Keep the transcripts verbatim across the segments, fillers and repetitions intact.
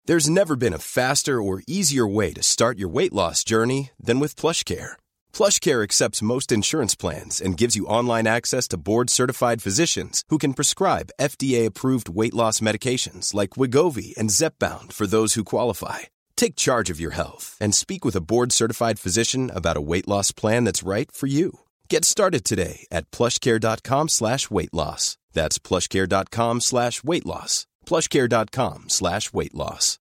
There's never been a faster or easier way to start your weight loss journey than with PlushCare. PlushCare accepts most insurance plans and gives you online access to board-certified physicians who can prescribe F D A-approved weight loss medications like Wegovy and Zepbound for those who qualify. Take charge of your health and speak with a board-certified physician about a weight loss plan that's right for you. Get started today at plushcare.com slash weight loss. That's plushcare.com slash weight loss. plushcare.com slash weight loss.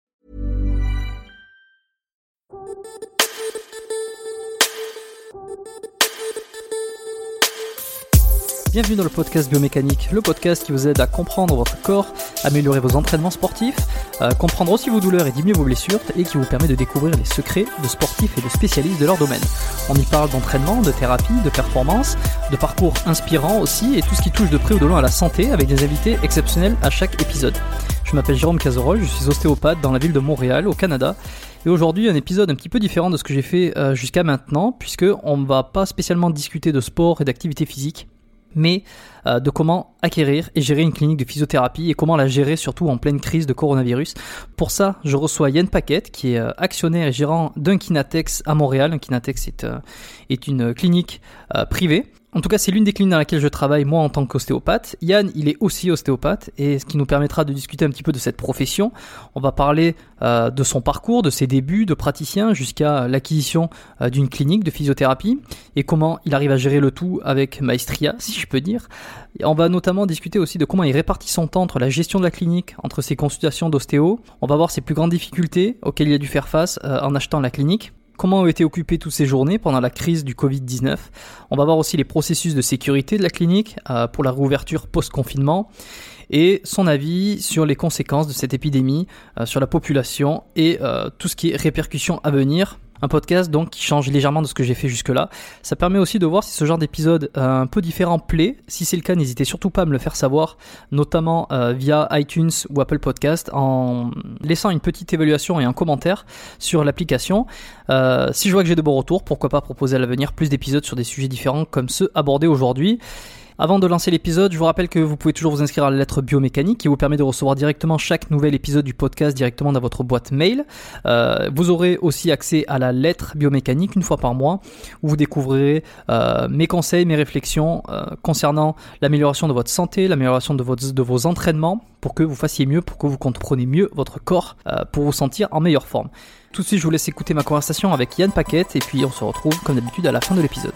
Bienvenue dans le podcast Biomécanique, le podcast qui vous aide à comprendre votre corps, améliorer vos entraînements sportifs, euh, comprendre aussi vos douleurs et diminuer vos blessures, et qui vous permet de découvrir les secrets de sportifs et de spécialistes de leur domaine. On y parle d'entraînement, de thérapie, de performance, de parcours inspirants aussi, et tout ce qui touche de près ou de loin à la santé, avec des invités exceptionnels à chaque épisode. Je m'appelle Jérôme Cazerolle, je suis ostéopathe dans la ville de Montréal, au Canada. Et aujourd'hui, un épisode un petit peu différent de ce que j'ai fait euh, jusqu'à maintenant, puisqu'on ne va pas spécialement discuter de sport et d'activité physique, mais euh, de comment acquérir et gérer une clinique de physiothérapie et comment la gérer surtout en pleine crise de coronavirus. Pour ça, je reçois Yann Paquette, qui est euh, actionnaire et gérant d'un Kinatex à Montréal. Un Kinatex est, euh, est une clinique euh, privée. En tout cas, c'est l'une des cliniques dans laquelle je travaille, moi, en tant qu'ostéopathe. Yann, il est aussi ostéopathe, et ce qui nous permettra de discuter un petit peu de cette profession. On va parler euh, de son parcours, de ses débuts de praticien jusqu'à l'acquisition euh, d'une clinique de physiothérapie, et comment il arrive à gérer le tout avec maestria, si je peux dire. Et on va notamment discuter aussi de comment il répartit son temps entre la gestion de la clinique, entre ses consultations d'ostéo. On va voir ses plus grandes difficultés auxquelles il a dû faire face euh, en achetant la clinique. Comment ont été occupées toutes ces journées pendant la crise du covid dix-neuf. On va voir aussi les processus de sécurité de la clinique euh, pour la réouverture post-confinement et son avis sur les conséquences de cette épidémie euh, sur la population et euh, tout ce qui est répercussions à venir. Un podcast donc qui change légèrement de ce que j'ai fait jusque-là. Ça permet aussi de voir si ce genre d'épisode euh, un peu différent plaît. Si c'est le cas, n'hésitez surtout pas à me le faire savoir, notamment euh, via iTunes ou Apple Podcast, en laissant une petite évaluation et un commentaire sur l'application. Euh, si je vois que j'ai de bons retours, pourquoi pas proposer à l'avenir plus d'épisodes sur des sujets différents comme ceux abordés aujourd'hui. Avant de lancer l'épisode, je vous rappelle que vous pouvez toujours vous inscrire à la lettre biomécanique qui vous permet de recevoir directement chaque nouvel épisode du podcast directement dans votre boîte mail. Euh, vous aurez aussi accès à la lettre biomécanique une fois par mois où vous découvrirez euh, mes conseils, mes réflexions euh, concernant l'amélioration de votre santé, l'amélioration de, votre, de vos entraînements pour que vous fassiez mieux, pour que vous compreniez mieux votre corps, euh, pour vous sentir en meilleure forme. Tout de suite, je vous laisse écouter ma conversation avec Yann Paquette et puis on se retrouve comme d'habitude à la fin de l'épisode.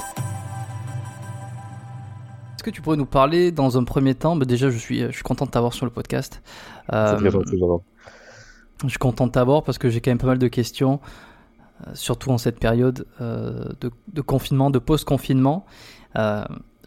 Est-ce que tu pourrais nous parler dans un premier temps, bah déjà je suis, je suis content de t'avoir sur le podcast. Euh, C'est très gentil, j'adore. Je suis content de t'avoir parce que j'ai quand même pas mal de questions, euh, surtout en cette période euh, de, de confinement, de post-confinement. Euh,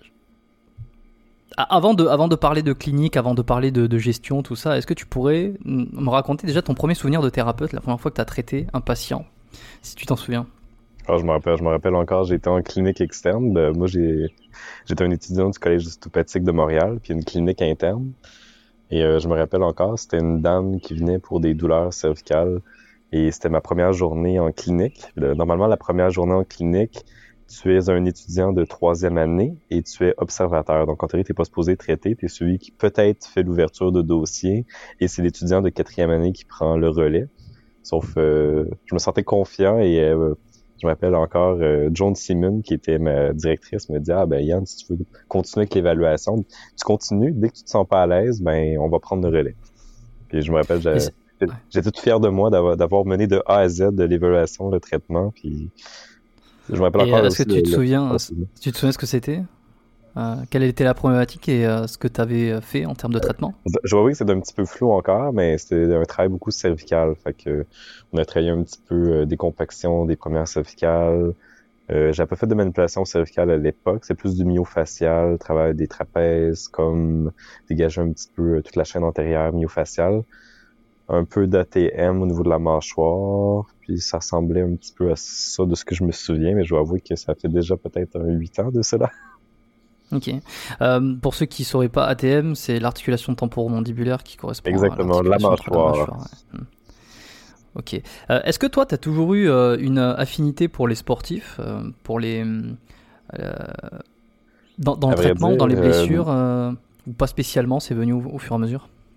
avant, de, avant de parler de clinique, avant de parler de, de gestion, tout ça, est-ce que tu pourrais me raconter déjà ton premier souvenir de thérapeute, la première fois que tu as traité un patient, si tu t'en souviens? Alors, je me rappelle, je me rappelle encore, j'étais en clinique externe. Ben, moi, j'ai, j'étais un étudiant du Collège d'ostéopathique de Montréal, puis une clinique interne. Et euh, je me rappelle encore, c'était une dame qui venait pour des douleurs cervicales. Et c'était ma première journée en clinique. Le, normalement, la première journée en clinique, tu es un étudiant de troisième année et tu es observateur. Donc, en théorie, tu n'es pas supposé traiter, tu es celui qui peut-être fait l'ouverture de dossier. Et c'est l'étudiant de quatrième année qui prend le relais. Sauf, euh, je me sentais confiant et... Euh, Je me rappelle encore, euh, Joan Simon, qui était ma directrice, me dit « Ah ben Yann, si tu veux continuer avec l'évaluation, tu continues, dès que tu te sens pas à l'aise, ben on va prendre le relais. » Puis je me rappelle, j'étais, j'étais tout fier de moi d'avoir, d'avoir mené de A à Z de l'évaluation, le traitement, puis je me rappelle et encore... Est-ce que tu te, le, souviens, le... tu te souviens ce que c'était euh, quelle était la problématique et euh, ce que tu avais fait en termes de traitement? Je vois oui que c'est un petit peu flou encore, mais c'était un travail beaucoup cervical. Fait que on a travaillé un petit peu euh, des compactions des premières cervicales. Euh, j'avais pas fait de manipulation cervicale à l'époque, c'est plus du myofacial, travail des trapèzes, comme dégager un petit peu euh, toute la chaîne antérieure myofaciale. Un peu d'A T M au niveau de la mâchoire, puis ça ressemblait un petit peu à ça de ce que je me souviens, mais je dois avouer que ça fait déjà peut-être huit ans de cela. Ok. Euh, pour ceux qui ne sauraient pas, A T M, c'est l'articulation temporomandibulaire qui correspond Exactement, à l'articulation la mâchoire. La mâchoire ouais. Ok. Euh, est-ce que toi, tu as toujours eu euh, une affinité pour les sportifs, euh, pour les euh, dans, dans le traitement, dire, dans les blessures, euh... euh, ou pas spécialement, c'est venu au, au fur et à mesure?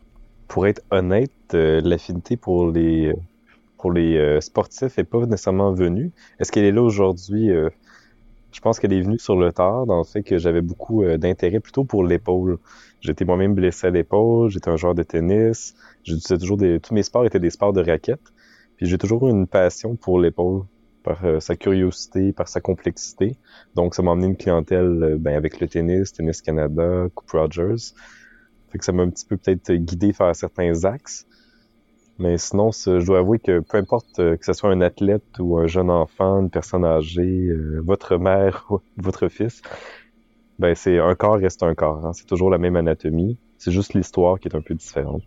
pour être honnête, euh, l'affinité pour les pour les euh, sportifs est pas nécessairement venue. Est-ce qu'elle est là aujourd'hui? Euh, je pense qu'elle est venue sur le tard, dans le fait que j'avais beaucoup euh, d'intérêt plutôt pour l'épaule. J'étais moi-même blessé à l'épaule, j'étais un joueur de tennis, j'utilisais toujours des... tous mes sports étaient des sports de raquettes. Puis j'ai toujours eu une passion pour l'épaule, par euh, sa curiosité, par sa complexité. Donc ça m'a emmené une clientèle euh, ben, avec le tennis, Tennis Canada, Coupe Rogers. Fait que ça m'a un petit peu peut-être guidé vers certains axes. Mais sinon, je dois avouer que peu importe euh, que ce soit un athlète ou un jeune enfant, une personne âgée, euh, votre mère ou votre fils, ben c'est un corps reste un corps. Hein. C'est toujours la même anatomie. C'est juste l'histoire qui est un peu différente.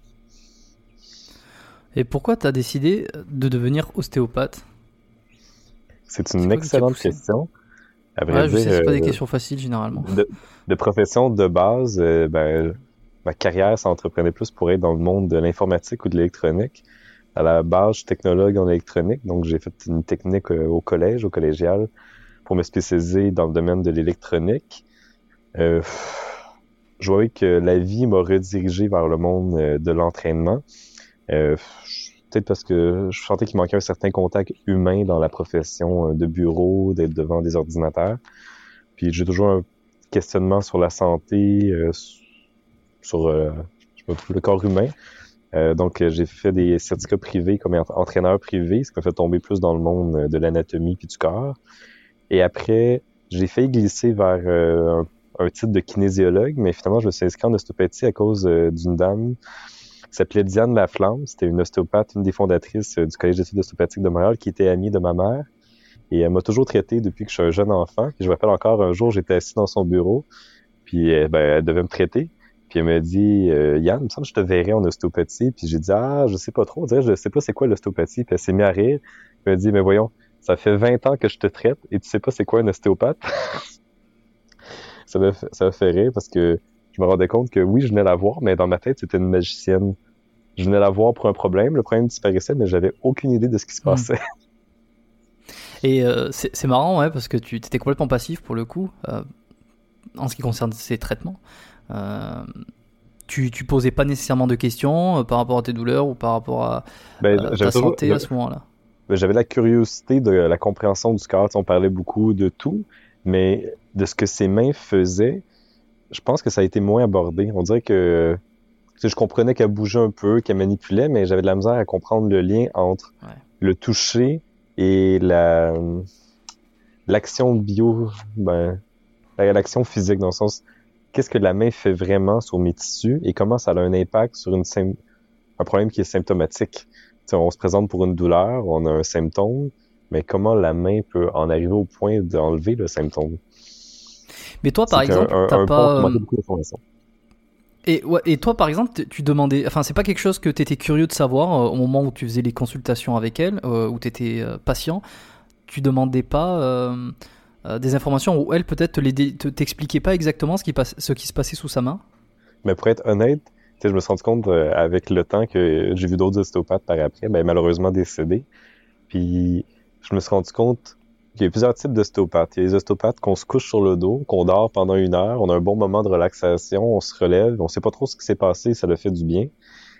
Et pourquoi tu as décidé de devenir ostéopathe? C'est une c'est excellente question. À vrai ouais, dire, je sais, c'est pas euh, des questions faciles généralement. De, de profession de base, euh, ben, ma carrière s'entreprenait plus pour être dans le monde de l'informatique ou de l'électronique. À la base, je suis technologue en électronique, donc j'ai fait une technique euh, au collège, au collégial, pour me spécialiser dans le domaine de l'électronique. Euh, je voyais que la vie m'a redirigé vers le monde euh, de l'entraînement. Euh, peut-être parce que je sentais qu'il manquait un certain contact humain dans la profession de bureau, d'être devant des ordinateurs. Puis j'ai toujours un questionnement sur la santé, euh, sur euh, je sais pas, le corps humain. Euh, donc j'ai fait des certificats privés comme entraîneur privé, ce qui m'a fait tomber plus dans le monde de l'anatomie puis du corps. Et après, j'ai failli glisser vers euh, un, un titre de kinésiologue, mais finalement je me suis inscrit en ostéopathie à cause euh, d'une dame qui s'appelait Diane Laflamme. C'était une ostéopathe, une des fondatrices du Collège d'études ostéopathiques de Montréal, qui était amie de ma mère. Et elle m'a toujours traité depuis que je suis un jeune enfant. Puis je me rappelle encore, un jour, j'étais assis dans son bureau, puis ben, elle devait me traiter. Puis elle m'a dit, euh, Yann, il me semble que je te verrais en ostéopathie. Puis j'ai dit, ah, je sais pas trop, on dirait, je sais pas c'est quoi l'ostéopathie. Puis elle s'est mise à rire. Puis elle m'a dit, mais voyons, ça fait vingt ans que je te traite et tu sais pas c'est quoi un ostéopathe? ça m'a fait, ça m'a fait rire parce que je me rendais compte que oui, je venais la voir, mais dans ma tête, c'était une magicienne. Je venais la voir pour un problème, le problème disparaissait, mais j'avais aucune idée de ce qui se passait. Mmh. Et euh, c'est, c'est marrant, ouais, parce que tu étais complètement passif pour le coup, euh, en ce qui concerne ces traitements. Euh, tu, tu posais pas nécessairement de questions euh, par rapport à tes douleurs ou par rapport à ben, euh, ta santé toujours, à ce moment-là. Ben, j'avais la curiosité de la compréhension du corps. On parlait beaucoup de tout, mais de ce que ses mains faisaient, je pense que ça a été moins abordé. On dirait que je comprenais qu'elle bougeait un peu, qu'elle manipulait, mais j'avais de la misère à comprendre le lien entre ouais. le toucher et la l'action bio, ben, l'action physique, dans le sens, qu'est-ce que la main fait vraiment sur mes tissus et comment ça a un impact sur une un problème qui est symptomatique. T'sais, on se présente pour une douleur, on a un symptôme, mais comment la main peut en arriver au point d'enlever le symptôme? Mais toi, par C'est exemple, un, t'as un pas... Pont, beaucoup d'informations. Et, ouais, et toi, par exemple, tu demandais... Enfin, c'est pas quelque chose que tu étais curieux de savoir euh, au moment où tu faisais les consultations avec elle, euh, où tu étais euh, patient. Tu demandais pas euh, euh, des informations où elle, peut-être, te les dé... te, t'expliquait pas exactement ce qui, passe... ce qui se passait sous sa main? Mais pour être honnête, je me suis rendu compte euh, avec le temps que j'ai vu d'autres ostéopathes par après, ben, malheureusement décédés. Puis je me suis rendu compte qu'il y a plusieurs types d'ostéopathes. Il y a les ostéopathes qu'on se couche sur le dos, qu'on dort pendant une heure, on a un bon moment de relaxation, on se relève, on sait pas trop ce qui s'est passé, ça le fait du bien.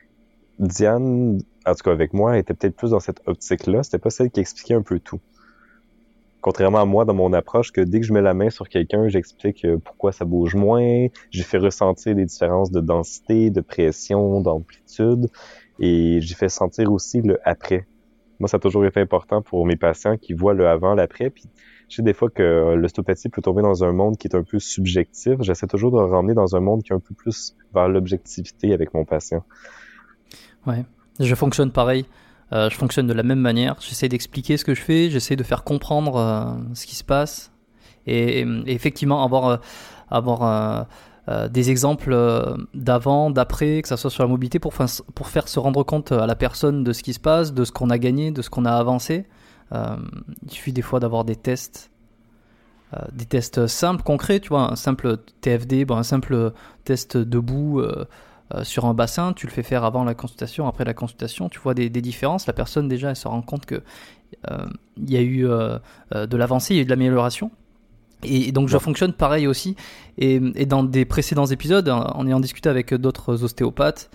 Diane, en tout cas avec moi, était peut-être plus dans cette optique-là. C'était pas celle qui expliquait un peu tout. Contrairement à moi, dans mon approche, que dès que je mets la main sur quelqu'un, j'explique pourquoi ça bouge moins, j'ai fait ressentir les différences de densité, de pression, d'amplitude, et j'ai fait sentir aussi le après. Moi, ça a toujours été important pour mes patients qui voient le avant, l'après. Puis, je sais des fois que l'ostéopathie peut tomber dans un monde qui est un peu subjectif. J'essaie toujours de le ramener dans un monde qui est un peu plus vers l'objectivité avec mon patient. Ouais, je fonctionne pareil. Euh, je fonctionne de la même manière. J'essaie d'expliquer ce que je fais. J'essaie de faire comprendre euh, ce qui se passe. Et, et effectivement, avoir, euh, avoir euh, euh, des exemples euh, d'avant, d'après, que ça soit sur la mobilité, pour, pour faire se rendre compte à la personne de ce qui se passe, de ce qu'on a gagné, de ce qu'on a avancé. Euh, il suffit des fois d'avoir des tests, euh, des tests simples, concrets, tu vois, un simple T F D, bon, un simple test debout euh, euh, sur un bassin, tu le fais faire avant la consultation, après la consultation, tu vois des, des différences. La personne déjà, elle se rend compte que euh, il y a eu euh, euh, de l'avancée, il y a eu de l'amélioration. Et donc je ouais. fonctionne pareil aussi. Et, et dans des précédents épisodes, en ayant discuté avec d'autres ostéopathes,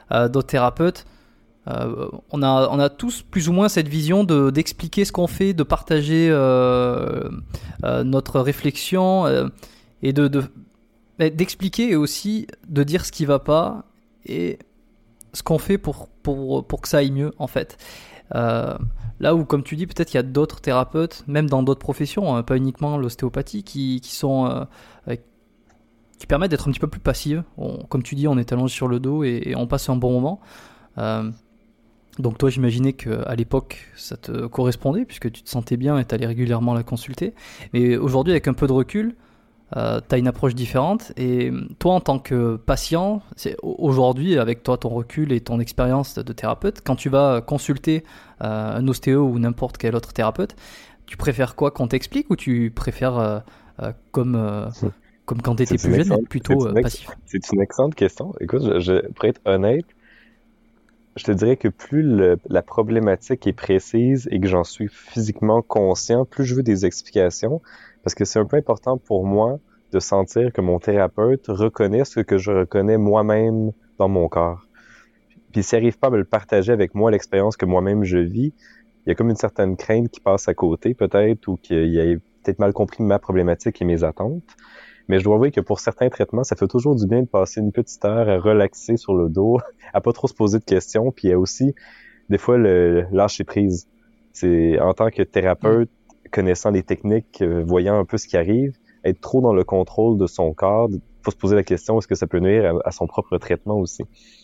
euh, d'autres thérapeutes, euh, on, a, on a tous plus ou moins cette vision de, d'expliquer ce qu'on fait, de partager euh, euh, notre réflexion euh, et de, de, d'expliquer et aussi de dire ce qui ne va pas et ce qu'on fait pour, pour, pour que ça aille mieux en fait. Euh, là où, comme tu dis, peut-être qu'il y a d'autres thérapeutes, même dans d'autres professions, hein, pas uniquement l'ostéopathie, qui, qui sont euh, qui permettent d'être un petit peu plus passives. On, comme tu dis, on est allongé sur le dos et, et on passe un bon moment. Euh, donc toi, j'imaginais qu'à l'époque, ça te correspondait puisque tu te sentais bien et tu allais régulièrement la consulter. Mais aujourd'hui, avec un peu de recul, Euh, tu as une approche différente et toi en tant que patient, c'est, aujourd'hui avec toi ton recul et ton expérience de thérapeute, quand tu vas consulter euh, un ostéo ou n'importe quel autre thérapeute, tu préfères quoi, qu'on t'explique ou tu préfères euh, euh, comme, euh, comme quand tu étais plus jeune être plutôt c'est euh, ex- passif? C'est une excellente question. Écoute, je, je, pour être honnête, je te dirais que plus le, la problématique est précise et que j'en suis physiquement conscient, plus je veux des explications. Parce que c'est un peu important pour moi de sentir que mon thérapeute reconnaît ce que je reconnais moi-même dans mon corps. Puis s'il n'arrive pas à me le partager avec moi, l'expérience que moi-même je vis, il y a comme une certaine crainte qui passe à côté peut-être, ou qu'il ait peut-être mal compris ma problématique et mes attentes. Mais je dois avouer que pour certains traitements, ça fait toujours du bien de passer une petite heure à relaxer sur le dos, à pas trop se poser de questions, puis il y a aussi des fois le lâcher prise. C'est en tant que thérapeute, connaissant les techniques, euh, voyant un peu ce qui arrive, être trop dans le contrôle de son corps, il faut se poser la question, est-ce que ça peut nuire à, à son propre traitement aussi?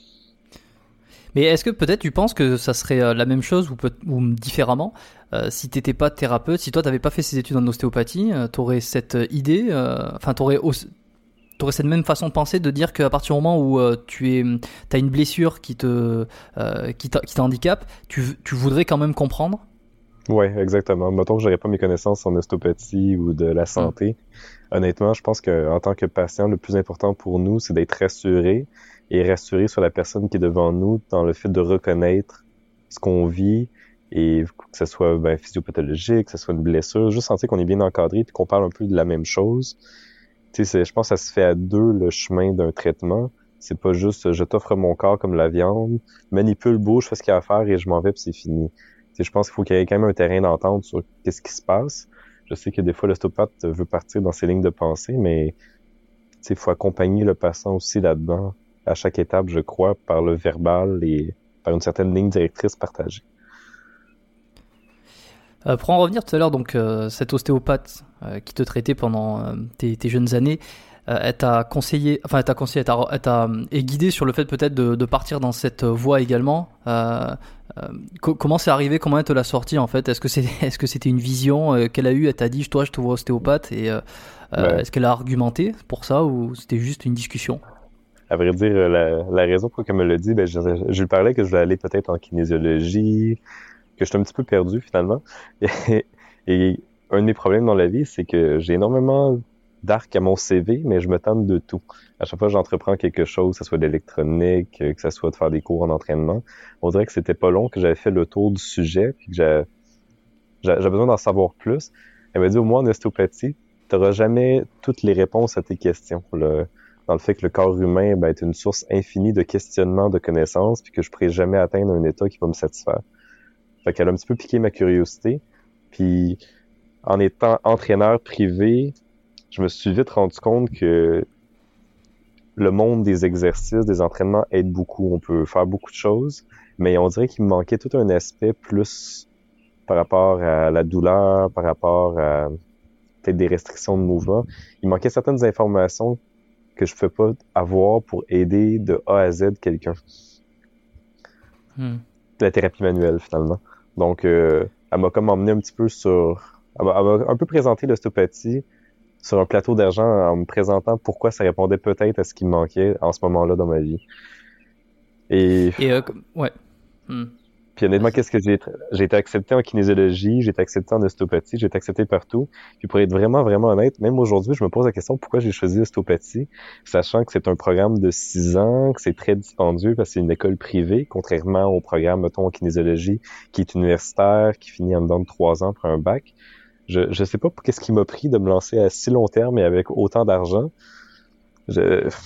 Mais est-ce que peut-être tu penses que ça serait euh, la même chose ou, peut- ou différemment euh, si tu n'étais pas thérapeute, si toi tu n'avais pas fait ces études en ostéopathie, euh, tu aurais cette idée, enfin euh, tu aurais T'aurais cette même façon de penser, de dire qu'à partir du moment où euh, tu es, t'as une blessure qui te, euh, qui t'a, qui t'handicape, tu, tu voudrais quand même comprendre? Ouais, exactement. Mettons que j'aurais pas mes connaissances en ostéopathie ou de la santé. Mmh. Honnêtement, je pense que en tant que patient, le plus important pour nous, c'est d'être rassuré et rassuré sur la personne qui est devant nous dans le fait de reconnaître ce qu'on vit et que ce soit ben, physiopathologique, que ce soit une blessure, juste sentir qu'on est bien encadré et qu'on parle un peu de la même chose. Tu sais, je pense que ça se fait à deux, le chemin d'un traitement. C'est pas juste je t'offre mon corps comme la viande, manipule, bouge, fais ce qu'il y a à faire et je m'en vais puis c'est fini. Tu sais, je pense qu'il faut qu'il y ait quand même un terrain d'entente sur qu'est-ce qui se passe. Je sais que des fois l'ostéopathe veut partir dans ses lignes de pensée, mais tu sais, il faut accompagner le patient aussi là-dedans, à chaque étape, je crois, par le verbal et par une certaine ligne directrice partagée. Euh, pour en revenir tout à l'heure, donc euh, cette ostéopathe euh, qui te traitait pendant euh, tes, tes jeunes années, euh, elle t'a conseillé, enfin elle t'a conseillé, elle t'a, elle t'a et guidé sur le fait peut-être de, de partir dans cette voie également. Euh, euh, co- comment c'est arrivé? Comment elle te l'a sorti en fait? Est-ce que c'est, est-ce que c'était une vision euh, qu'elle a eue? Elle t'a dit, toi, je te vois ostéopathe, et euh, euh, Ouais. est-ce qu'elle a argumenté pour ça ou c'était juste une discussion? À vrai dire, la, la raison pour laquelle elle me l'a dit, ben, je, je lui parlais que je voulais aller peut-être en kinésiologie, que j'étais un petit peu perdu finalement. Et, et un de mes problèmes dans la vie, c'est que j'ai énormément d'arc à mon C V, mais je me tente de tout. À chaque fois que j'entreprends quelque chose, que ce soit de l'électronique, que ce soit de faire des cours en entraînement, on dirait que c'était pas long, que j'avais fait le tour du sujet, puis que j'avais, j'avais besoin d'en savoir plus. Elle m'a dit, au moins en ostéopathie, tu n'auras jamais toutes les réponses à tes questions. Le, dans le fait que le corps humain ben, est une source infinie de questionnements, de connaissances, puis que je ne pourrai jamais atteindre un état qui va me satisfaire. Fait qu'elle a un petit peu piqué ma curiosité. Puis, en étant entraîneur privé, je me suis vite rendu compte que le monde des exercices, des entraînements aide beaucoup. On peut faire beaucoup de choses, mais on dirait qu'il me manquait tout un aspect plus par rapport à la douleur, par rapport à peut-être des restrictions de mouvement. Il manquait certaines informations que je ne pouvais pas avoir pour aider de A à Z quelqu'un. Hmm. La thérapie manuelle, finalement. Donc, euh, elle m'a comme emmené un petit peu sur... Elle m'a, elle m'a un peu présenté l'ostéopathie sur un plateau d'argent en me présentant pourquoi ça répondait peut-être à ce qui me manquait en ce moment-là dans ma vie. Et... Et euh, ouais. Hmm. Puis honnêtement, qu'est-ce que j'ai... J'ai été accepté en kinésiologie, j'ai été accepté en ostéopathie, j'ai été accepté partout. Puis pour être vraiment, vraiment honnête, même aujourd'hui, je me pose la question pourquoi j'ai choisi l'ostéopathie, sachant que c'est un programme de six ans, que c'est très dispendieux parce que c'est une école privée, contrairement au programme, mettons, en kinésiologie, qui est universitaire, qui finit en dedans de trois ans pour un bac. Je je sais pas qu'est-ce qui m'a pris de me lancer à si long terme et avec autant d'argent. Je...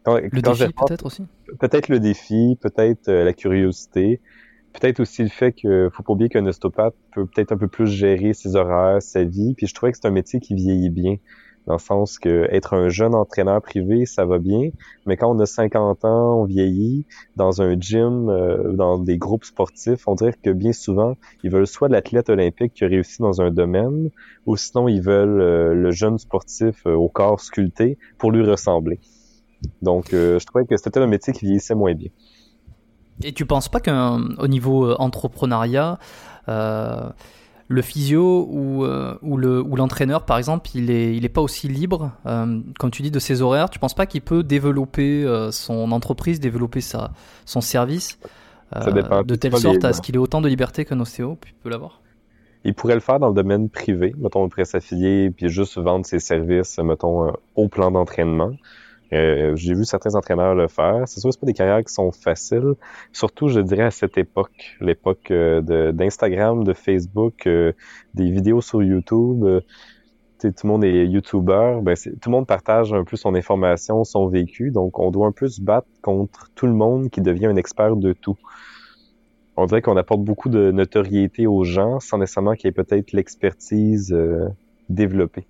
quand, Le quand défi j'ai- peut-être aussi. peut-être le défi, peut-être euh, la curiosité, peut-être aussi le fait que faut pas oublier qu'un ostéopathe peut peut-être un peu plus gérer ses horaires, sa vie. Puis je trouvais que c'est un métier qui vieillit bien, dans le sens que être un jeune entraîneur privé, ça va bien, mais quand on a cinquante ans, on vieillit dans un gym, euh, dans des groupes sportifs, on dirait que bien souvent, ils veulent soit l'athlète olympique qui a réussi dans un domaine, ou sinon ils veulent euh, le jeune sportif euh, au corps sculpté pour lui ressembler. Donc, euh, je trouvais que c'était un métier qui vieillissait moins bien. Et tu penses pas qu'au niveau euh, entrepreneuriat, euh, le physio ou, euh, ou, le, ou l'entraîneur, par exemple, il est, il est pas aussi libre, euh, comme tu dis, de ses horaires. Tu penses pas qu'il peut développer euh, son entreprise, développer sa, son service euh, Ça dépend. de telle Pas sorte les- à ce qu'il ait autant de liberté qu'un ostéo puis peut l'avoir? Il pourrait le faire dans le domaine privé, mettons, il pourrait s'affilier puis juste vendre ses services, mettons, euh, au plan d'entraînement. Euh, j'ai vu certains entraîneurs le faire. C'est sûr que c'est pas des carrières qui sont faciles. Surtout, je dirais, à cette époque, l'époque euh, de, d'Instagram, de Facebook, euh, des vidéos sur YouTube. Euh, tu sais, tout le monde est YouTuber. Ben, c'est, tout le monde partage un peu son information, son vécu. Donc, on doit un peu se battre contre tout le monde qui devient un expert de tout. On dirait qu'on apporte beaucoup de notoriété aux gens sans nécessairement qu'il y ait peut-être l'expertise euh, développée.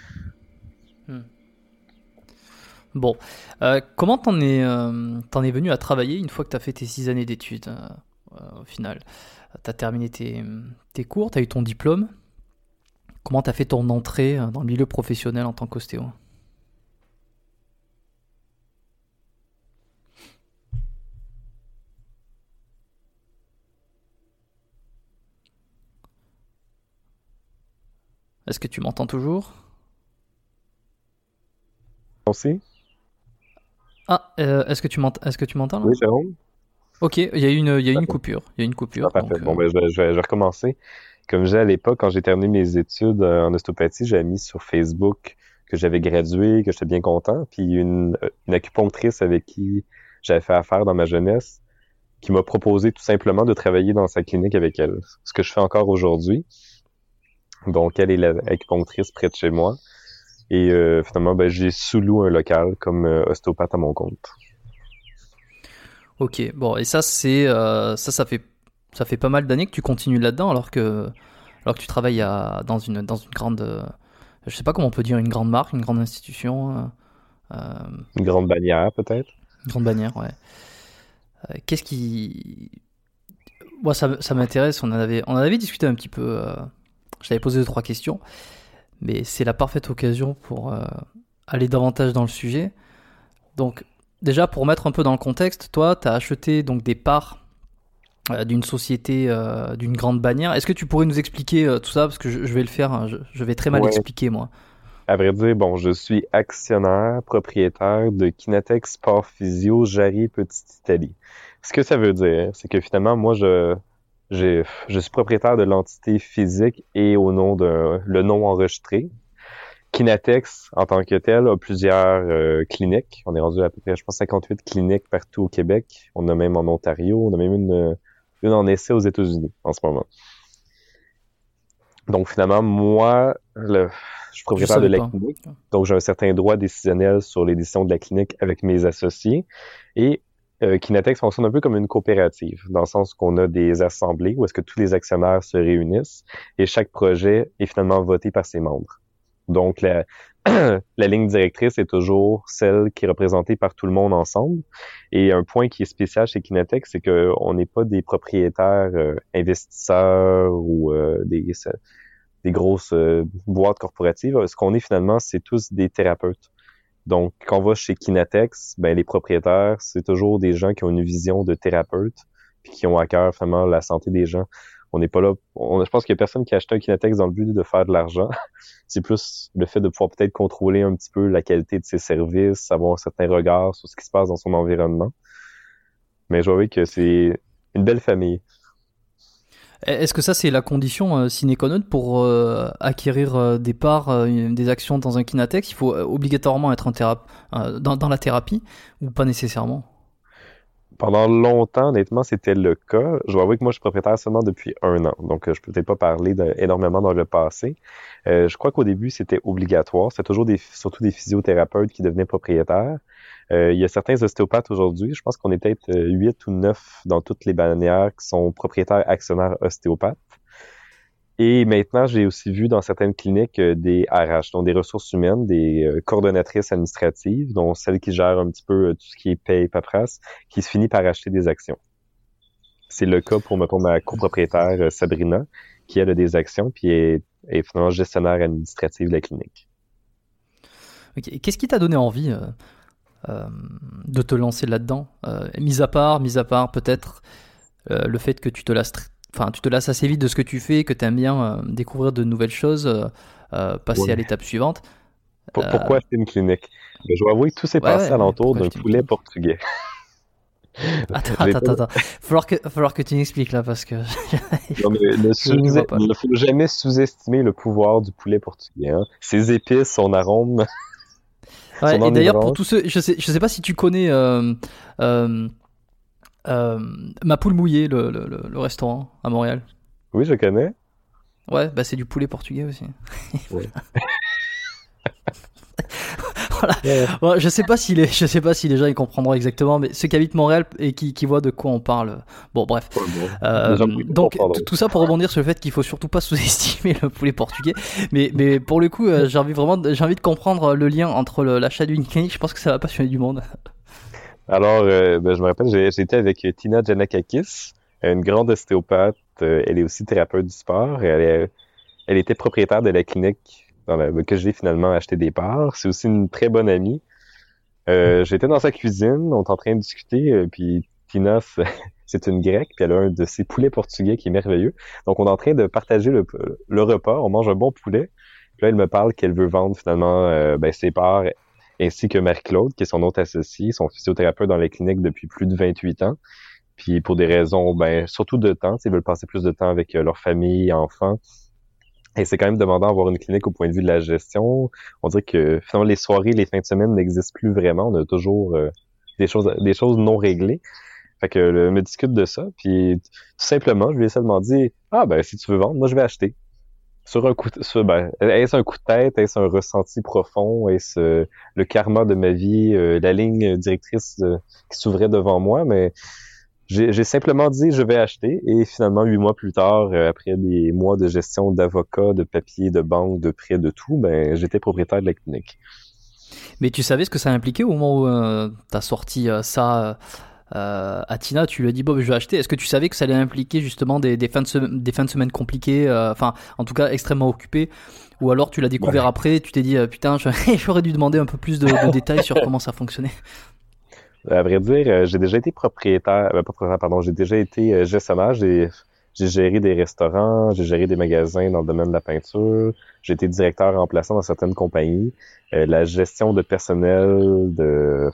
Bon, euh, comment t'en es, euh, t'en es venu à travailler une fois que t'as fait tes six années d'études euh, euh, au final? T'as terminé tes, tes cours, t'as eu ton diplôme. Comment t'as fait ton entrée euh, dans le milieu professionnel en tant qu'ostéo? Est-ce que tu m'entends toujours? Aussi? Ah, euh, est-ce que tu m'ent- est-ce que tu m'entends là? Oui, Jérôme? Ok, il y a eu une, il y a eu une Parfait. coupure. Il y a eu une Ah, coupure. parfait. Donc, Bon, euh, ben, je vais, je vais, je vais recommencer. Comme j'ai à l'époque, quand j'ai terminé mes études euh, en ostéopathie, j'avais mis sur Facebook que j'avais gradué, que j'étais bien content. Puis une, euh, une acupunctrice avec qui j'avais fait affaire dans ma jeunesse, qui m'a proposé tout simplement de travailler dans sa clinique avec elle. Ce que je fais encore aujourd'hui. Donc, elle est l'acupunctrice près de chez moi. Et euh, finalement, ben, j'ai sous-loué un local comme euh, ostéopathe à mon compte. ok, bon, et ça, c'est, euh, ça, ça fait, ça fait pas mal d'années que tu continues là-dedans, alors que, alors que tu travailles à, dans une, dans une grande, euh, je sais pas comment on peut dire, une grande marque, une grande institution, euh, euh, Une grande bannière, peut-être. une grande bannière, ouais. Euh, qu'est-ce qui, moi, ça, ça m'intéresse. On en avait, on en avait discuté un petit peu. Euh, je t'avais posé deux trois questions, mais c'est la parfaite occasion pour euh, aller davantage dans le sujet. Donc, déjà, pour mettre un peu dans le contexte, toi, tu as acheté donc des parts euh, d'une société, euh, d'une grande bannière. Est-ce que tu pourrais nous expliquer euh, tout ça? Parce que je, je vais le faire, hein, je, je vais très mal Ouais. expliquer, moi. À vrai dire, bon, je suis actionnaire, propriétaire de Kinatech Sport Physio Jarry Petite Italie. Ce que ça veut dire, c'est que finalement, moi, je, j'ai, je suis propriétaire de l'entité physique et au nom de le nom enregistré. Kinatex, en tant que tel, a plusieurs euh, cliniques. On est rendu à peu près, je pense, cinquante-huit cliniques partout au Québec. On a même en Ontario, on a même une, une en essai aux États-Unis en ce moment. Donc finalement, moi, le, je suis propriétaire de la pas. clinique, donc j'ai un certain droit décisionnel sur les décisions de la clinique avec mes associés. Et euh, Kinatex fonctionne un peu comme une coopérative, dans le sens qu'on a des assemblées où est-ce que tous les actionnaires se réunissent et chaque projet est finalement voté par ses membres. Donc, la, la ligne directrice est toujours celle qui est représentée par tout le monde ensemble. Et un point qui est spécial chez Kinatex, c'est qu'on n'est pas des propriétaires euh, investisseurs ou euh, des, des grosses euh, boîtes corporatives. Ce qu'on est finalement, c'est tous des thérapeutes. Donc, quand on va chez Kinatex, ben, les propriétaires, c'est toujours des gens qui ont une vision de thérapeute puis qui ont à cœur finalement la santé des gens. On n'est pas là. On, je pense qu'il y a personne qui a acheté un Kinatex dans le but de faire de l'argent. C'est plus le fait de pouvoir peut-être contrôler un petit peu la qualité de ses services, avoir un certain regard sur ce qui se passe dans son environnement. Mais je vois que c'est une belle famille. Est-ce que ça, c'est la condition euh, sine qua non pour euh, acquérir euh, des parts, euh, des actions dans un Kinatex? Il faut euh, obligatoirement être un thérape- euh, dans, dans la thérapie ou pas nécessairement? Pendant longtemps, honnêtement, c'était le cas. Je dois avouer que moi, je suis propriétaire seulement depuis un an, donc euh, je peux peut-être pas parler de, énormément dans le passé. Euh, je crois qu'au début, c'était obligatoire. C'était toujours des, surtout des physiothérapeutes qui devenaient propriétaires. Euh, il y a certains ostéopathes aujourd'hui, je pense qu'on est peut-être huit ou neuf dans toutes les bannières qui sont propriétaires actionnaires ostéopathes. Et maintenant, j'ai aussi vu dans certaines cliniques euh, des R H, donc des ressources humaines, des euh, coordonnatrices administratives, dont celles qui gèrent un petit peu euh, tout ce qui est paye, paperasse, qui se finit par acheter des actions. C'est le cas pour, pour ma copropriétaire euh, Sabrina, qui elle a des actions, puis est, est finalement gestionnaire administrative de la clinique. Ok. Et qu'est-ce qui t'a donné envie euh, euh, de te lancer là-dedans, euh, mis à part, mis à part peut-être euh, le fait que tu te lasses tr- Enfin, tu te lasses assez vite de ce que tu fais, que tu aimes bien euh, découvrir de nouvelles choses, euh, euh, passer ouais. à l'étape suivante. Pour, euh... Pourquoi acheter une clinique? Je dois avouer que tout s'est ouais, passé ouais, alentour d'un poulet portugais. Attends, attends, attends. Il va falloir que, falloir que tu m'expliques là, parce que... non, mais ne sous... il ne faut jamais sous-estimer le pouvoir du poulet portugais. Hein. Ses épices, son arôme... Ouais, son et d'ailleurs, pour tous ceux... Je sais, je sais pas si tu connais... Euh, euh, Euh, Ma Poule Mouillée, le, le, le restaurant à Montréal. Oui, je connais. Ouais, bah c'est du poulet portugais aussi. Ouais. Voilà. Ouais. Bon, je sais pas si les, je sais pas si les gens ils comprendront exactement, mais ceux qui habitent Montréal et qui, qui voient de quoi on parle. Bon, bref. Ouais, bon. Euh, donc tout ça pour rebondir sur le fait qu'il faut surtout pas sous-estimer le poulet portugais. Mais, mais pour le coup, euh, j'ai envie vraiment, j'ai envie de comprendre le lien entre le, l'achat d'une clinique. Je pense que ça va passionner du monde. Alors, euh, ben, je me rappelle, j'ai, j'étais avec Tina Janakakis, une grande ostéopathe. Euh, elle est aussi thérapeute du sport. Et elle, est, elle était propriétaire de la clinique dans la, que j'ai finalement acheté des parts. C'est aussi une très bonne amie. Euh, j'étais dans sa cuisine, on était en train de discuter, euh, puis Tina, c'est, c'est une grecque, puis elle a un de ses poulets portugais qui est merveilleux. Donc, on est en train de partager le, le repas, on mange un bon poulet. Puis là, elle me parle qu'elle veut vendre finalement euh, ben, ses parts, ainsi que Marie-Claude, qui est son autre associée, son physiothérapeute dans la clinique depuis plus de vingt-huit ans. Puis pour des raisons, ben surtout de temps, ils veulent passer plus de temps avec euh, leur famille, enfants. Et c'est quand même demandant d'avoir une clinique au point de vue de la gestion. On dirait que finalement les soirées, les fins de semaine n'existent plus vraiment. On a toujours euh, des choses des choses non réglées. Fait que euh, me discute de ça. Puis tout simplement, je lui ai seulement dit « Ah ben si tu veux vendre, moi je vais acheter. » Sur un coup, de, sur, ben, est-ce un coup de tête, est-ce un ressenti profond, est-ce euh, le karma de ma vie, euh, la ligne directrice euh, qui s'ouvrait devant moi, mais j'ai, j'ai simplement dit je vais acheter et finalement huit mois plus tard, euh, après des mois de gestion d'avocat, de papier, de banque, de prêt, de tout, ben j'étais propriétaire de la clinique. Mais tu savais ce que ça impliquait au moment où euh, t'as sorti euh, ça Euh, à Tina, tu lui as dit bon, je vais acheter. Est-ce que tu savais que ça allait impliquer justement des, des, fins, de se- des fins de semaine compliquées, enfin, euh, en tout cas extrêmement occupées, ou alors tu l'as découvert ouais. après, tu t'es dit euh, putain, j'aurais dû demander un peu plus de, de détails sur comment ça fonctionnait. À vrai dire, euh, j'ai déjà été propriétaire, euh, pas propriétaire, pardon, j'ai déjà été euh, gestionnaire. J'ai, j'ai géré des restaurants, j'ai géré des magasins dans le domaine de la peinture, j'ai été directeur remplaçant dans certaines compagnies. Euh, la gestion de personnel, de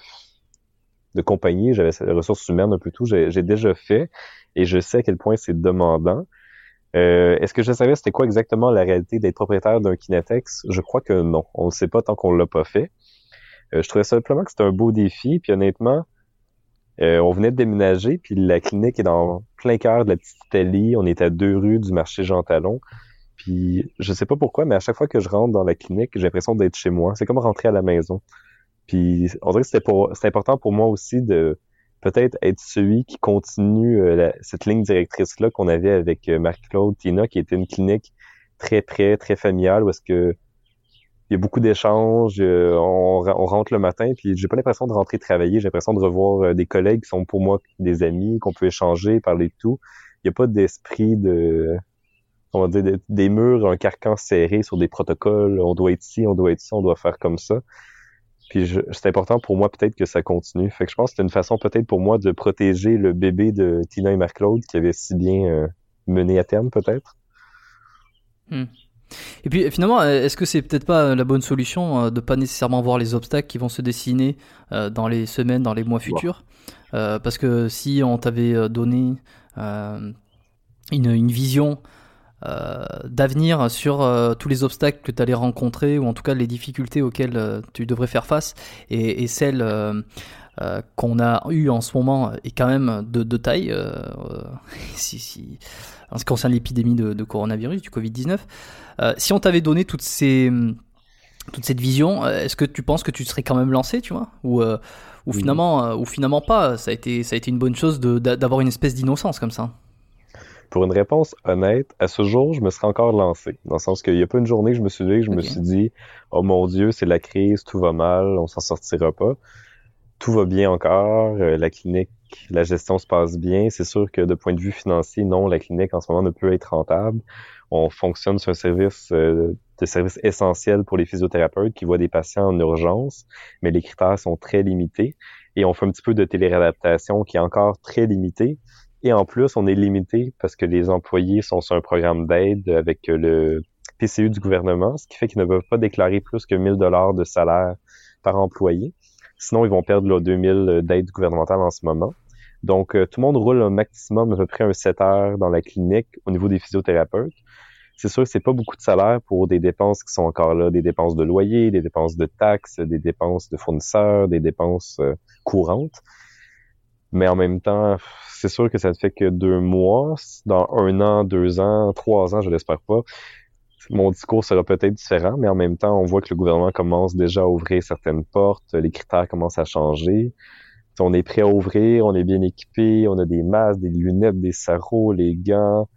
de compagnie, j'avais les ressources humaines, un peu tout, j'ai, j'ai déjà fait et je sais à quel point c'est demandant. Euh, est-ce que je savais c'était quoi exactement la réalité d'être propriétaire d'un Kinetex? Je crois que non. On ne sait pas tant qu'on l'a pas fait. Euh, je trouvais simplement que c'était un beau défi, puis honnêtement, euh, on venait de déménager, puis la clinique est dans plein cœur de la petite Italie. On est à deux rues du marché Jean Talon. Puis je sais pas pourquoi, mais à chaque fois que je rentre dans la clinique, j'ai l'impression d'être chez moi. C'est comme rentrer à la maison. Puis on dirait que c'était, pour, c'était important pour moi aussi de peut-être être celui qui continue euh, la, cette ligne directrice-là qu'on avait avec euh, Marie-Claude, Tina, qui était une clinique très près, très familiale, où est-ce que il y a beaucoup d'échanges, euh, on, on rentre le matin, puis j'ai pas l'impression de rentrer travailler, j'ai l'impression de revoir euh, des collègues qui sont pour moi des amis, qu'on peut échanger, parler de tout. Il y a pas d'esprit de... on va dire des, des murs, un carcan serré sur des protocoles, on doit être ici, on doit être ici, on doit faire comme ça. Puis je, c'est important pour moi peut-être que ça continue. Fait que je pense que c'est une façon peut-être pour moi de protéger le bébé de Tina et Marc-Claude qui avait si bien euh, mené à terme peut-être. Hmm. Et puis finalement, est-ce que c'est peut-être pas la bonne solution euh, de pas nécessairement voir les obstacles qui vont se dessiner euh, dans les semaines, dans les mois futurs, wow. euh, parce que si on t'avait donné euh, une, une vision Euh, d'avenir sur euh, tous les obstacles que tu allais rencontrer ou en tout cas les difficultés auxquelles euh, tu devrais faire face et, et celles euh, euh, qu'on a eues en ce moment est quand même de, de taille euh, euh, si, si, en ce qui concerne l'épidémie de, de coronavirus, du covid dix-neuf. Euh, si on t'avait donné toutes ces, toute cette vision, est-ce que tu penses que tu serais quand même lancé, tu vois, ou euh, ou finalement euh, ou finalement pas, ça a été ça a été une bonne chose de, d'avoir une espèce d'innocence comme ça. Pour une réponse honnête, à ce jour, je me serais encore lancé. Dans le sens qu'il n'y a pas une journée que je me suis levé, je okay. me suis dit « Oh mon Dieu, c'est la crise, tout va mal, on s'en sortira pas. » Tout va bien encore, euh, la clinique, la gestion se passe bien. C'est sûr que de point de vue financier, non, la clinique en ce moment ne peut être rentable. On fonctionne sur un service euh, de service essentiel pour les physiothérapeutes qui voient des patients en urgence, mais les critères sont très limités. Et on fait un petit peu de téléréadaptation qui est encore très limité. Et en plus, on est limité parce que les employés sont sur un programme d'aide avec le P C U du gouvernement, ce qui fait qu'ils ne peuvent pas déclarer plus que mille dollars de salaire par employé. Sinon, ils vont perdre leurs deux mille d'aide gouvernementale en ce moment. Donc, euh, tout le monde roule un maximum à peu près un sept heures dans la clinique au niveau des physiothérapeutes. C'est sûr que c'est pas beaucoup de salaire pour des dépenses qui sont encore là, des dépenses de loyer, des dépenses de taxes, des dépenses de fournisseurs, des dépenses euh, courantes. Mais en même temps, c'est sûr que ça ne fait que deux mois. Dans un an, deux ans, trois ans, je l'espère pas, mon discours sera peut-être différent, mais en même temps, on voit que le gouvernement commence déjà à ouvrir certaines portes, les critères commencent à changer. On est prêt à ouvrir, on est bien équipé, on a des masques, des lunettes, des sarraux, les gants.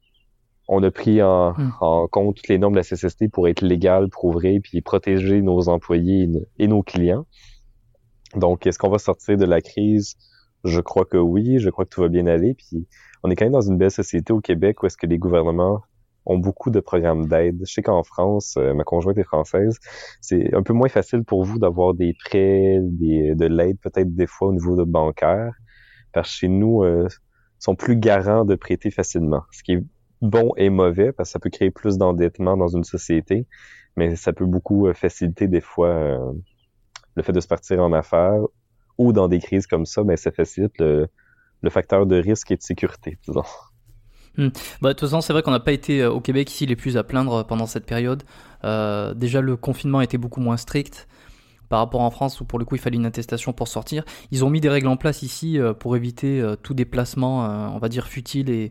On a pris en, mmh. en compte toutes les normes de la C S S T pour être légal, pour ouvrir, puis protéger nos employés et nos clients. Donc, est-ce qu'on va sortir de la crise? Je crois que oui, je crois que tout va bien aller. Puis, on est quand même dans une belle société au Québec où est-ce que les gouvernements ont beaucoup de programmes d'aide. Je sais qu'en France, euh, ma conjointe est française, c'est un peu moins facile pour vous d'avoir des prêts, des, de l'aide peut-être des fois au niveau de bancaire, parce que chez nous, euh, sont plus garants de prêter facilement. Ce qui est bon et mauvais, parce que ça peut créer plus d'endettement dans une société, mais ça peut beaucoup euh, faciliter des fois euh, le fait de se partir en affaires, ou dans des crises comme ça, ben ça facilite le, le facteur de risque et de sécurité, disons. Mmh. Bah, de toute façon, c'est vrai qu'on n'a pas été euh, au Québec ici les plus à plaindre pendant cette période. Euh, déjà, le confinement était beaucoup moins strict par rapport en France où pour le coup il fallait une attestation pour sortir. Ils ont mis des règles en place ici euh, pour éviter euh, tout déplacement, euh, on va dire futile et,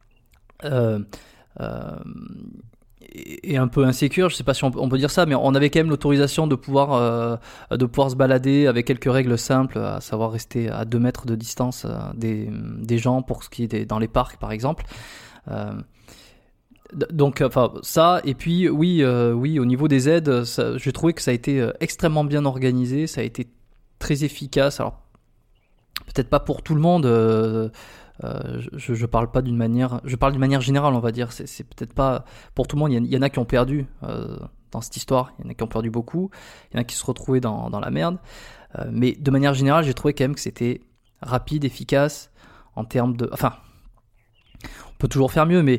euh, euh, et un peu insécure. Je sais pas si on peut, on peut dire ça, mais on avait quand même l'autorisation de pouvoir euh, de pouvoir se balader avec quelques règles simples, à savoir rester à deux mètres de distance euh, des des gens pour ce qui est des, dans les parcs par exemple. Euh, donc enfin ça, et puis oui euh, oui au niveau des aides, ça, j'ai trouvé que ça a été extrêmement bien organisé, ça a été très efficace. Alors peut-être pas pour tout le monde. Euh, Euh, je, je parle pas d'une manière, je parle d'une manière générale, on va dire. C'est, c'est peut-être pas pour tout le monde. Il y, y en a qui ont perdu euh, dans cette histoire. Il y en a qui ont perdu beaucoup. Il y en a qui se retrouvaient dans, dans la merde. Euh, mais de manière générale, j'ai trouvé quand même que c'était rapide, efficace en termes de. Enfin, on peut toujours faire mieux, mais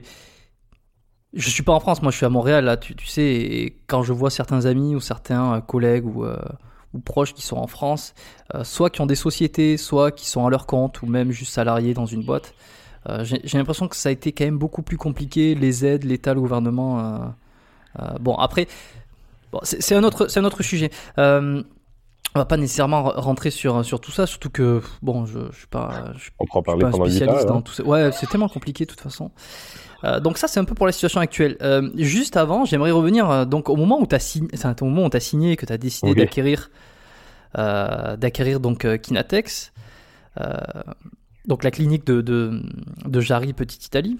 je suis pas en France. Moi, je suis à Montréal. Là, tu, tu sais. Et quand je vois certains amis ou certains collègues ou euh, ou proches qui sont en France, euh, soit qui ont des sociétés, soit qui sont à leur compte, ou même juste salariés dans une boîte. Euh, j'ai, j'ai l'impression que ça a été quand même beaucoup plus compliqué, les aides, l'État, le gouvernement. Euh, euh, bon, après, bon, c'est, c'est, un autre, c'est un autre sujet. Euh, on va pas nécessairement rentrer sur, sur tout ça, surtout que, bon, je, je suis pas, je, on prend je suis pas un spécialiste dans hein. tout ça. Ouais, c'est tellement compliqué de toute façon. Euh, donc ça, c'est un peu pour la situation actuelle. Euh, juste avant, j'aimerais revenir euh, donc au moment où tu as signé, c'est au moment où tu as signé et que tu as décidé oui. d'acquérir euh, d'acquérir donc euh, Kinatex, euh, donc la clinique de de, de Jarry Petite Italie.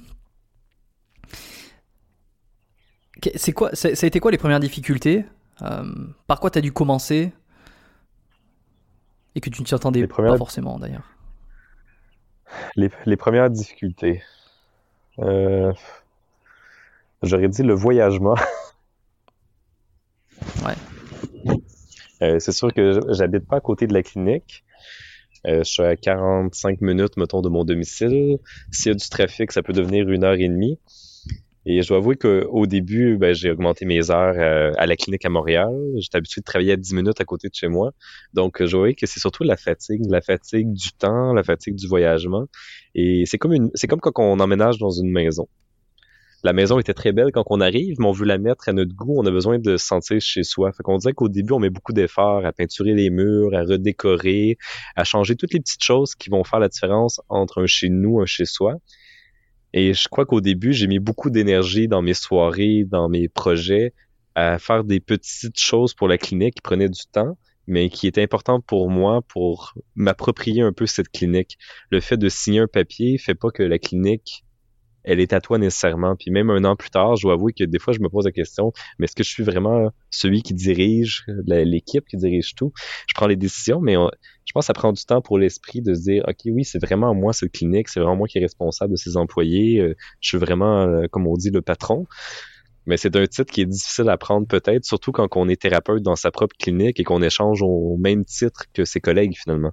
C'est quoi ça, ça a été quoi les premières difficultés, euh, par quoi tu as dû commencer et que tu ne t'y attendais premières... pas forcément d'ailleurs. Les, les premières difficultés. Euh, j'aurais dit le voyagement. Ouais. Euh, c'est sûr que j'habite pas à côté de la clinique. Euh, je suis à quarante-cinq minutes, mettons, de mon domicile. S'il y a du trafic, ça peut devenir une heure et demie. Et je dois avouer qu'au début, ben, j'ai augmenté mes heures euh, à la clinique à Montréal. J'étais habitué de travailler à dix minutes à côté de chez moi. Donc, je voyais que c'est surtout la fatigue, la fatigue du temps, la fatigue du voyagement. Et c'est comme une, c'est comme quand on emménage dans une maison. La maison était très belle quand on arrive, mais on veut la mettre à notre goût. On a besoin de se sentir chez soi. Fait qu'on dirait qu'au début, on met beaucoup d'efforts à peinturer les murs, à redécorer, à changer toutes les petites choses qui vont faire la différence entre un chez nous, un chez soi. Et je crois qu'au début, j'ai mis beaucoup d'énergie dans mes soirées, dans mes projets, à faire des petites choses pour la clinique qui prenaient du temps, mais qui étaient importantes pour moi pour m'approprier un peu cette clinique. Le fait de signer un papier fait pas que la clinique elle est à toi nécessairement. Puis même un an plus tard, je dois avouer que des fois, je me pose la question, mais est-ce que je suis vraiment celui qui dirige la- l'équipe, qui dirige tout? Je prends les décisions, mais on- je pense que ça prend du temps pour l'esprit de se dire, OK, oui, c'est vraiment moi cette clinique, c'est vraiment moi qui est responsable de ses employés, euh, je suis vraiment, euh, comme on dit, le patron. Mais c'est un titre qui est difficile à prendre peut-être, surtout quand on est thérapeute dans sa propre clinique et qu'on échange au même titre que ses collègues finalement.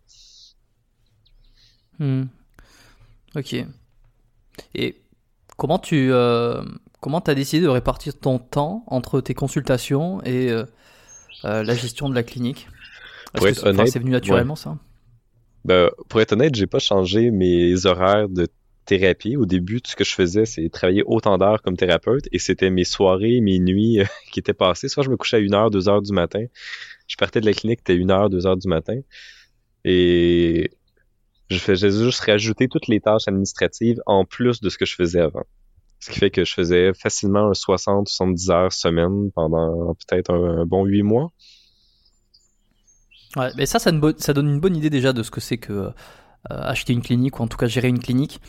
Hmm. Ok. Et comment tu euh, comment t'as décidé de répartir ton temps entre tes consultations et euh, euh, la gestion de la clinique? Est-ce Pour que être c'est, enfin, honnête, c'est venu ouais. naturellement ça? Ben, pour être honnête, j'ai pas changé mes horaires de thérapie. Au début, tout ce que je faisais, c'est travailler autant d'heures comme thérapeute et c'était mes soirées, mes nuits euh, qui étaient passées. Soit je me couchais à une heure, deux heures du matin. Je partais de la clinique, c'était une heure, deux heures du matin. Et je faisais juste rajouter toutes les tâches administratives en plus de ce que je faisais avant. Ce qui fait que je faisais facilement un soixante à soixante-dix heures semaine pendant peut-être un, un bon huit mois. Ouais, mais ça, ça, une bo- ça donne une bonne idée déjà de ce que c'est que euh, acheter une clinique ou en tout cas gérer une clinique.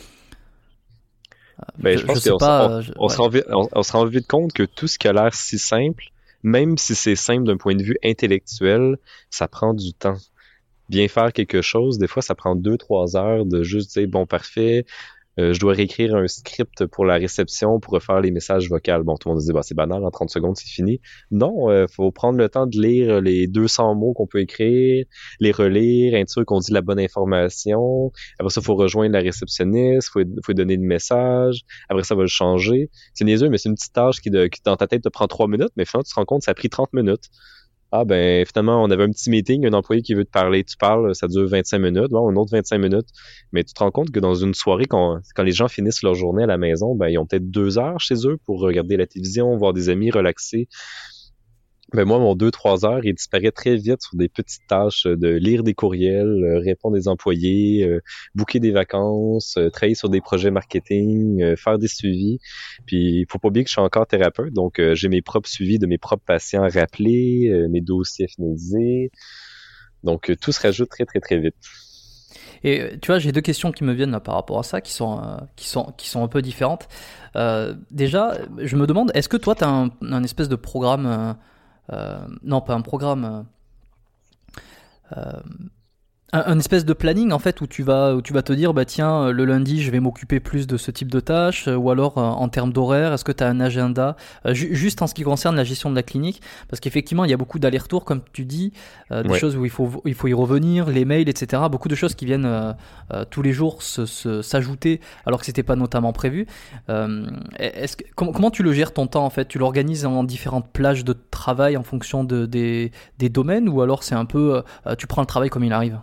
Ben, Je, je je pense sais qu'on s- pas. on, euh, je- on ouais. se rend vite, on, on se rend vite compte que tout ce qui a l'air si simple, même si c'est simple d'un point de vue intellectuel, ça prend du temps. Bien faire quelque chose, des fois, ça prend deux, trois heures de juste dire, bon, parfait, euh, je dois réécrire un script pour la réception pour refaire les messages vocaux. Bon, tout le monde se dit, bah, c'est banal, en trente secondes, c'est fini. Non, euh, faut prendre le temps de lire les deux cents mots qu'on peut écrire, les relire, être sûr qu'on dit la bonne information. Après ça, faut rejoindre la réceptionniste, faut, faut donner le message. Après ça, va le changer. C'est niaiseux, mais c'est une petite tâche qui, de, qui, dans ta tête, te prend trois minutes, mais finalement, tu te rends compte que ça a pris trente minutes. Ah ben finalement, on avait un petit meeting, un employé qui veut te parler, tu parles, ça dure vingt-cinq minutes, bon, un autre vingt-cinq minutes. Mais tu te rends compte que dans une soirée, quand, quand les gens finissent leur journée à la maison, ben ils ont peut-être deux heures chez eux pour regarder la télévision, voir des amis, relaxer. Ben moi, mon deux trois heures, il disparaît très vite sur des petites tâches de lire des courriels, euh, répondre des employés, euh, booker des vacances, euh, travailler sur des projets marketing, euh, faire des suivis. Puis, il faut pas oublier que je suis encore thérapeute, donc euh, j'ai mes propres suivis de mes propres patients à rappeler, euh, mes dossiers à finaliser. Donc, euh, tout se rajoute très, très, très vite. Et euh, tu vois, j'ai deux questions qui me viennent là par rapport à ça, qui sont euh, qui sont qui sont un peu différentes. Euh, déjà, je me demande, est-ce que toi, t'as un, un espèce de programme, euh, euh, non, pas un programme. euh, euh, un, un espèce de planning en fait où tu vas où tu vas te dire bah tiens le lundi je vais m'occuper plus de ce type de tâches euh, ou alors euh, en termes d'horaire est-ce que tu as un agenda euh, ju- juste en ce qui concerne la gestion de la clinique parce qu'effectivement il y a beaucoup d'allers-retours comme tu dis euh, des Ouais. choses où il faut il faut y revenir les mails etc beaucoup de choses qui viennent euh, euh, tous les jours se, se- s'ajouter alors que c'était pas notamment prévu euh, est-ce que, comment, comment tu le gères ton temps en fait tu l'organises en différentes plages de travail en fonction de, des, des domaines ou alors c'est un peu euh, tu prends le travail comme il arrive.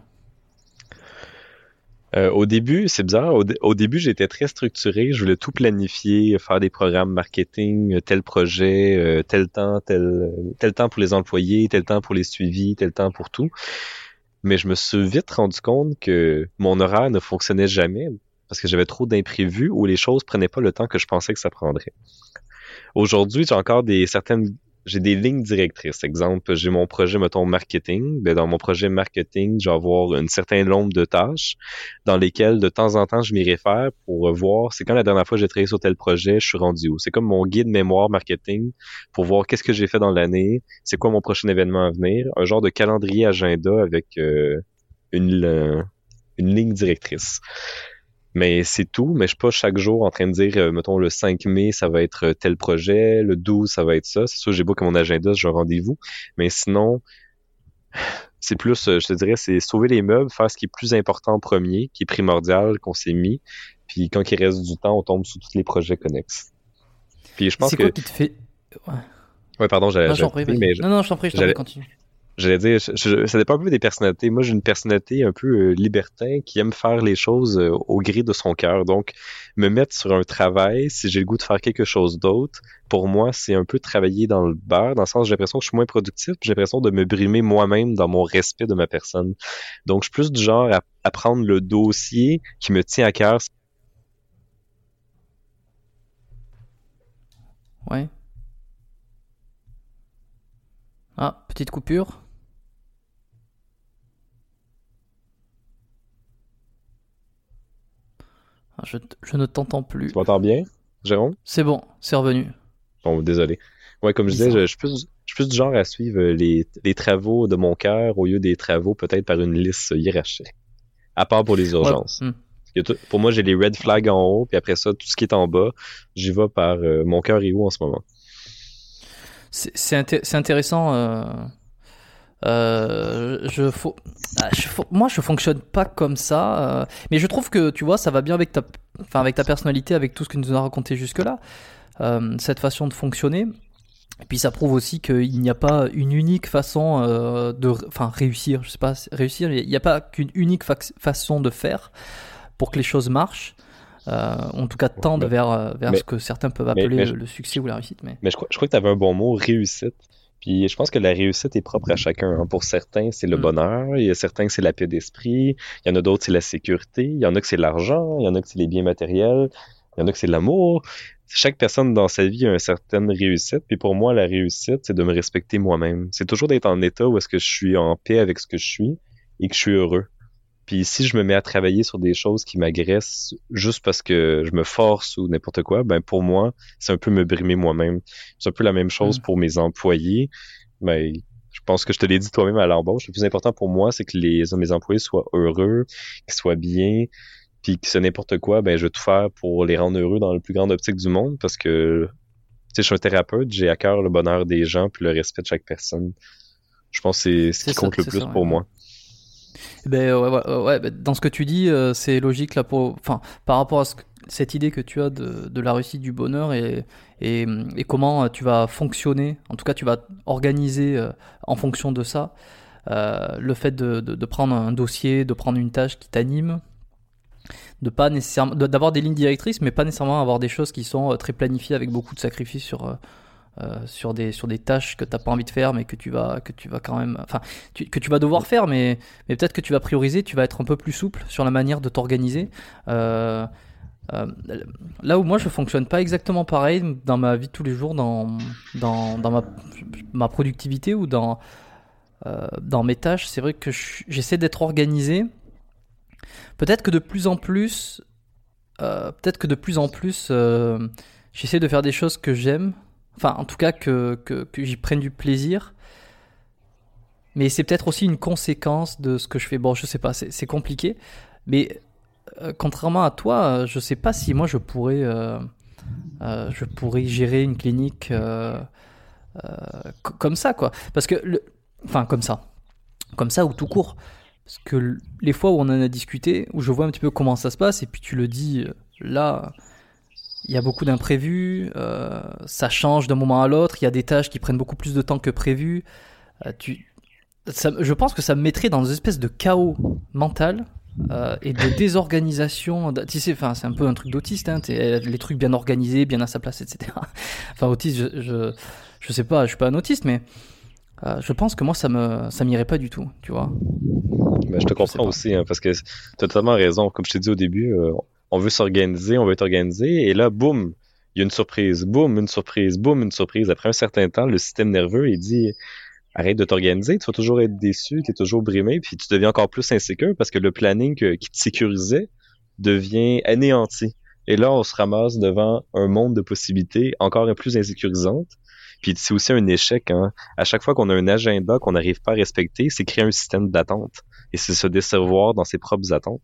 Euh, au début, c'est bizarre. Au, dé- au début, j'étais très structuré. Je voulais tout planifier, faire des programmes marketing, euh, tel projet, euh, tel temps, tel, tel temps pour les employés, tel temps pour les suivis, tel temps pour tout. Mais je me suis vite rendu compte que mon horaire ne fonctionnait jamais parce que j'avais trop d'imprévus ou les choses prenaient pas le temps que je pensais que ça prendrait. Aujourd'hui, j'ai encore des certaines j'ai des lignes directrices. Exemple, j'ai mon projet, mettons, marketing. Ben, dans mon projet marketing, je vais avoir un certain nombre de tâches dans lesquelles, de temps en temps, je m'y réfère pour voir c'est quand la dernière fois que j'ai travaillé sur tel projet, je suis rendu où. C'est comme mon guide mémoire marketing pour voir qu'est-ce que j'ai fait dans l'année, c'est quoi mon prochain événement à venir, un genre de calendrier agenda avec euh, une, euh, une ligne directrice. Mais c'est tout, mais je suis pas chaque jour en train de dire, euh, mettons, le cinq mai, ça va être tel projet, le douze, ça va être ça. C'est sûr, j'ai beau que mon agenda, j'ai un rendez-vous. Mais sinon, c'est plus, euh, je te dirais, c'est sauver les meubles, faire ce qui est plus important en premier, qui est primordial, qu'on s'est mis. Puis quand il reste du temps, on tombe sur tous les projets connexes. Puis je pense C'est quoi que... qui te fait. Ouais. Ouais, pardon, j'allais Non, je j'allais t'en prie, couper, vas-y. mais je- Non, non, je t'en prie, je t'en prie, j'allais continue. j'allais dire, je- je- ça dépend un peu des personnalités. Moi, j'ai une personnalité un peu euh, libertin qui aime faire les choses euh, au gré de son cœur. Donc, me mettre sur un travail, si j'ai le goût de faire quelque chose d'autre, pour moi, c'est un peu travailler dans le beurre, dans le sens où j'ai l'impression que je suis moins productif, puis j'ai l'impression de me brimer moi-même dans mon respect de ma personne. Donc, je suis plus du genre à, à prendre le dossier qui me tient à cœur. Ouais. Ah, petite coupure. Ah, je, je ne t'entends plus. Tu m'entends bien, Jérôme? C'est bon, c'est revenu. Bon, désolé. Ouais, comme je disais, je, je, suis plus, je suis plus du genre à suivre les, les travaux de mon cœur au lieu des travaux peut-être par une liste hiérarchique. À part pour les urgences. Ouais. Mm. Tout, pour moi, j'ai les red flags en haut, puis après ça, tout ce qui est en bas, j'y vais par euh, mon cœur est où en ce moment. C'est, c'est, inté- c'est intéressant. Euh, euh, je, faut, je, faut, moi, je fonctionne pas comme ça, euh, mais je trouve que tu vois, ça va bien avec ta, enfin, avec ta personnalité, avec tout ce que tu nous as raconté jusque-là, euh, cette façon de fonctionner. Et puis ça prouve aussi qu'il n'y a pas une unique façon euh, de, enfin, réussir. Je sais pas, réussir. Il n'y a pas qu'une unique fa- façon de faire pour que les choses marchent. Euh, en tout cas, tendre mais, vers, vers mais, ce que certains peuvent appeler mais, mais, le, le succès ou la réussite. Mais, mais je, crois, je crois que tu avais un bon mot, réussite. Puis je pense que la réussite est propre à chacun. Hein. Pour certains, c'est le mmh. bonheur. Il y a certains que c'est la paix d'esprit. Il y en a d'autres, c'est la sécurité. Il y en a que c'est l'argent. Il y en a que c'est les biens matériels. Il y en a que c'est l'amour. Chaque personne dans sa vie a une certaine réussite. Puis pour moi, la réussite, c'est de me respecter moi-même. C'est toujours d'être en état où est-ce que je suis en paix avec ce que je suis et que je suis heureux. Puis si je me mets à travailler sur des choses qui m'agressent juste parce que je me force ou n'importe quoi, ben pour moi, c'est un peu me brimer moi-même. C'est un peu la même chose mmh. pour mes employés. Ben, je pense que je te l'ai dit toi-même à l'embauche. Le plus important pour moi, c'est que les mes employés soient heureux, qu'ils soient bien, puis que c'est n'importe quoi, ben je vais tout faire pour les rendre heureux dans le plus grande optique du monde parce que tu sais, je suis un thérapeute, j'ai à cœur le bonheur des gens puis le respect de chaque personne. Je pense que c'est ce qui c'est compte ça, le plus ça, ouais. pour moi. Ben ouais, ouais, ouais, ben, dans ce que tu dis, euh, c'est logique là pour, enfin, par rapport à ce que, cette idée que tu as de, de la réussite, du bonheur et, et, et comment tu vas fonctionner. En tout cas, tu vas organiser euh, en fonction de ça. Euh, le fait de, de, de prendre un dossier, de prendre une tâche qui t'anime, de pas nécessairement, d'avoir des lignes directrices, mais pas nécessairement avoir des choses qui sont très planifiées avec beaucoup de sacrifices sur. Euh, Euh, sur des sur des tâches que t'as pas envie de faire mais que tu vas que tu vas quand même enfin tu, que tu vas devoir faire mais mais peut-être que tu vas prioriser, tu vas être un peu plus souple sur la manière de t'organiser. Euh, euh, là où moi je fonctionne pas exactement pareil dans ma vie de tous les jours, dans dans dans ma ma productivité ou dans euh, dans mes tâches, c'est vrai que je, j'essaie d'être organisé. Peut-être que de plus en plus euh, peut-être que de plus en plus euh, j'essaie de faire des choses que j'aime. Enfin, en tout cas, que, que, que j'y prenne du plaisir. Mais c'est peut-être aussi une conséquence de ce que je fais. Bon, je sais pas, c'est, c'est compliqué. Mais euh, contrairement à toi, euh, je sais pas si moi je pourrais, euh, euh, je pourrais gérer une clinique euh, euh, c- comme ça, quoi. Parce que, le... enfin, comme ça. Comme ça ou tout court. Parce que les fois où on en a discuté, où je vois un petit peu comment ça se passe, et puis tu le dis là. Il y a beaucoup d'imprévus, euh, ça change d'un moment à l'autre, il y a des tâches qui prennent beaucoup plus de temps que prévu. Euh, tu, ça, je pense que ça me mettrait dans une espèce de chaos mental euh, et de désorganisation. Tu sais, enfin, c'est un peu un truc d'autiste, hein, les trucs bien organisés, bien à sa place, et cetera. Enfin, autiste, je, je, je sais pas, je suis pas un autiste, mais euh, je pense que moi, ça me, ça m'irait pas du tout, tu vois. Ben, je te comprends je aussi, hein, parce que tu as totalement raison. Comme je t'ai dit au début, euh, on veut s'organiser, on veut être organisé, et là, boum, il y a une surprise, boum, une surprise, boum, une surprise. Après un certain temps, le système nerveux, il dit arrête de t'organiser, tu vas toujours être déçu, tu es toujours brimé, puis tu deviens encore plus insécure parce que le planning que, qui te sécurisait devient anéanti. Et là, on se ramasse devant un monde de possibilités encore plus insécurisantes. Puis c'est aussi un échec. Hein. À chaque fois qu'on a un agenda qu'on n'arrive pas à respecter, c'est créer un système d'attente. Et c'est se décevoir dans ses propres attentes.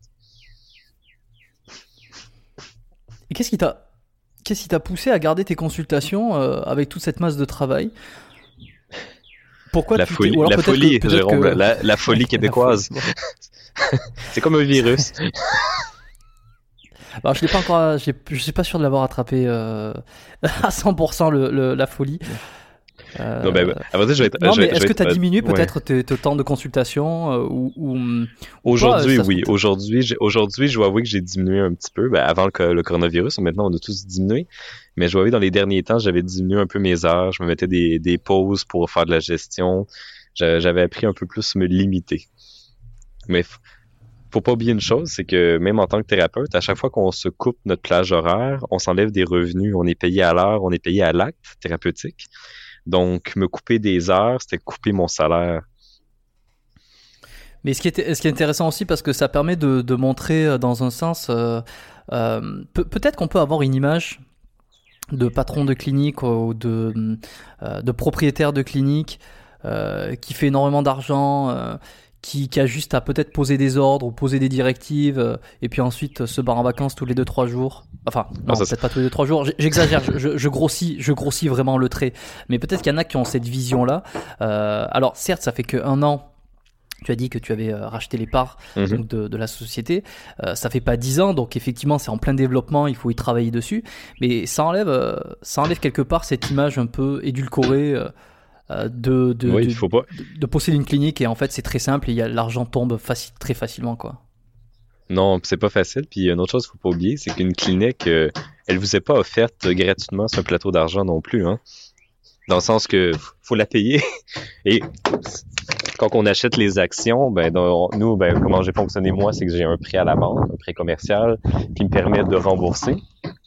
Et qu'est-ce qui t'a, qu'est-ce qui t'a poussé à garder tes consultations euh, avec toute cette masse de travail ? Pourquoi la tu folie, t'es... Ou alors la, peut-être folie que, Jérôme, que... la, la folie québécoise. La folie. C'est comme un virus. Alors, je l'ai pas encore, je suis pas sûr de l'avoir attrapé euh, à cent pour cent le, le, la folie. Euh, non, ben, avant ça, je vais être, non, je mais vais, est-ce je que tu as être, diminué ouais. peut-être tes, tes temps de consultation euh, ou, ou Aujourd'hui, quoi, oui. Aujourd'hui, j'ai, aujourd'hui, je dois avouer que j'ai diminué un petit peu. Ben, avant le, le coronavirus, maintenant, on a tous diminué. Mais je dois avouer, dans les derniers temps, j'avais diminué un peu mes heures. Je me mettais des, des pauses pour faire de la gestion. J'avais appris un peu plus à me limiter. Mais faut pas oublier une chose, c'est que même en tant que thérapeute, à chaque fois qu'on se coupe notre plage horaire, on s'enlève des revenus. On est payé à l'heure, on est payé à l'acte thérapeutique. Donc, me couper des heures, c'était couper mon salaire. Mais ce qui est, ce qui est intéressant aussi, parce que ça permet de, de montrer dans un sens, euh, euh, pe- peut-être qu'on peut avoir une image de patron de clinique ou de, euh, de propriétaire de clinique euh, qui fait énormément d'argent, euh, qui, qui a juste à peut-être poser des ordres ou poser des directives, euh, et puis ensuite se barre en vacances tous les deux trois jours. Enfin, non, Ah, ça, peut-être pas tous les deux trois jours. J'exagère, je, je, je grossis, je grossis vraiment le trait. Mais peut-être qu'il y en a qui ont cette vision-là. Euh, alors, certes, ça fait que un an. Tu as dit que tu avais euh, racheté les parts Mhm. donc de, de la société. Euh, ça fait pas dix ans, donc effectivement, c'est en plein développement. Il faut y travailler dessus. Mais ça enlève, euh, ça enlève quelque part cette image un peu édulcorée euh, euh, de, de, Oui, de, il faut pas. de, de posséder une clinique. Et en fait, c'est très simple et il y a, l'argent tombe faci- très facilement, quoi. Non, c'est pas facile. Puis une autre chose qu'il faut pas oublier, c'est qu'une clinique, euh, elle vous est pas offerte gratuitement sur un plateau d'argent non plus, hein. Dans le sens que faut la payer. Et quand on achète les actions, ben dans- nous, ben comment j'ai fonctionné moi, c'est que j'ai un prêt à la banque, un prêt commercial, qui me permet de rembourser.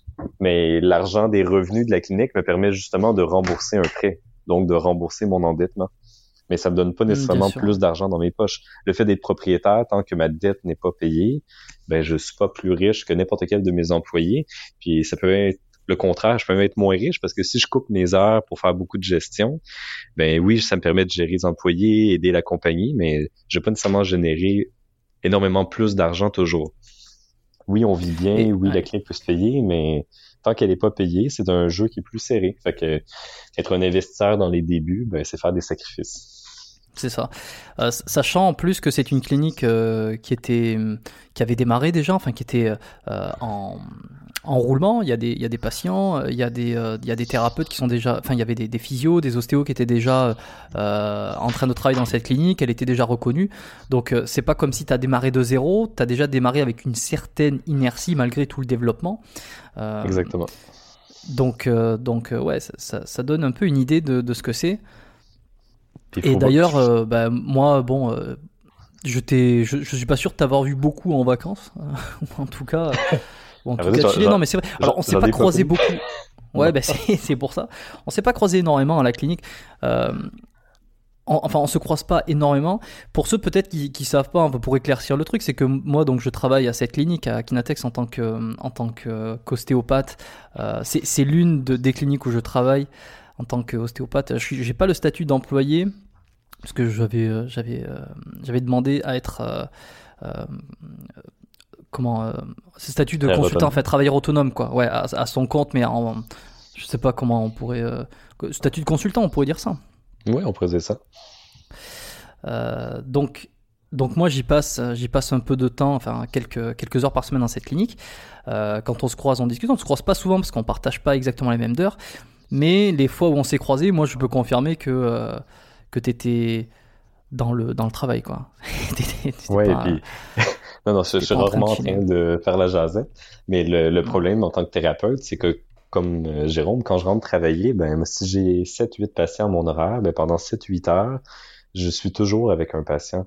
Mais l'argent des revenus de la clinique me permet justement de rembourser un prêt, donc de rembourser mon endettement. Mais ça me donne pas Mmh, bien nécessairement sûr. plus d'argent dans mes poches. Le fait d'être propriétaire, tant que ma dette n'est pas payée, ben je suis pas plus riche que n'importe quel de mes employés. Puis ça peut être le contraire, je peux même être moins riche parce que si je coupe mes heures pour faire beaucoup de gestion, ben oui, ça me permet de gérer les employés, aider la compagnie, mais je vais pas nécessairement générer énormément plus d'argent toujours. Oui, on vit bien, Et, oui, la ouais. clinique peut se payer, mais tant qu'elle n'est pas payée, c'est un jeu qui est plus serré. Fait que être un investisseur dans les débuts, ben c'est faire des sacrifices. C'est ça. Euh, sachant en plus que c'est une clinique euh, qui était, qui avait démarré déjà, enfin qui était euh, en, en roulement. Il y a des, il y a des patients, il y a des, euh, il y a des thérapeutes qui sont déjà, enfin il y avait des, des physios, des ostéos qui étaient déjà euh, en train de travailler dans cette clinique. Elle était déjà reconnue. Donc euh, c'est pas comme si tu as démarré de zéro. Tu as déjà démarré avec une certaine inertie malgré tout le développement. Euh, Exactement. Donc, euh, donc euh, ouais, ça, ça, ça donne un peu une idée de, de ce que c'est. Puis Et faut- d'ailleurs, euh, bah, moi, bon, euh, je t'ai, je, je suis pas sûr de t'avoir vu beaucoup en vacances, ou en tout cas, ou en Ah, tout vas-y, cas, j'en- Chili. j'en- Non, mais c'est vrai. Alors, on j'en- s'est j'en pas ai pas croisé vu. beaucoup. Ouais, Non. bah, c'est, c'est pour ça. On s'est pas croisé énormément à la clinique. Euh, on- enfin, on se croise pas énormément. Pour ceux peut-être qui, qui savent pas, un peu pour éclaircir le truc, c'est que moi, donc, je travaille à cette clinique à Kinatex en tant que, en tant que qu'ostéopathe. Euh, c'est, c'est l'une de, des cliniques où je travaille en tant qu'ostéopathe. Je suis, j'ai pas le statut d'employé. Parce que j'avais, euh, j'avais, euh, j'avais demandé à être euh, euh, comment euh, ce statut de Travailleur consultant, autonome. enfin travailleur autonome, quoi. Ouais, à, à son compte, mais en, je sais pas comment on pourrait euh, statut de consultant, on pourrait dire ça. Oui, on pourrait dire ça. Euh, donc, donc moi j'y passe, j'y passe un peu de temps, enfin quelques quelques heures par semaine dans cette clinique. Euh, quand on se croise, on discute. On se croise pas souvent parce qu'on partage pas exactement les mêmes heures. Mais les fois où on s'est croisés, moi je peux confirmer que euh, que t'étais dans le dans le travail, quoi. T'étais- t'étais Ouais, pas- et puis non, non, je, je suis pas en train de rarement en chiller. train de faire la jasette. Mais le, le problème en tant que thérapeute, c'est que comme euh, Jérôme, quand je rentre travailler, ben si j'ai sept huit patients à mon horaire, ben pendant sept huit heures, je suis toujours avec un patient.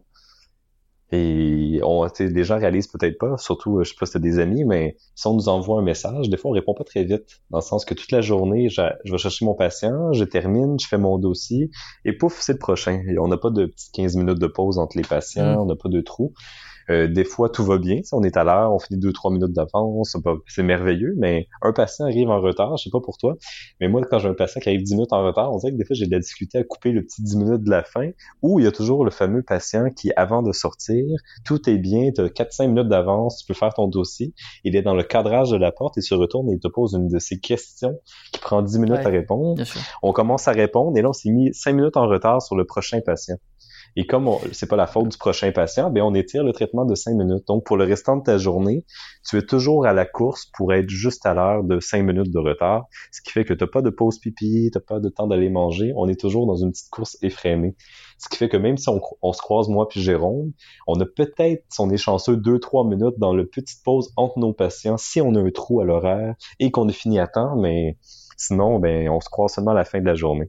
Et on, tu sais, les gens réalisent peut-être pas, surtout, euh, je sais pas si t'as des amis, mais si on nous envoie un message, des fois on répond pas très vite, dans le sens que toute la journée, je, je vais chercher mon patient, je termine, je fais mon dossier, et pouf, c'est le prochain. Et on n'a pas de petites quinze minutes de pause entre les patients, Mm. on n'a pas de trou. Euh, des fois, tout va bien. Si on est à l'heure, on finit deux, trois minutes d'avance, c'est, pas- c'est merveilleux, mais un patient arrive en retard, je sais pas pour toi, mais moi, quand j'ai un patient qui arrive dix minutes en retard, on dirait que des fois, j'ai de la difficulté à couper le petit dix minutes de la fin, ou il y a toujours le fameux patient qui, avant de sortir, tout est bien, tu as quatre cinq minutes d'avance, tu peux faire ton dossier, il est dans le cadrage de la porte, il se retourne et il te pose une de ces questions qui prend dix minutes Ouais, à répondre. bien sûr. On commence à répondre, et là, on s'est mis cinq minutes en retard sur le prochain patient. Et comme on, c'est pas la faute du prochain patient, ben on étire le traitement de cinq minutes. Donc, pour le restant de ta journée, tu es toujours à la course pour être juste à l'heure de cinq minutes de retard, ce qui fait que t'as pas de pause pipi, t'as pas de temps d'aller manger, on est toujours dans une petite course effrénée. Ce qui fait que même si on, on se croise, moi puis Jérôme, on a peut-être, si on est chanceux, deux, trois minutes dans le petite pause entre nos patients, si on a un trou à l'horaire et qu'on a fini à temps, mais sinon, ben, on se croise seulement à la fin de la journée.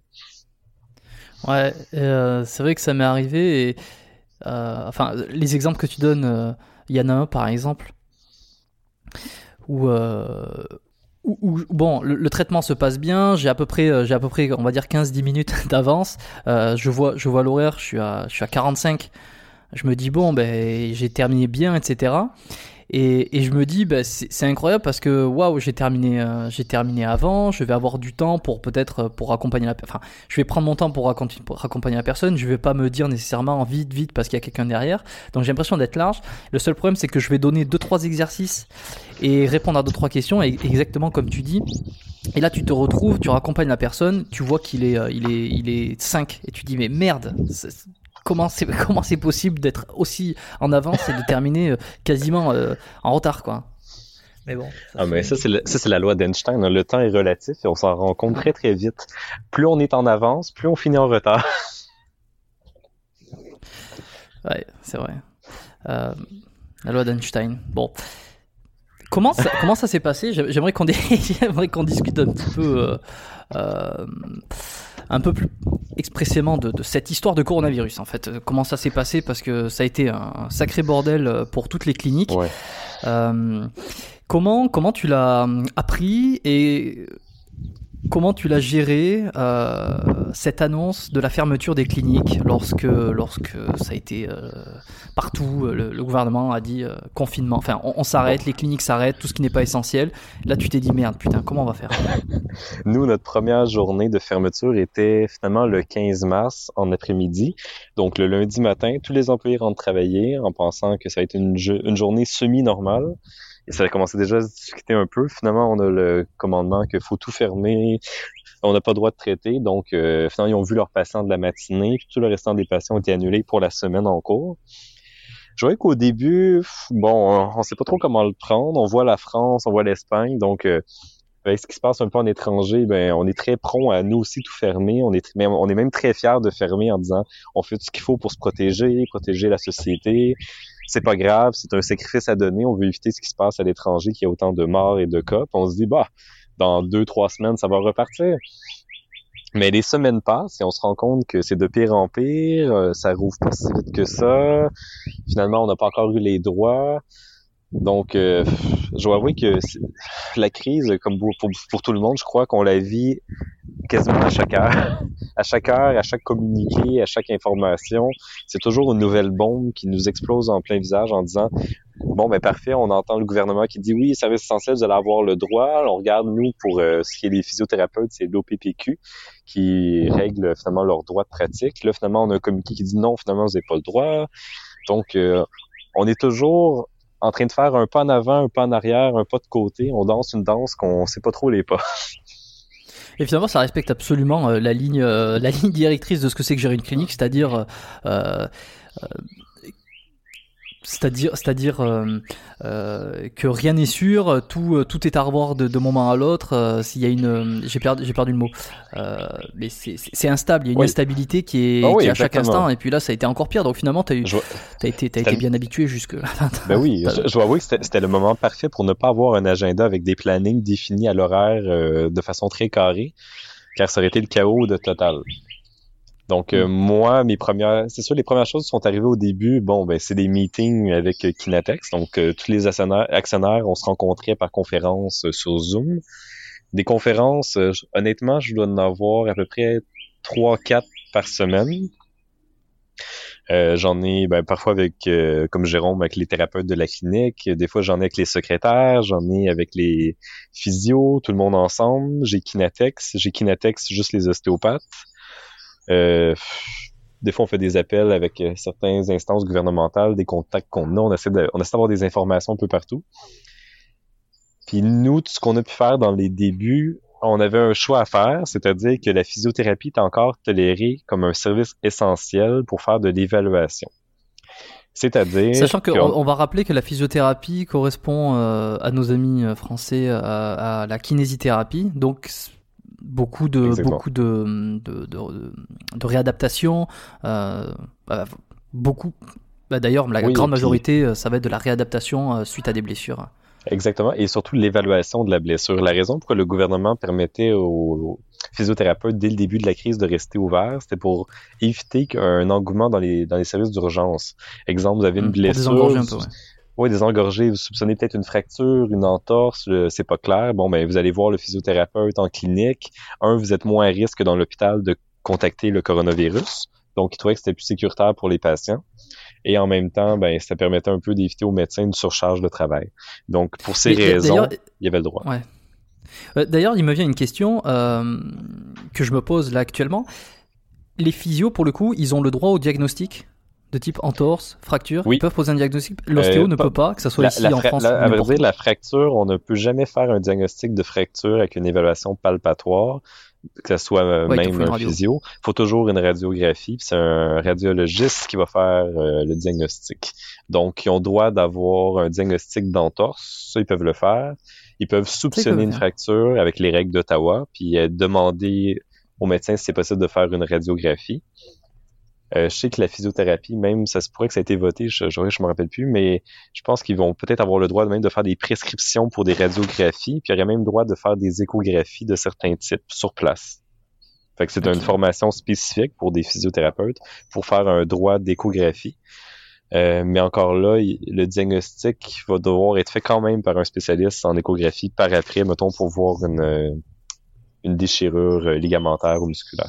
Ouais, euh, c'est vrai que ça m'est arrivé. Et, euh, enfin, les exemples que tu donnes, il euh, y en a un par exemple où, euh, où, où, bon, le, le traitement se passe bien, j'ai à peu près, euh, j'ai à peu près, on va dire quinze dix minutes d'avance. Euh, je vois, je vois l'horaire, je suis à, je suis à quarante-cinq. Je me dis bon, ben j'ai terminé bien, et cetera. Et, et je me dis, ben, c'est, c'est incroyable parce que waouh, j'ai terminé, euh, j'ai terminé avant. Je vais avoir du temps pour peut-être pour accompagner la, enfin, je vais prendre mon temps pour, raconter, pour accompagner la personne. Je vais pas me dire nécessairement vite, vite parce qu'il y a quelqu'un derrière. Donc j'ai l'impression d'être large. Le seul problème, c'est que je vais donner deux, trois exercices et répondre à deux, trois questions, et exactement comme tu dis. Et là, tu te retrouves, tu raccompagnes la personne, tu vois qu'il est, euh, il est, il est cinq, et tu dis mais merde. C'est, Comment c'est, comment c'est possible d'être aussi en avance et de terminer euh, quasiment euh, en retard, quoi. Mais bon. Ça ah, mais ça c'est, le, ça, c'est la loi d'Einstein. Hein. Le temps est relatif et on s'en rend compte très, très vite. Plus on est en avance, plus on finit en retard. Ouais, c'est vrai. Euh, la loi d'Einstein. Bon. Comment ça, comment ça s'est passé ? J'aimerais qu'on, j'aimerais qu'on discute un petit peu... Euh, euh, un peu plus expressément de, de cette histoire de coronavirus, en fait. Comment ça s'est passé, parce que ça a été un sacré bordel pour toutes les cliniques. Ouais. Euh, comment, comment tu l'as appris et comment tu l'as géré, euh, cette annonce de la fermeture des cliniques lorsque, lorsque ça a été euh, partout, le, le gouvernement a dit euh, confinement, enfin on, on s'arrête, les cliniques s'arrêtent, tout ce qui n'est pas essentiel. Là tu t'es dit merde, putain, comment on va faire ? Nous, notre première journée de fermeture était finalement le quinze mars en après-midi. Donc le lundi matin, tous les employés rentrent travailler en pensant que ça va être une, une journée semi-normale. Et ça a commencé déjà à se discuter un peu. Finalement, on a le commandement qu'il faut tout fermer, on n'a pas le droit de traiter. Donc, euh, finalement, ils ont vu leurs patients de la matinée, puis tout le restant des patients ont été annulés pour la semaine en cours. Je voyais qu'au début, bon, on ne sait pas trop comment le prendre. On voit la France, on voit l'Espagne, donc euh, avec ce qui se passe un peu en étranger, ben on est très prompt à nous aussi tout fermer. On est, même, on est même très fiers de fermer en disant on fait tout ce qu'il faut pour se protéger, protéger la société. C'est pas grave, c'est un sacrifice à donner. On veut éviter ce qui se passe à l'étranger, qu'il y ait autant de morts et de cas. Puis on se dit, bah, dans deux, trois semaines, ça va repartir. Mais les semaines passent et on se rend compte que c'est de pire en pire. Ça rouvre pas si vite que ça. Finalement, on n'a pas encore eu les droits. Donc, euh, je dois avouer que la crise, comme pour, pour, pour tout le monde, je crois qu'on la vit quasiment à chaque heure. À chaque heure, à chaque communiqué, à chaque information, c'est toujours une nouvelle bombe qui nous explose en plein visage en disant « Bon, ben parfait, on entend le gouvernement qui dit « Oui, service essentiel, vous allez avoir le droit. » On regarde, nous, pour euh, ce qui est des physiothérapeutes, c'est l'O P P Q qui règle finalement leurs droits de pratique. Là, finalement, on a un communiqué qui dit « Non, finalement, vous n'avez pas le droit. » Donc, euh, on est toujours en train de faire un pas en avant, un pas en arrière, un pas de côté. On danse une danse qu'on sait pas trop les pas. Et finalement, ça respecte absolument euh, la ligne, euh, la ligne directrice de ce que c'est que gérer une clinique, c'est-à-dire, euh, euh, c'est-à-dire, c'est-à-dire euh, euh, que rien n'est sûr, tout, euh, tout est à revoir de, de moment à l'autre. Euh, s'il y a une, j'ai perdu, j'ai perdu le mot, euh, mais c'est, c'est, c'est instable. Il y a une oui. instabilité qui est, oh oui, qui est à chaque instant. Et puis là, ça a été encore pire. Donc finalement, t'as eu, je... t'as été, t'as été bien habitué jusque. Ben oui, je, je dois avouer que c'était, c'était le moment parfait pour ne pas avoir un agenda avec des plannings définis à l'horaire euh, de façon très carrée, car ça aurait été le chaos de total. Donc, euh, moi, mes premières, c'est sûr, les premières choses qui sont arrivées au début, bon, ben, c'est des meetings avec euh, Kinatex. Donc, euh, tous les actionnaires, actionnaires, on se rencontrait par conférence euh, sur Zoom. Des conférences, euh, honnêtement, je dois en avoir à peu près trois, quatre par semaine. Euh, j'en ai, ben, parfois avec, euh, comme Jérôme, avec les thérapeutes de la clinique. Des fois, j'en ai avec les secrétaires, j'en ai avec les physios, tout le monde ensemble. J'ai Kinatex, j'ai Kinatex juste les ostéopathes. Euh, des fois, on fait des appels avec euh, certaines instances gouvernementales, des contacts qu'on a, on essaie, de, on essaie d'avoir des informations un peu partout. Puis nous, tout ce qu'on a pu faire dans les débuts, on avait un choix à faire, c'est-à-dire que la physiothérapie est encore tolérée comme un service essentiel pour faire de l'évaluation. C'est-à-dire... Sachant qu'on on va rappeler que la physiothérapie correspond euh, à nos amis français à, à la kinésithérapie, donc... beaucoup de Exactement. beaucoup de de, de, de réadaptation, euh, bah, beaucoup. Bah, d'ailleurs, la oui, grande majorité, puis... ça va être de la réadaptation euh, suite à des blessures. Exactement, et surtout l'évaluation de la blessure. La raison pourquoi le gouvernement permettait aux physiothérapeutes dès le début de la crise de rester ouverts, c'était pour éviter qu'un engouement dans les dans les services d'urgence. Exemple, vous avez une mmh, blessure. Un peu, ouais. Oui, des engorgés, vous soupçonnez peut-être une fracture, une entorse, le- c'est pas clair. Bon, ben, vous allez voir le physiothérapeute en clinique. Un, vous êtes moins à risque que dans l'hôpital de contacter le coronavirus. Donc, il trouvait que c'était plus sécuritaire pour les patients. Et en même temps, ben, ça permettait un peu d'éviter aux médecins une surcharge de travail. Donc, pour ces Mais, raisons, d'ailleurs, il y avait le droit. ouais. Euh, D'ailleurs, il me vient une question euh, que je me pose là actuellement. Les physios, pour le coup, ils ont le droit au diagnostic de type entorse, fracture. Oui. Ils peuvent poser un diagnostic. L'ostéo Euh, ne pas- peut pas, que ce soit La, ici la en fra- France la- ou à vrai n'importe dire, où. la fracture, on ne peut jamais faire un diagnostic de fracture avec une évaluation palpatoire, que ce soit euh, Ouais, il te même faut une un radio. physio. Il faut toujours une radiographie, puis c'est un radiologiste qui va faire euh, le diagnostic. Donc, ils ont le droit d'avoir un diagnostic d'entorse, ça, ils peuvent le faire. Ils peuvent soupçonner peuvent une faire. fracture avec les règles d'Ottawa, puis euh, demander au médecin si c'est possible de faire une radiographie. Euh, je sais que la physiothérapie, même, ça se pourrait que ça ait été voté, je, je, je me rappelle plus, mais je pense qu'ils vont peut-être avoir le droit même de faire des prescriptions pour des radiographies, puis il y aurait même le droit de faire des échographies de certains types sur place. Fait que c'est Ok. une formation spécifique pour des physiothérapeutes pour faire un droit d'échographie. Euh, mais encore là, il- le diagnostic va devoir être fait quand même par un spécialiste en échographie par après, mettons, pour voir une, euh, une déchirure euh, ligamentaire ou musculaire.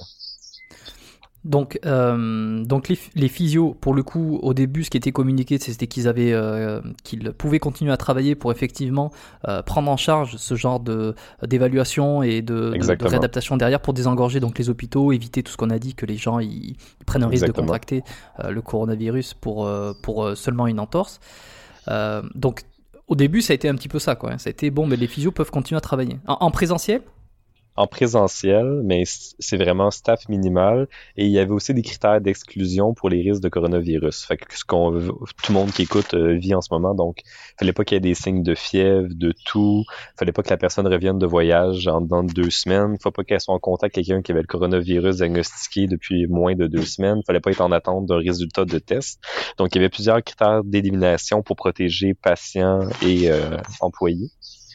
Donc, euh, donc les, les physios, pour le coup, au début, ce qui était communiqué, c'était qu'ils avaient, euh, qu'ils pouvaient continuer à travailler pour effectivement euh, prendre en charge ce genre de d'évaluation et de, de, de Exactement. réadaptation derrière pour désengorger donc les hôpitaux, éviter tout ce qu'on a dit que les gens ils, ils prennent un risque Exactement. de contracter euh, le coronavirus pour euh, pour euh, seulement une entorse. Euh, donc, au début, ça a été un petit peu ça, quoi. Ça a été bon, mais les physios peuvent continuer à travailler en, en présentiel. En présentiel, mais c- c'est vraiment staff minimal. Et il y avait aussi des critères d'exclusion pour les risques de coronavirus. Fait que ce qu'on veut- tout le monde qui écoute euh, vit en ce moment. Donc, fallait pas qu'il y ait des signes de fièvre, de toux. Fallait pas que la personne revienne de voyage en dedans de deux semaines. Faut pas qu'elle soit en contact avec quelqu'un qui avait le coronavirus diagnostiqué depuis moins de deux semaines. Fallait pas être en attente d'un résultat de test. Donc, il y avait plusieurs critères d'élimination pour protéger patients et euh, employés.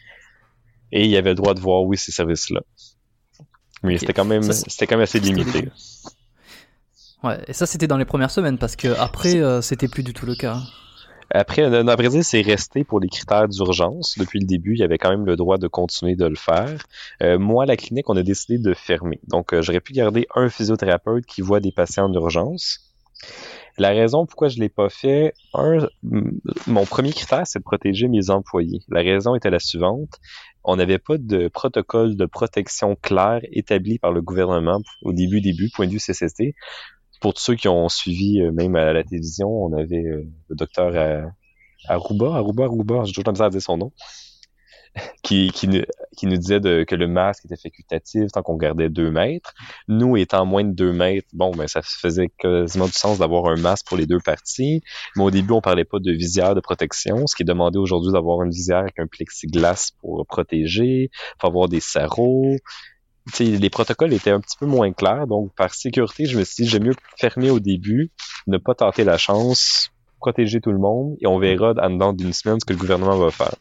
Et il y avait le droit de voir, oui, ces services-là. Mais Ok. c'était quand même, Ça, c'est- c'était quand même assez c'était limité. début. Ouais, et ça c'était dans les premières semaines parce que après euh, c'était plus du tout le cas. Après, euh, à vrai dire, c'est resté pour les critères d'urgence. Depuis le début, il y avait quand même le droit de continuer de le faire. Euh, moi, à la clinique, on a décidé de fermer. Donc, euh, j'aurais pu garder un physiothérapeute qui voit des patients en urgence. La raison pourquoi je l'ai pas fait, un, m- mon premier critère, c'est de protéger mes employés. La raison était la suivante. On n'avait pas de protocole de protection clair établi par le gouvernement au début, début, point de vue C C T. Pour tous ceux qui ont suivi, euh, même à la télévision, on avait euh, le docteur euh, Aruba, Aruba, Aruba, j'ai toujours la misère à dire son nom, qui, qui, nous, qui nous disait de, que le masque était facultatif tant qu'on gardait deux mètres. Nous, étant moins de deux mètres, bon, ben ça faisait quasiment du sens d'avoir un masque pour les deux parties. Mais au début, on parlait pas de visière de protection, ce qui est demandé aujourd'hui d'avoir une visière avec un plexiglas pour protéger, faut avoir des sarraux. T'sais, les protocoles étaient un petit peu moins clairs, donc par sécurité, je me suis dit, j'aime mieux fermer au début, ne pas tenter la chance, protéger tout le monde, et on verra en dedans d'une semaine ce que le gouvernement va faire.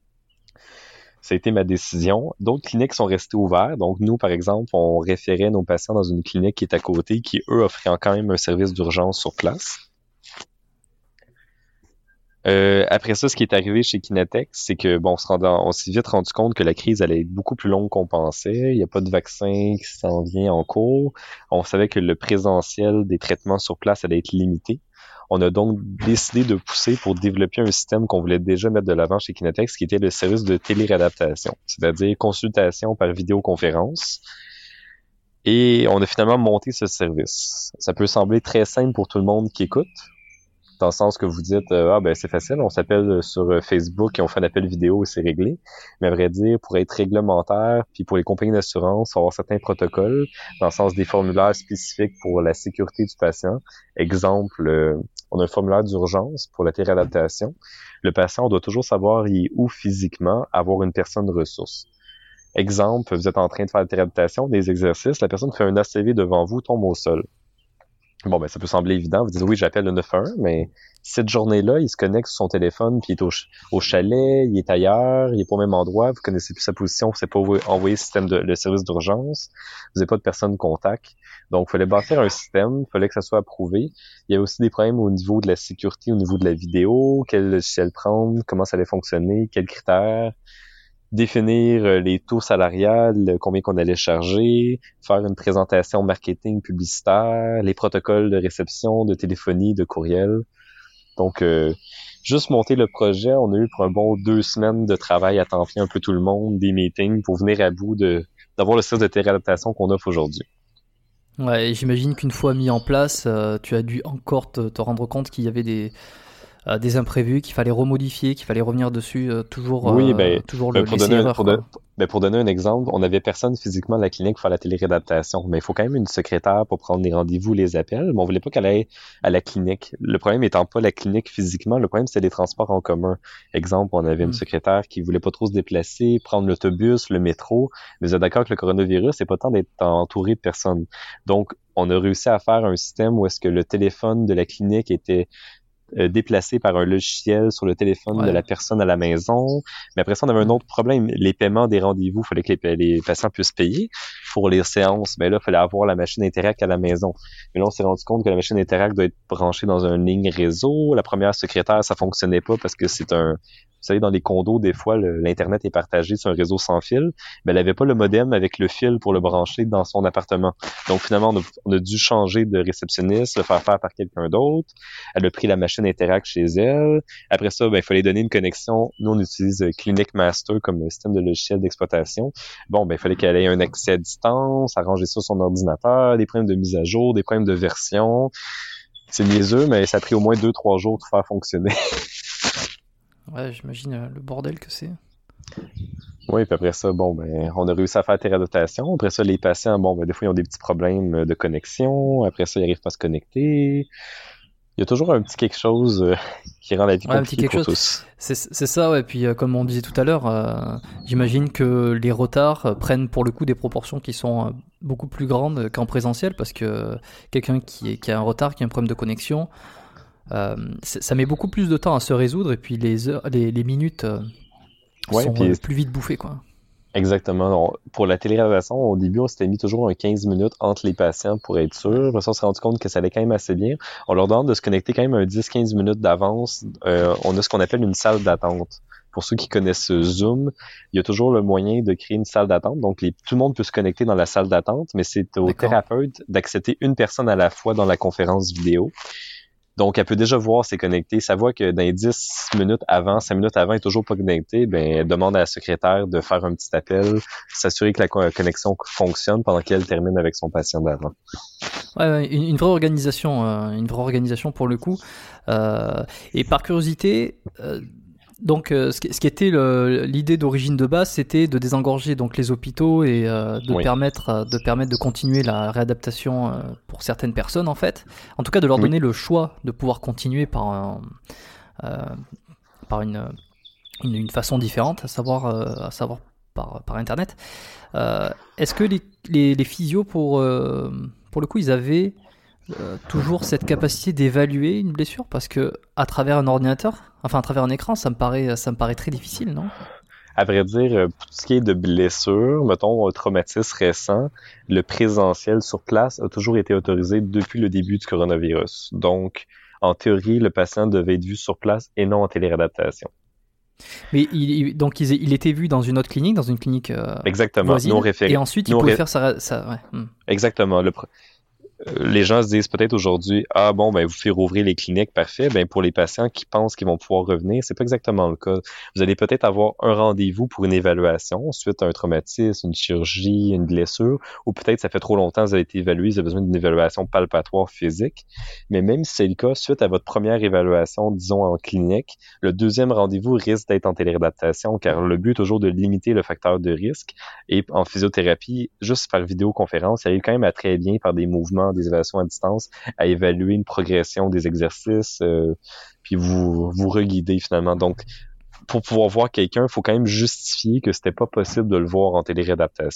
Ça a été ma décision. D'autres cliniques sont restées ouvertes. Donc, nous, par exemple, on référait nos patients dans une clinique qui est à côté, qui, eux, offraient quand même un service d'urgence sur place. Euh, après ça, ce qui est arrivé chez Kinetex, c'est que bon, on se rendait, on s'est vite rendu compte que la crise allait être beaucoup plus longue qu'on pensait. Il n'y a pas de vaccin qui s'en vient en cours. On savait que le présentiel des traitements sur place allait être limité. On a donc décidé de pousser pour développer un système qu'on voulait déjà mettre de l'avant chez Kinetex, qui était le service de téléréadaptation, c'est-à-dire consultation par vidéoconférence. Et on a finalement monté ce service. Ça peut sembler très simple pour tout le monde qui écoute, dans le sens que vous dites euh, ah ben c'est facile, on s'appelle sur Facebook et on fait un appel vidéo et c'est réglé. Mais à vrai dire, pour être réglementaire, puis pour les compagnies d'assurance, il faut avoir certains protocoles, dans le sens des formulaires spécifiques pour la sécurité du patient. Exemple, euh, on a un formulaire d'urgence pour la téléadaptation. Le patient, on doit toujours savoir il est où physiquement, avoir une personne ressource. Exemple, vous êtes en train de faire la téléadaptation, des exercices, la personne fait un A C V devant vous, tombe au sol. Bon, ben ça peut sembler évident. Vous dites oui, j'appelle le neuf un un, mais cette journée-là, il se connecte sur son téléphone, puis il est au, ch- au chalet, il est ailleurs, il est pas au même endroit, vous connaissez plus sa position, vous ne savez pas envoyer envoyer le système de le service d'urgence, vous n'avez pas de personne de contact. Donc, il fallait bâtir un système, il fallait que ça soit approuvé. Il y a aussi des problèmes au niveau de la sécurité, au niveau de la vidéo, quel logiciel prendre, comment ça allait fonctionner, quels critères. Définir les taux salariales, combien qu'on allait charger, faire une présentation marketing publicitaire, les protocoles de réception, de téléphonie, de courriel. Donc, euh, juste monter le projet, on a eu pour un bon deux semaines de travail à temps plein un peu tout le monde, des meetings pour venir à bout de d'avoir le service de téléadaptation qu'on offre aujourd'hui. Ouais, et j'imagine qu'une fois mis en place, euh, tu as dû encore te, te rendre compte qu'il y avait des euh, des imprévus, qu'il fallait remodifier, qu'il fallait revenir dessus, euh, toujours, Oui, euh, ben, toujours ben, le pour, laisser donner un, erreur, pour, quoi. de- ben, pour donner un exemple, on avait personne physiquement à la clinique pour faire la téléréadaptation, mais il faut quand même une secrétaire pour prendre les rendez-vous, les appels, mais on voulait pas qu'elle aille à la clinique. Le problème étant pas la clinique physiquement, le problème c'est les transports en commun. Exemple, on avait une Mm. secrétaire qui voulait pas trop se déplacer, prendre l'autobus, le métro, mais vous êtes d'accord que le coronavirus, c'est pas tant d'être entouré de personnes. Donc, on a réussi à faire un système où est-ce que le téléphone de la clinique était euh, déplacé par un logiciel sur le téléphone Ouais. de la personne à la maison. Mais après ça, on avait un autre problème. Les paiements des rendez-vous, il fallait que les, les patients puissent payer pour les séances. Mais là, il fallait avoir la machine Interact à la maison. Mais là, on s'est rendu compte que la machine Interact doit être branchée dans une ligne réseau. La première secrétaire, ça fonctionnait pas parce que c'est un... Vous savez, dans les condos, des fois, le- l'Internet est partagé sur un réseau sans fil, mais elle avait pas le modem avec le fil pour le brancher dans son appartement. Donc, finalement, on a, on a dû changer de réceptionniste, le faire faire par quelqu'un d'autre. Elle a pris la machine Interact chez elle. Après ça, ben, il fallait donner une connexion. Nous, on utilise euh, Clinic Master comme système de logiciel d'exploitation. Bon, ben, il fallait qu'elle ait un accès à distance, arranger ça sur son ordinateur, des problèmes de mise à jour, des problèmes de version. C'est niaiseux, mais ça a pris au moins deux, trois jours de faire fonctionner. Ouais, j'imagine euh, le bordel que c'est. Oui, puis après ça, bon, ben, on a réussi à faire téléadaptation. Après ça, les patients, bon, ben, des fois, ils ont des petits problèmes de connexion. Après ça, ils n'arrivent pas à se connecter. Il y a toujours un petit quelque chose euh, qui rend la vie Ouais, un petit compliquée quelque pour chose. tous. C'est, c'est ça, ouais. Puis euh, comme on disait tout à l'heure, euh, j'imagine que les retards euh, prennent pour le coup des proportions qui sont euh, beaucoup plus grandes qu'en présentiel, parce que euh, quelqu'un qui, est, qui a un retard, qui a un problème de connexion, euh, c'est- ça met beaucoup plus de temps à se résoudre, et puis les heures, les, les minutes euh, Ouais, sont puis euh, plus vite bouffées, quoi. exactement. On- pour la téléréservation, au début, on s'était mis toujours un quinze minutes entre les patients pour être sûr. Après ça, on s'est rendu compte que ça allait quand même assez bien. On leur demande de se connecter quand même un dix à quinze minutes d'avance. Euh, on a ce qu'on appelle une salle d'attente. Pour ceux qui connaissent Zoom, il y a toujours le moyen de créer une salle d'attente. Donc, les- tout le monde peut se connecter dans la salle d'attente, mais c'est au D'accord. thérapeute d'accepter une personne à la fois dans la conférence vidéo. Donc, elle peut déjà voir s'est connectée. Ça voit que dans les dix minutes avant, cinq minutes avant, elle est toujours pas connectée. Ben, elle demande à la secrétaire de faire un petit appel, s'assurer que la co- connexion fonctionne pendant qu'elle termine avec son patient d'avant. Ouais, ouais, une, une vraie organisation, euh, une vraie organisation pour le coup. Euh, et par curiosité, euh, donc euh, ce, qui, ce qui était le- l'idée d'origine de base, c'était de désengorger donc les hôpitaux et euh, de Oui. permettre euh, de permettre de continuer la réadaptation euh, pour certaines personnes en fait. En tout cas, de leur Oui. donner le choix de pouvoir continuer par un, euh, par une, une une façon différente, à savoir euh, à savoir par par internet. Euh, Est-ce que les, les, les physios, pour, euh, pour le coup, ils avaient euh, toujours cette capacité d'évaluer une blessure? Parce que à travers un ordinateur, enfin à travers un écran, ça me paraît, ça me paraît très difficile, non? À vrai dire, euh, pour tout ce qui est de blessures, mettons un traumatisme récent, le présentiel sur place a toujours été autorisé depuis le début du coronavirus. Donc, en théorie, le patient devait être vu sur place et non en téléréadaptation. Mais il, il- donc il, il était vu dans une autre clinique, dans une clinique euh, Exactement. voisine, Nous, on référait- et ensuite il nous, on pouvait ré- faire sa... sa ouais. hmm. Exactement. Le, pr- euh, les gens se disent peut-être aujourd'hui, ah bon, ben vous faites rouvrir les cliniques, parfait. Ben pour les patients qui pensent qu'ils vont pouvoir revenir, c'est pas exactement le cas. Vous allez peut-être avoir un rendez-vous pour une évaluation suite à un traumatisme, une chirurgie, une blessure, ou peut-être ça fait trop longtemps que vous avez été évalué, vous avez besoin d'une évaluation palpatoire physique. Mais même si c'est le cas, suite à votre première évaluation, disons en clinique, le deuxième rendez-vous risque d'être en téléréadaptation, car le but est toujours de limiter le facteur de risque. Et en physiothérapie, juste par vidéoconférence, il arrive quand même à très bien par des mouvements, des évaluations à distance, à évaluer une progression des exercices, euh, puis vous vous reguider finalement. Donc, pour pouvoir voir quelqu'un, il faut quand même justifier que c'était pas possible de le voir en téléréadaptation.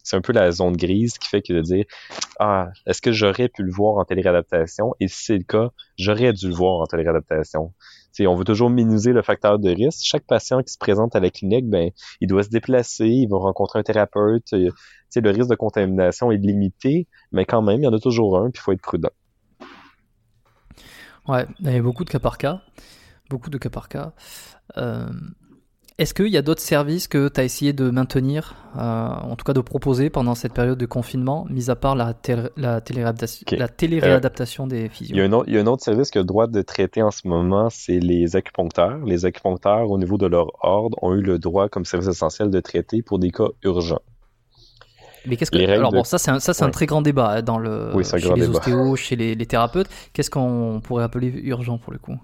c'est un peu la zone grise qui fait que de dire ah, est-ce que j'aurais pu le voir en téléréadaptation? Et si c'est le cas, j'aurais dû le voir en téléréadaptation. T'sais, on veut toujours minimiser le facteur de risque. Chaque patient qui se présente à la clinique, ben, il doit se déplacer, il va rencontrer un thérapeute. T'sais, le risque de contamination est limité, mais quand même, il y en a toujours un, puis il faut être prudent. Ouais, il y a beaucoup de cas par cas. Beaucoup de cas par cas. Euh, est-ce qu'il y a d'autres services que tu as essayé de maintenir, euh, en tout cas de proposer pendant cette période de confinement, mis à part la, tél- la, téléréadaptation, okay. la téléréadaptation euh, des physios? Il y, a un autre, il y a un autre service qui a le droit de traiter en ce moment, c'est les acupuncteurs. Les acupuncteurs, au niveau de leur ordre, ont eu le droit, comme service essentiel, de traiter pour des cas urgents. Mais qu'est-ce que... Alors bon, de... ça c'est un, ça, c'est ouais. un très grand débat hein, dans le... oui, chez les débat. ostéos, chez les, les thérapeutes. Qu'est-ce qu'on pourrait appeler urgent pour le coup?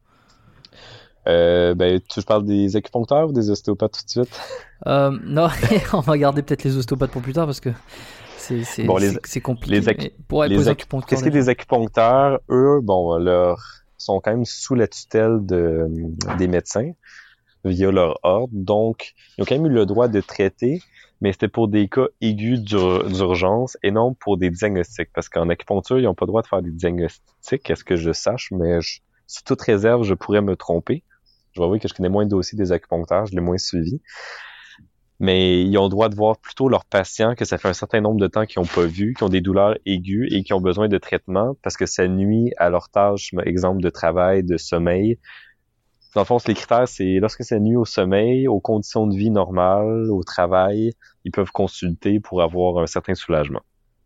Euh, ben, tu parles des acupuncteurs ou des ostéopathes tout de suite? Euh, non, on va garder peut-être les ostéopathes pour plus tard parce que c'est, c'est, bon, les, c'est, c'est compliqué. Les, acu- pour, les, les acupuncteurs. Qu'est-ce qui est des acupuncteurs? Eux, bon, leur, sont quand même sous la tutelle de, des médecins via leur ordre. Donc, ils ont quand même eu le droit de traiter, mais c'était pour des cas aigus d'ur- d'urgence et non pour des diagnostics. Parce qu'en acupuncture, ils n'ont pas le droit de faire des diagnostics, est-ce que je sache, mais je, sous toute réserve, je pourrais me tromper. Je vais avouer que je connais moins de dossiers des acupuncteurs, je l'ai moins suivi. Mais ils ont le droit de voir plutôt leurs patients que ça fait un certain nombre de temps qu'ils n'ont pas vu, qui ont des douleurs aiguës et qui ont besoin de traitement parce que ça nuit à leurs tâches, exemple de travail, de sommeil. Dans le fond, les critères, c'est lorsque ça nuit au sommeil, aux conditions de vie normales, au travail, ils peuvent consulter pour avoir un certain soulagement.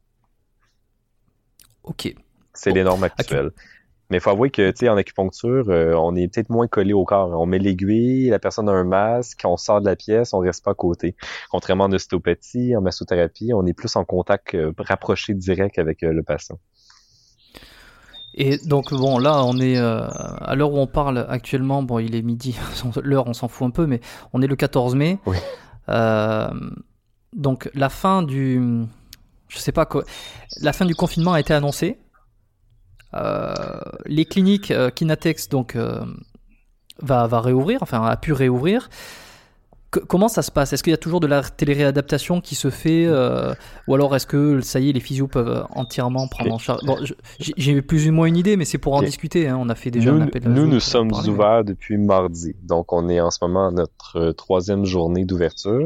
OK. C'est bon. Les normes actuelles. Okay. Mais il faut avouer que, tu sais, en acupuncture, euh, on est peut-être moins collé au corps. On met l'aiguille, la personne a un masque, on sort de la pièce, on reste pas à côté. Contrairement en ostéopathie, en massothérapie, on est plus en contact euh, rapproché direct avec euh, le patient. Et donc, bon, là, on est, euh, à l'heure où on parle actuellement, bon, il est midi, l'heure, on s'en fout un peu, mais on est le quatorze mai. Oui. Euh, donc, la fin du, je sais pas quoi, la fin du confinement a été annoncée. Euh, les cliniques euh, Kinatex donc euh, va va réouvrir, enfin a pu réouvrir. C- comment ça se passe? Est-ce qu'il y a toujours de la téléréadaptation qui se fait, euh, ou alors est-ce que ça y est, les physios peuvent entièrement prendre en charge? Bon, je, j'ai, j'ai plus ou moins une idée, mais c'est pour en okay. discuter. Hein. On a fait déjà nous, un appel. Nous, nous sommes parler, ouverts mais... depuis mardi, donc on est en ce moment à notre euh, troisième journée d'ouverture.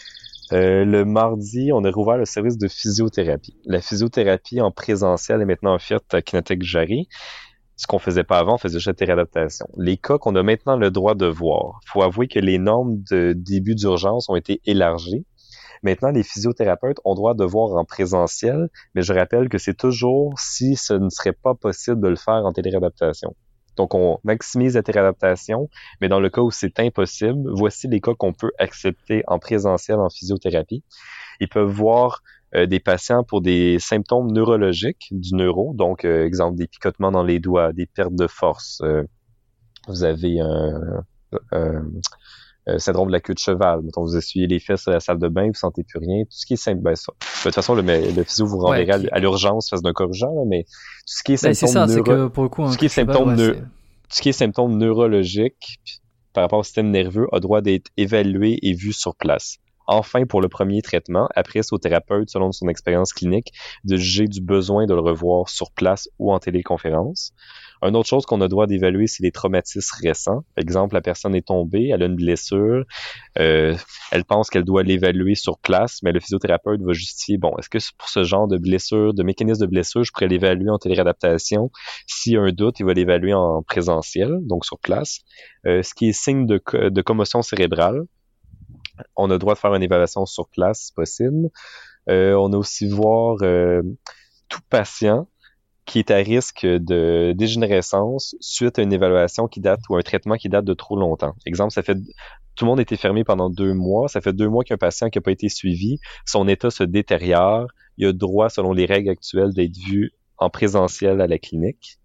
Euh, le mardi, on a rouvert le service de physiothérapie. La physiothérapie en présentiel est maintenant offerte à Kinatex Jarry. Ce qu'on faisait pas avant, on faisait juste la téléadaptation. Les cas qu'on a maintenant le droit de voir, faut avouer que les normes de début d'urgence ont été élargies. Maintenant, les physiothérapeutes ont le droit de voir en présentiel, mais je rappelle que c'est toujours si ce ne serait pas possible de le faire en téléadaptation. Donc, on maximise la téléadaptation, mais dans le cas où c'est impossible, voici les cas qu'on peut accepter en présentiel en physiothérapie. Ils peuvent voir euh, des patients pour des symptômes neurologiques du neuro, donc, euh, exemple, des picotements dans les doigts, des pertes de force. Euh, vous avez un euh, euh, syndrome de la queue de cheval. Mettons, vous essuyez les fesses à la salle de bain, vous sentez plus rien. Tout ce qui est simple, ben ça. De toute façon, le, le physio vous renverra ouais, à l'urgence face d'un corrigeant, là, mais tout ce qui est ben, symptômes c'est ça, neuro... c'est que pour le coup, tout ce qui est symptômes ouais, ne... c'est... tout ce qui est symptômes neurologiques par rapport au système nerveux a droit d'être évalué et vu sur place. Enfin, pour le premier traitement, après, c'est au thérapeute, selon son expérience clinique, de juger du besoin de le revoir sur place ou en téléconférence. Une autre chose qu'on a droit d'évaluer, c'est les traumatismes récents. Par exemple, la personne est tombée, elle a une blessure, euh, elle pense qu'elle doit l'évaluer sur place, mais le physiothérapeute va justifier, bon, est-ce que pour ce genre de blessure, de mécanisme de blessure, je pourrais l'évaluer en téléréadaptation? S'il y a un doute, il va l'évaluer en présentiel, donc sur place. Euh, ce qui est signe de, de commotion cérébrale, on a le droit de faire une évaluation sur place, si possible. Euh, on a aussi voir euh, tout patient qui est à risque de dégénérescence suite à une évaluation qui date ou un traitement qui date de trop longtemps. Exemple, ça fait tout le monde était fermé pendant deux mois, ça fait deux mois qu'un patient qui n'a pas été suivi, son état se détériore, il a droit, selon les règles actuelles, d'être vu en présentiel à la clinique.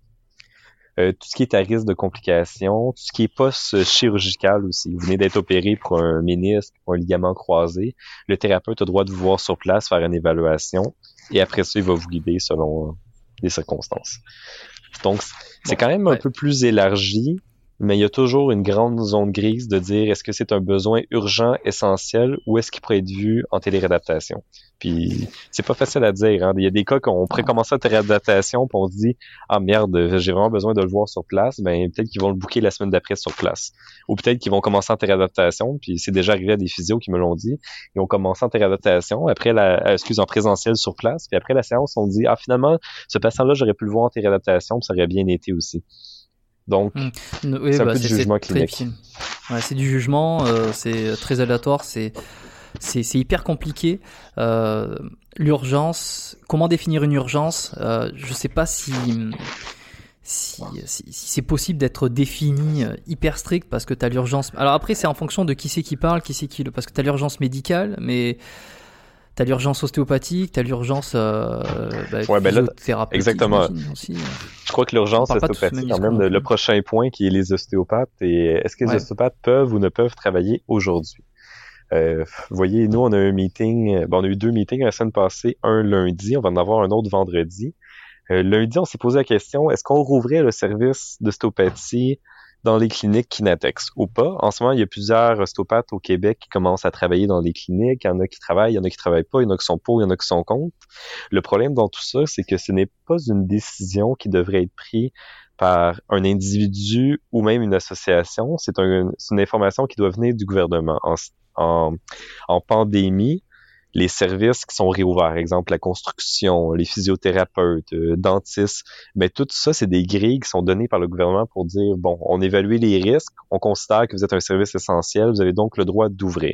Euh, tout ce qui est à risque de complications, tout ce qui est post-chirurgical aussi. Vous venez d'être opéré pour un ménisque, pour un ligament croisé, le thérapeute a le droit de vous voir sur place, faire une évaluation, et après ça, il va vous guider selon les circonstances. Donc, c'est quand même un ouais. peu plus élargi, mais il y a toujours une grande zone grise de dire est-ce que c'est un besoin urgent, essentiel, ou est-ce qu'il pourrait être vu en téléréadaptation. Puis c'est pas facile à dire. Hein. Il y a des cas qu'on pourrait commencer en téléréadaptation, puis on se dit ah merde, j'ai vraiment besoin de le voir sur place. Ben peut-être qu'ils vont le booker la semaine d'après sur place, ou peut-être qu'ils vont commencer en téléréadaptation. Puis c'est déjà arrivé à des physios qui me l'ont dit. Ils ont commencé en téléréadaptation, après la, excuse en présentiel sur place, puis après la séance, on dit ah finalement ce patient-là j'aurais pu le voir en téléréadaptation, puis ça aurait bien été aussi. Donc, mmh. oui, c'est un bah, peu du jugement clinique. Ouais, c'est du jugement, euh, c'est très aléatoire, c'est, c'est, c'est hyper compliqué. Euh, l'urgence, comment définir une urgence euh, je sais pas si, si, si, si c'est possible d'être défini hyper strict parce que tu as l'urgence. Alors après, c'est en fonction de qui c'est qui parle, qui c'est qui le. Parce que tu as l'urgence médicale, mais. T'as l'urgence ostéopathique, t'as l'urgence euh, bah, ouais, ben là, exactement. Aussi. Je crois que l'urgence ostéopathique, quand même, le prochain point qui est les ostéopathes, et est-ce que les ouais. ostéopathes peuvent ou ne peuvent travailler aujourd'hui? Euh, vous voyez, nous, on a un meeting, bon, on a eu deux meetings la semaine passée, un lundi, on va en avoir un autre vendredi. Euh, lundi, on s'est posé la question, est-ce qu'on rouvrait le service d'ostéopathie dans les cliniques Kinatex ou pas? En ce moment, il y a plusieurs ostéopathes au Québec qui commencent à travailler dans les cliniques. Il y en a qui travaillent, il y en a qui travaillent pas, il y en a qui sont pour, il y en a qui sont contre. Le problème dans tout ça, c'est que ce n'est pas une décision qui devrait être prise par un individu ou même une association. C'est, un, c'est une information qui doit venir du gouvernement. En, en, en pandémie, les services qui sont réouverts, exemple la construction, les physiothérapeutes, euh, dentistes, mais tout ça, c'est des grilles qui sont données par le gouvernement pour dire, bon, on évalue les risques, on considère que vous êtes un service essentiel, vous avez donc le droit d'ouvrir.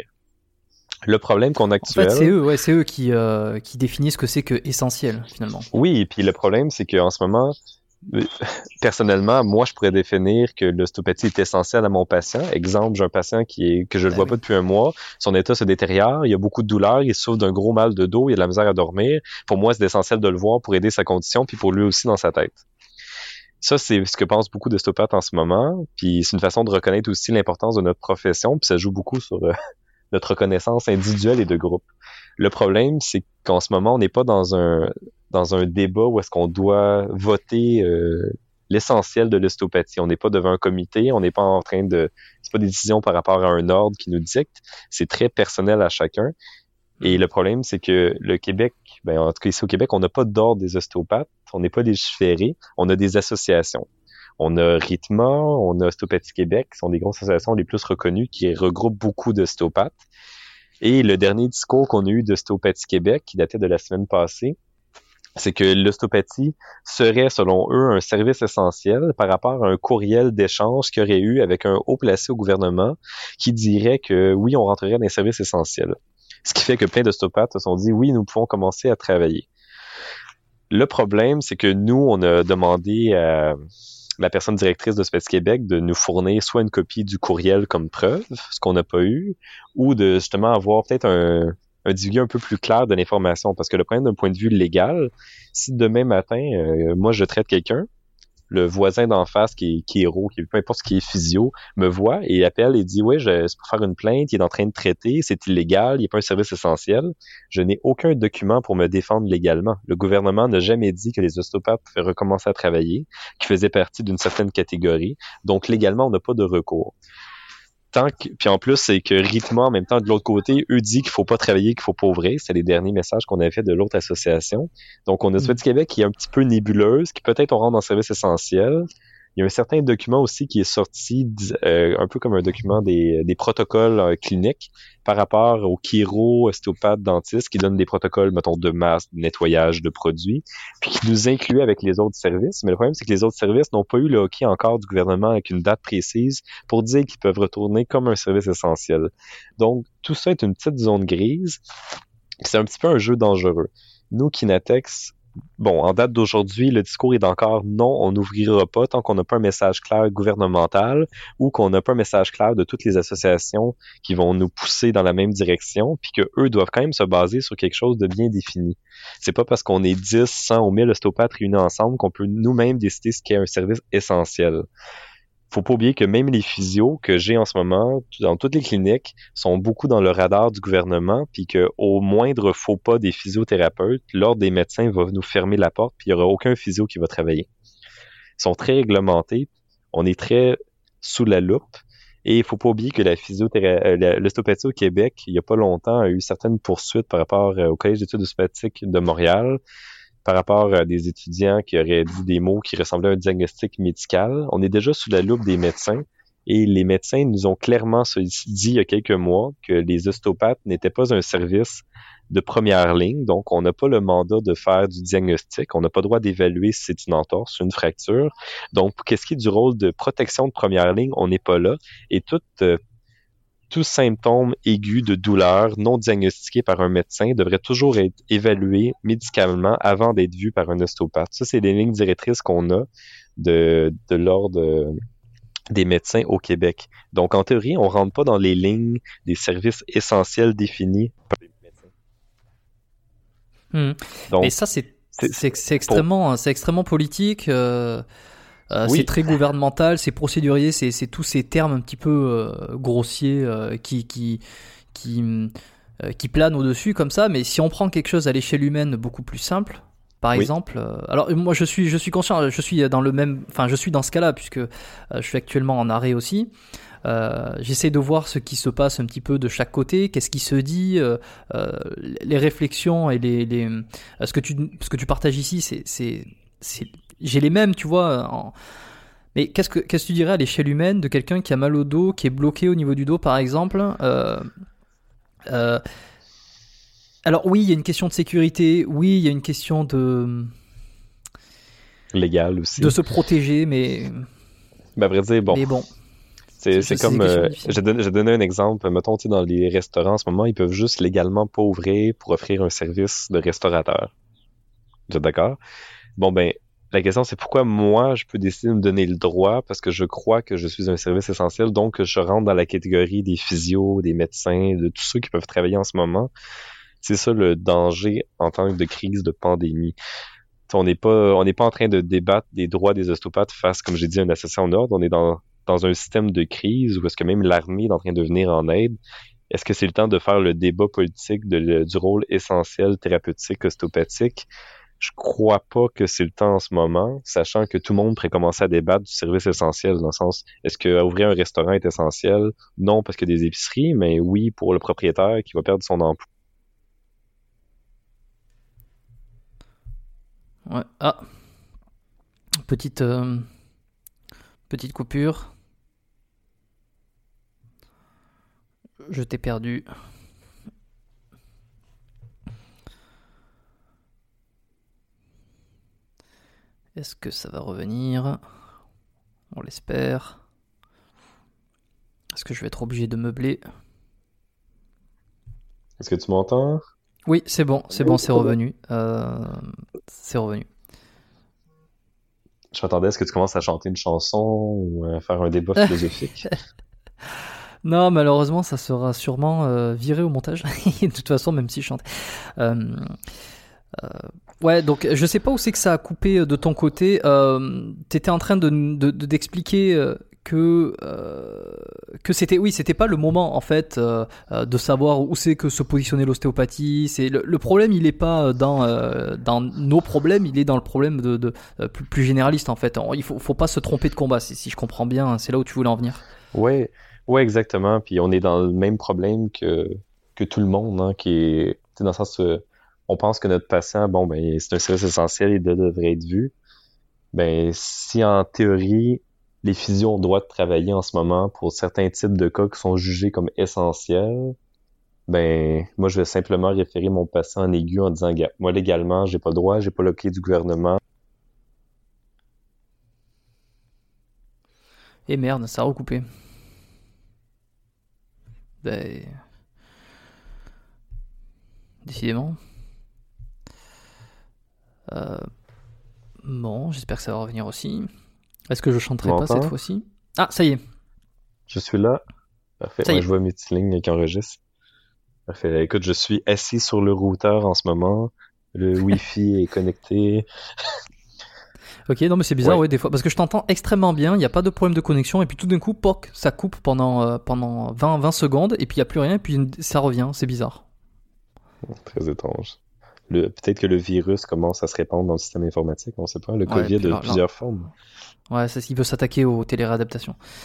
Le problème qu'on a actuel... En fait, c'est eux, ouais, c'est eux qui, euh, qui définissent ce que c'est que essentiel, finalement. Oui, et puis le problème, c'est qu'en ce moment, personnellement, moi, je pourrais définir que l'ostéopathie est essentielle à mon patient. Exemple, j'ai un patient qui est que je ne ben vois oui. pas depuis un mois. Son état se détériore, il a beaucoup de douleurs, il souffre d'un gros mal de dos, il a de la misère à dormir. Pour moi, c'est essentiel de le voir pour aider sa condition, puis pour lui aussi dans sa tête. Ça, c'est ce que pensent beaucoup d'ostéopathes en ce moment. Puis c'est une façon de reconnaître aussi l'importance de notre profession, puis ça joue beaucoup sur euh, notre reconnaissance individuelle et de groupe. Le problème, c'est qu'en ce moment, on n'est pas dans un dans un débat où est-ce qu'on doit voter euh, l'essentiel de l'ostéopathie. On n'est pas devant un comité, on n'est pas en train de... C'est pas des décisions par rapport à un ordre qui nous dicte, c'est très personnel à chacun. Et le problème, c'est que le Québec, ben en tout cas ici au Québec, on n'a pas d'ordre des ostéopathes, on n'est pas légiféré, on a des associations. On a Rhythma, on a Ostéopathie Québec, qui sont des grosses associations les plus reconnues, qui regroupent beaucoup d'ostéopathes. Et le dernier discours qu'on a eu d'Ostéopathie Québec, qui datait de la semaine passée, c'est que l'ostéopathie serait, selon eux, un service essentiel par rapport à un courriel d'échange qu'il y aurait eu avec un haut placé au gouvernement qui dirait que oui, on rentrerait dans les services essentiels. Ce qui fait que plein d'ostéopathes se sont dit oui, nous pouvons commencer à travailler. Le problème, c'est que nous, on a demandé à la personne directrice d'Ostéopathie Québec de nous fournir soit une copie du courriel comme preuve, ce qu'on n'a pas eu, ou de justement avoir peut-être un, un divulgué un peu plus clair de l'information. Parce que le problème d'un point de vue légal, si demain matin, euh, moi je traite quelqu'un, le voisin d'en face qui est, qui est héros, qui est peu importe ce qui est physio, me voit et appelle et dit « Ouais, je, c'est pour faire une plainte, il est en train de traiter, c'est illégal, il n'est pas un service essentiel. » Je n'ai aucun document pour me défendre légalement. Le gouvernement n'a jamais dit que les ostéopathes pouvaient recommencer à travailler, qu'ils faisaient partie d'une certaine catégorie. Donc, légalement, on n'a pas de recours. Tant que, puis en plus, c'est que Rhythma, en même temps, de l'autre côté, eux disent qu'il faut pas travailler, qu'il faut pas ouvrir. C'est les derniers messages qu'on avait fait de l'autre association. Donc, on a Ostéopathie Québec qui est un petit peu nébuleuse, qui peut-être on rentre dans le service essentiel. Il y a un certain document aussi qui est sorti, euh, un peu comme un document des, des protocoles euh, cliniques par rapport aux chiro, ostéopathes, dentistes, qui donnent des protocoles, mettons, de masse, de nettoyage de produits, puis qui nous incluent avec les autres services. Mais le problème, c'est que les autres services n'ont pas eu le OK encore du gouvernement avec une date précise pour dire qu'ils peuvent retourner comme un service essentiel. Donc, tout ça est une petite zone grise. C'est un petit peu un jeu dangereux. Nous, Kinatex, bon, en date d'aujourd'hui, le discours est encore non, on n'ouvrira pas tant qu'on n'a pas un message clair gouvernemental ou qu'on n'a pas un message clair de toutes les associations qui vont nous pousser dans la même direction, puis qu'eux doivent quand même se baser sur quelque chose de bien défini. C'est pas parce qu'on est dix, cent ou mille ostéopathes réunis ensemble qu'on peut nous-mêmes décider ce qu'est un service essentiel. Faut pas oublier que même les physios que j'ai en ce moment, dans toutes les cliniques, sont beaucoup dans le radar du gouvernement, puis qu'au moindre faux pas des physiothérapeutes, l'ordre des médecins va nous fermer la porte, puis il y aura aucun physio qui va travailler. Ils sont très réglementés. On est très sous la loupe. Et il faut pas oublier que la physiothérapie, euh, l'ostéopathie au Québec, il y a pas longtemps, a eu certaines poursuites par rapport euh, au Collège d'études ostéopathiques de Montréal, par rapport à des étudiants qui auraient dit des mots qui ressemblaient à un diagnostic médical. On est déjà sous la loupe des médecins. Et les médecins nous ont clairement dit il y a quelques mois que les ostéopathes n'étaient pas un service de première ligne, donc on n'a pas le mandat de faire du diagnostic, on n'a pas le droit d'évaluer si c'est une entorse ou une fracture. Donc, qu'est-ce qui est du rôle de protection de première ligne, on n'est pas là. Et tout, euh, tout symptôme aigu de douleur non diagnostiqué par un médecin devrait toujours être évalué médicalement avant d'être vu par un ostéopathe. Ça, c'est les lignes directrices qu'on a de, de l'ordre... Euh, des médecins au Québec. Donc, en théorie, on rentre pas dans les lignes des services essentiels définis par les médecins. Mmh. Donc, et ça, c'est, c'est, c'est, c'est, extrêmement, pour... c'est extrêmement politique, euh, euh, oui. C'est très gouvernemental, c'est procédurier, c'est, c'est tous ces termes un petit peu euh, grossiers euh, qui, qui, qui, euh, qui planent au-dessus comme ça. Mais si on prend quelque chose à l'échelle humaine beaucoup plus simple, par oui. exemple, euh, alors moi je suis je suis conscient, je suis dans le même, enfin je suis dans ce cas-là puisque euh, je suis actuellement en arrêt aussi. Euh, j'essaie de voir ce qui se passe un petit peu de chaque côté, qu'est-ce qui se dit, euh, euh, les réflexions et les, les ce que tu ce que tu partages ici, c'est c'est c'est j'ai les mêmes, tu vois. En... Mais qu'est-ce que qu'est-ce que tu dirais à l'échelle humaine de quelqu'un qui a mal au dos, qui est bloqué au niveau du dos, par exemple? Euh, euh, Alors oui, il y a une question de sécurité, oui, il y a une question de... Légale aussi. De se protéger, mais... Ben, à vrai dire, bon... Mais bon. C'est, c'est, c'est comme... Euh, j'ai, donné, j'ai donné un exemple. Mettons, tu sais, dans les restaurants, en ce moment, ils peuvent juste légalement pas ouvrir pour offrir un service de restaurateur. Vous êtes d'accord? Bon, ben, la question, c'est pourquoi moi, je peux décider de me donner le droit, parce que je crois que je suis un service essentiel, donc je rentre dans la catégorie des physios, des médecins, de tous ceux qui peuvent travailler en ce moment. C'est ça le danger en temps de crise, de pandémie. T'sais, on n'est pas, on n'est pas en train de débattre des droits des ostéopathes face, comme j'ai dit, à une association en ordre. On est dans, dans un système de crise où est-ce que même l'armée est en train de venir en aide. Est-ce que c'est le temps de faire le débat politique de, le, du rôle essentiel thérapeutique ostéopathique? Je crois pas que c'est le temps en ce moment, sachant que tout le monde pourrait commencer à débattre du service essentiel, dans le sens, est-ce que ouvrir un restaurant est essentiel? Non, parce qu'il y a des épiceries, mais oui, pour le propriétaire qui va perdre son emploi. Ouais. Ah, petite euh, petite coupure. Je t'ai perdu. Est-ce que ça va revenir? On l'espère. Est-ce que je vais être obligé de meubler? Est-ce que tu m'entends? Oui, c'est bon, c'est bon, c'est revenu. Euh, c'est revenu. Je m'attendais à ce que tu commences à chanter une chanson ou à faire un débat philosophique. Non, malheureusement, ça sera sûrement euh, viré au montage. De toute façon, même si je chante. Euh, euh, ouais, donc je sais pas où c'est que ça a coupé de ton côté. Euh, t'étais en train de, de, de d'expliquer euh, que euh, que c'était oui c'était pas le moment en fait euh, de savoir où c'est que se positionner l'ostéopathie. C'est le, le problème, il est pas dans euh, dans nos problèmes, il est dans le problème de, de euh, plus, plus généraliste en fait. Il faut faut pas se tromper de combat, si, si je comprends bien, c'est là où tu voulais en venir. Ouais ouais exactement, puis on est dans le même problème que que tout le monde, hein, qui est dans le sens euh, on pense que notre patient, bon ben c'est un service essentiel, il devrait être vu. Ben si en théorie les physios ont le droit de travailler en ce moment pour certains types de cas qui sont jugés comme essentiels, ben moi je vais simplement référer mon patient en aigu en disant gars, moi légalement j'ai pas le droit, j'ai pas le clé du gouvernement. Et merde, ça a recoupé. Ben décidément. Euh... Bon, j'espère que ça va revenir aussi. Est-ce que je chanterai pas cette fois-ci? Ah, ça y est. Je suis là. Parfait. Ouais, je vois mes petites lignes qui enregistrent. Parfait. Écoute, je suis assis sur le routeur en ce moment. Le Wi-Fi est connecté. Ok, non mais c'est bizarre, ouais. ouais, des fois, parce que je t'entends extrêmement bien, il n'y a pas de problème de connexion, et puis tout d'un coup, poc, ça coupe pendant, euh, pendant vingt, vingt secondes, et puis il n'y a plus rien, et puis ça revient, c'est bizarre. Très étrange. Le, peut-être que le virus commence à se répandre dans le système informatique, on ne sait pas. Le ouais, COVID là, a plusieurs là. formes. Ouais, ça, il veut s'attaquer aux téléréadaptations.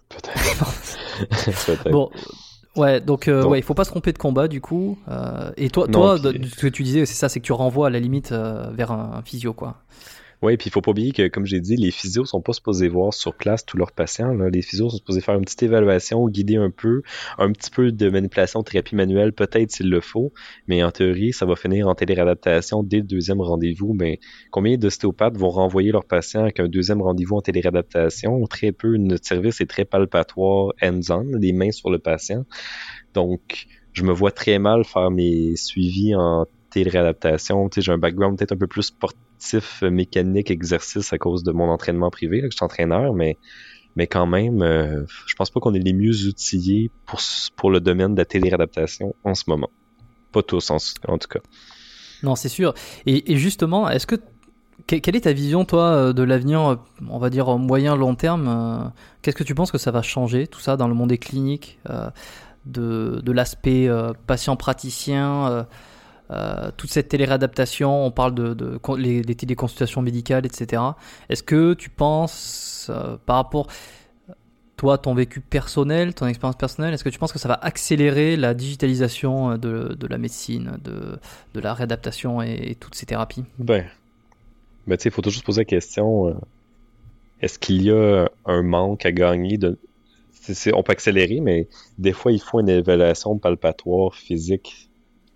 Peut-être. Peut-être. Bon, ouais, donc, euh, donc ouais, il faut pas se tromper de combat du coup. Euh, et toi, non, toi, puis... de, ce que tu disais, c'est ça, c'est que tu renvoies à la limite euh, vers un, un physio, quoi. Oui, puis il faut pas oublier que, comme j'ai dit, les physios sont pas supposés voir sur place tous leurs patients. Là. Les physios sont supposés faire une petite évaluation, guider un peu, un petit peu de manipulation, de thérapie manuelle, peut-être s'il le faut, mais en théorie, ça va finir en téléréadaptation dès le deuxième rendez-vous. Ben, combien d'ostéopathes vont renvoyer leurs patients avec un deuxième rendez-vous en téléréadaptation? Très peu. Notre service est très palpatoire, hands-on, les mains sur le patient. Donc, je me vois très mal faire mes suivis en téléréadaptation. Tu sais, j'ai un background peut-être un peu plus sportif, mécanique, exercice à cause de mon entraînement privé, là, que je suis entraîneur, mais, mais quand même, euh, je pense pas qu'on est les mieux outillés pour, pour le domaine de la téléréadaptation en ce moment. Pas tous, en, en tout cas. Non, c'est sûr. Et, et justement, est-ce que quelle est ta vision, toi, de l'avenir, on va dire moyen, long terme? Qu'est-ce que tu penses que ça va changer, tout ça, dans le monde des cliniques, euh, de, de l'aspect euh, patient-praticien, euh, euh, toute cette téléréadaptation, on parle de, de, de les, les téléconsultations médicales, et cetera. Est-ce que tu penses, euh, par rapport, toi, ton vécu personnel, ton expérience personnelle, est-ce que tu penses que ça va accélérer la digitalisation de, de la médecine, de, de la réadaptation et, et toutes ces thérapies? Ben, ben tu sais, il faut toujours se poser la question, euh, est-ce qu'il y a un manque à gagner de... C'est, c'est, on peut accélérer, mais des fois, il faut une évaluation palpatoire, physique.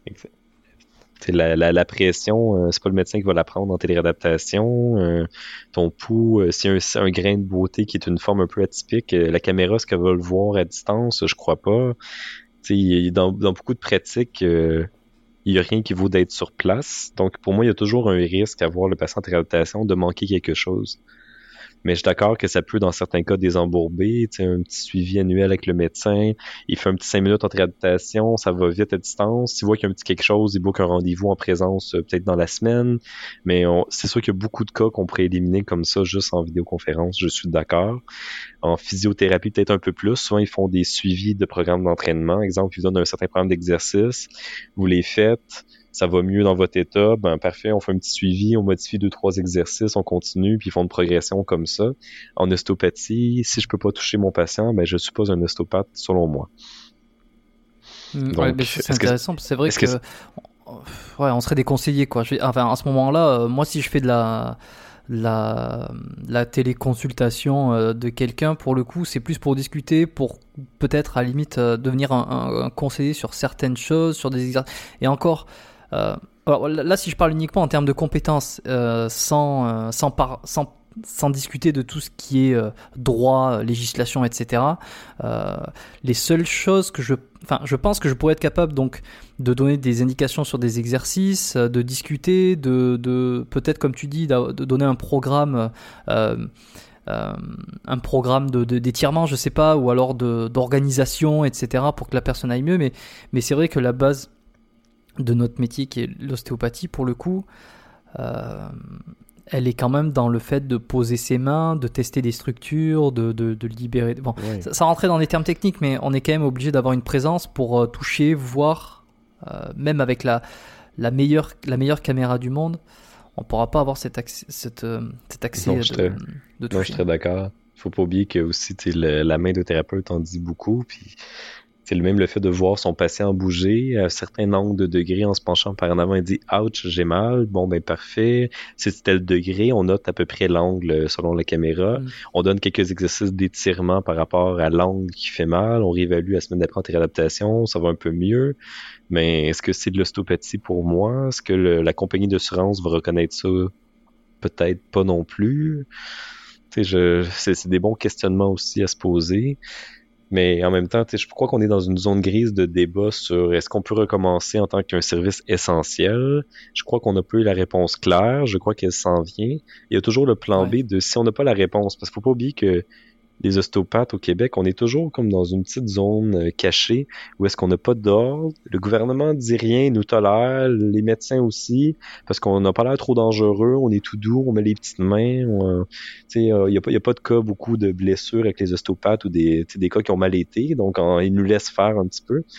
La, la, la pression, euh, c'est pas le médecin qui va la prendre en téléréadaptation. Euh, ton pouls, euh, s'il y a un, un grain de beauté qui est une forme un peu atypique, euh, la caméra, est-ce qu'elle va le voir à distance? Je crois pas. T'sais, dans, dans beaucoup de pratiques, euh, il n'y a rien qui vaut d'être sur place. Donc, pour moi, il y a toujours un risque à voir le patient en téléréadaptation de manquer quelque chose. Mais je suis d'accord que ça peut, dans certains cas, désembourber. Tu sais, un petit suivi annuel avec le médecin. Il fait un petit cinq minutes en réadaptation, ça va vite à distance. S'il voit qu'il y a un petit quelque chose, il book un rendez-vous en présence euh, peut-être dans la semaine. Mais on, c'est sûr qu'il y a beaucoup de cas qu'on pourrait éliminer comme ça juste en vidéoconférence. Je suis d'accord. En physiothérapie, peut-être un peu plus. Souvent, ils font des suivis de programmes d'entraînement. Exemple, ils donnent un certain programme d'exercice. Vous les faites. Ça va mieux dans votre état, ben parfait, on fait un petit suivi, on modifie deux, trois exercices, on continue, puis ils font une progression comme ça. En ostéopathie, si je peux pas toucher mon patient, ben je suis pas un ostéopathe, selon moi. Mmh, Donc, ouais, mais c'est intéressant, que, c'est vrai que, que ouais, on serait des conseillers, quoi. Je, enfin, à ce moment-là, euh, moi, si je fais de la la, la téléconsultation euh, de quelqu'un, pour le coup, c'est plus pour discuter, pour peut-être à la limite euh, devenir un, un, un conseiller sur certaines choses, sur des exercices. Et encore, euh, alors là, si je parle uniquement en termes de compétences, euh, sans, euh, sans, par, sans, sans discuter de tout ce qui est euh, droit, législation, et cetera, euh, les seules choses que je, enfin, je pense que je pourrais être capable donc de donner des indications sur des exercices, de discuter, de, de peut-être comme tu dis, de donner un programme, euh, euh, un programme de, de, d'étirement, je sais pas, ou alors de, d'organisation, et cetera, pour que la personne aille mieux. Mais, mais c'est vrai que la base de notre métier, qui est l'ostéopathie, pour le coup, euh, elle est quand même dans le fait de poser ses mains, de tester des structures, de, de, de libérer. Bon, ouais. ça, ça rentrait dans des termes techniques, mais on est quand même obligé d'avoir une présence pour euh, toucher, voir, euh, même avec la, la, meilleure, la meilleure caméra du monde, on ne pourra pas avoir cet accès, cet, euh, cet accès non, de, très, de toucher. Non, je suis très d'accord. Il ne faut pas oublier que aussi, le, la main de thérapeute en dit beaucoup, puis c'est le même le fait de voir son patient bouger à un certain angle de degré en se penchant par en avant et dit « Ouch, j'ai mal ». Bon, ben parfait. Si c'était le degré, on note à peu près l'angle selon la caméra. Mm. On donne quelques exercices d'étirement par rapport à l'angle qui fait mal. On réévalue la semaine d'après en réadaptation. Ça va un peu mieux. Mais est-ce que c'est de l'ostéopathie pour moi? Est-ce que le, la compagnie d'assurance va reconnaître ça? Peut-être pas non plus. Tu sais, je, c'est, c'est des bons questionnements aussi à se poser. Mais en même temps, je crois qu'on est dans une zone grise de débat sur est-ce qu'on peut recommencer en tant qu'un service essentiel. Je crois qu'on n'a pas eu la réponse claire. Je crois qu'elle s'en vient. Il y a toujours le plan ouais. B de si on n'a pas la réponse. Parce qu'il ne faut pas oublier que les ostéopathes au Québec, on est toujours comme dans une petite zone euh, cachée où est-ce qu'on n'a pas d'ordre. Le gouvernement dit rien, il nous tolère, les médecins aussi, parce qu'on n'a pas l'air trop dangereux, on est tout doux, on met les petites mains. Euh, il n'y a, a pas de cas, beaucoup de blessures avec les ostéopathes ou des, des cas qui ont mal été, donc on, ils nous laissent faire un petit peu.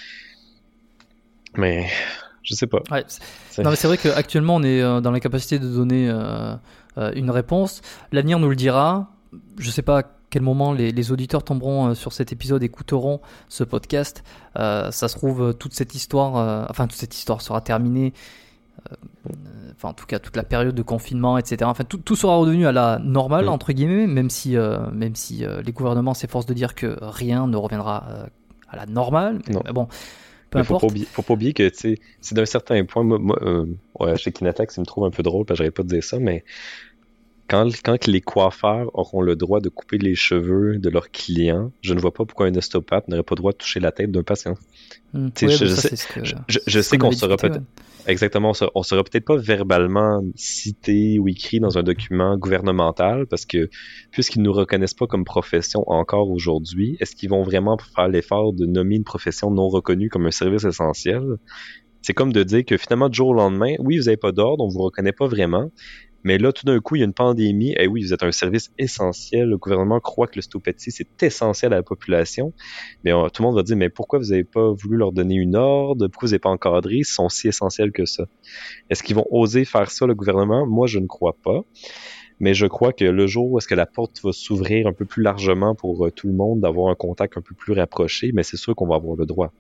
Mais je sais pas. Ouais, c'est... C'est... Non, mais c'est vrai qu'actuellement, on est dans la capacité de donner euh, euh, une réponse. L'avenir nous le dira. Je sais pas quel moment les, les auditeurs tomberont euh, sur cet épisode, écouteront ce podcast, euh, ça se trouve toute cette histoire, euh, enfin toute cette histoire sera terminée. Euh, enfin en tout cas toute la période de confinement, et cetera. Enfin tout, tout sera redevenu à la normale, mmh. entre guillemets, même si euh, même si euh, les gouvernements s'efforcent de dire que rien ne reviendra euh, à la normale. Mais, mais bon, peu mais importe. Faut pas oublier, faut pas oublier que c'est d'un certain point. Moi, moi euh, ouais, chez Kinetec, ça me trouve un peu drôle, parce que j'aurais pas de dire ça, mais Quand, quand les coiffeurs auront le droit de couper les cheveux de leurs clients, je ne vois pas pourquoi un ostéopathe n'aurait pas le droit de toucher la tête d'un patient. Mmh. Ouais, je, je, ça, sais, que, je, je, je sais qu'on sera peut-être... Ouais. Exactement, on sera, on sera peut-être pas verbalement cité ou écrit dans un document gouvernemental, parce que puisqu'ils nous reconnaissent pas comme profession encore aujourd'hui, est-ce qu'ils vont vraiment faire l'effort de nommer une profession non reconnue comme un service essentiel? C'est comme de dire que finalement, du jour au lendemain, oui, vous n'avez pas d'ordre, on vous reconnaît pas vraiment, mais là, tout d'un coup, il y a une pandémie. Eh oui, vous êtes un service essentiel. Le gouvernement croit que l'ostéopathie, c'est essentiel à la population. Mais on, tout le monde va dire, mais pourquoi vous n'avez pas voulu leur donner une ordre? Pourquoi vous n'avez pas encadré? Ils sont si essentiels que ça. Est-ce qu'ils vont oser faire ça, le gouvernement? Moi, je ne crois pas. Mais je crois que le jour où est-ce que la porte va s'ouvrir un peu plus largement pour euh, tout le monde, d'avoir un contact un peu plus rapproché, mais c'est sûr qu'on va avoir le droit.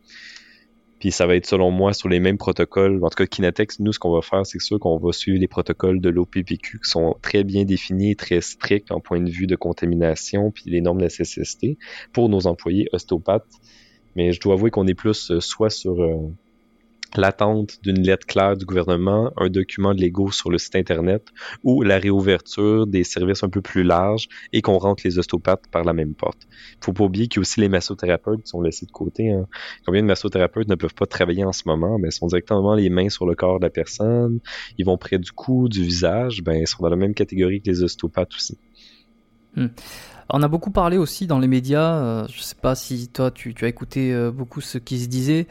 Puis ça va être, selon moi, sur les mêmes protocoles. En tout cas, Kinetec, nous, ce qu'on va faire, c'est sûr qu'on va suivre les protocoles de l'O P P Q qui sont très bien définis, très stricts en point de vue de contamination, puis les normes de la C C S T pour nos employés ostéopathes. Mais je dois avouer qu'on est plus euh, soit sur euh, l'attente d'une lettre claire du gouvernement, un document légaux sur le site Internet, ou la réouverture des services un peu plus larges et qu'on rentre les ostéopathes par la même porte. Il faut pas oublier qu'il y a aussi les massothérapeutes qui sont laissés de côté. Hein. Combien de massothérapeutes ne peuvent pas travailler en ce moment? Ben, ils sont directement les mains sur le corps de la personne, ils vont près du cou, du visage, ben, ils sont dans la même catégorie que les ostéopathes aussi. Hmm. On a beaucoup parlé aussi dans les médias, euh, je sais pas si toi tu, tu as écouté euh, beaucoup ce qui se disait,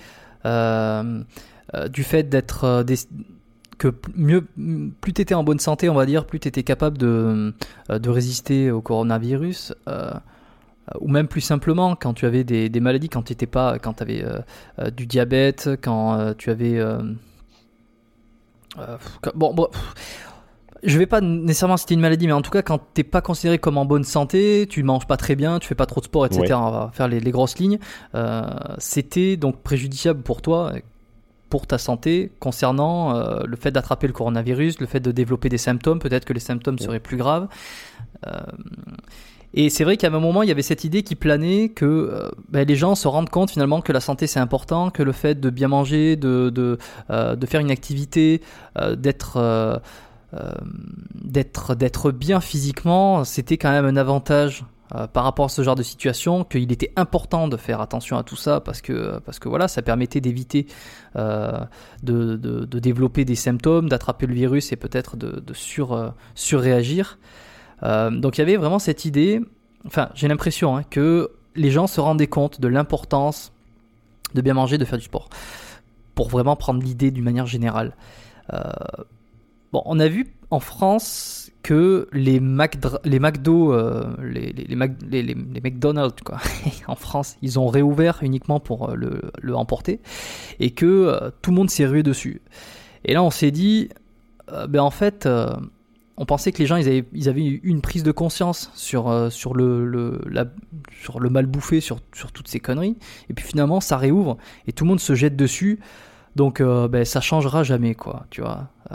euh, euh, du fait d'être euh, des, que mieux, plus tu étais en bonne santé, on va dire, plus tu étais capable de, euh, de résister au coronavirus, euh, ou même plus simplement quand tu avais des, des maladies, quand tu étais pas, quand tu avais euh, euh, du diabète, quand euh, tu avais euh, euh, bon, bon je vais pas nécessairement citer une maladie, mais en tout cas, quand t'es pas considéré comme en bonne santé, tu manges pas très bien, tu fais pas trop de sport, et cetera. Oui. On va faire les, les grosses lignes. Euh, c'était donc préjudiciable pour toi, pour ta santé, concernant euh, le fait d'attraper le coronavirus, le fait de développer des symptômes. Peut-être que les symptômes oui. seraient plus graves. Euh, et c'est vrai qu'à un moment, il y avait cette idée qui planait que euh, ben, les gens se rendent compte finalement que la santé c'est important, que le fait de bien manger, de de euh, de faire une activité, euh, d'être euh, Euh, d'être, d'être bien physiquement, c'était quand même un avantage euh, par rapport à ce genre de situation, qu'il était important de faire attention à tout ça parce que, parce que voilà, ça permettait d'éviter euh, de, de, de développer des symptômes, d'attraper le virus et peut-être de, de sur, euh, surréagir. Euh, donc il y avait vraiment cette idée, enfin j'ai l'impression hein, que les gens se rendaient compte de l'importance de bien manger, de faire du sport, pour vraiment prendre l'idée d'une manière générale. Euh, Bon, on a vu en France que les, Macdra- les McDo, euh, les, les, les, Mac- les, les, les McDonald's, quoi, en France, ils ont réouvert uniquement pour euh, le, le emporter et que euh, tout le monde s'est rué dessus. Et là, on s'est dit, euh, ben en fait, euh, on pensait que les gens, ils avaient, ils avaient eu une prise de conscience sur, euh, sur, le, le, la, sur le mal bouffé, sur, sur toutes ces conneries. Et puis finalement, ça réouvre et tout le monde se jette dessus. Donc, euh, ben, ça changera jamais, quoi, tu vois. Euh,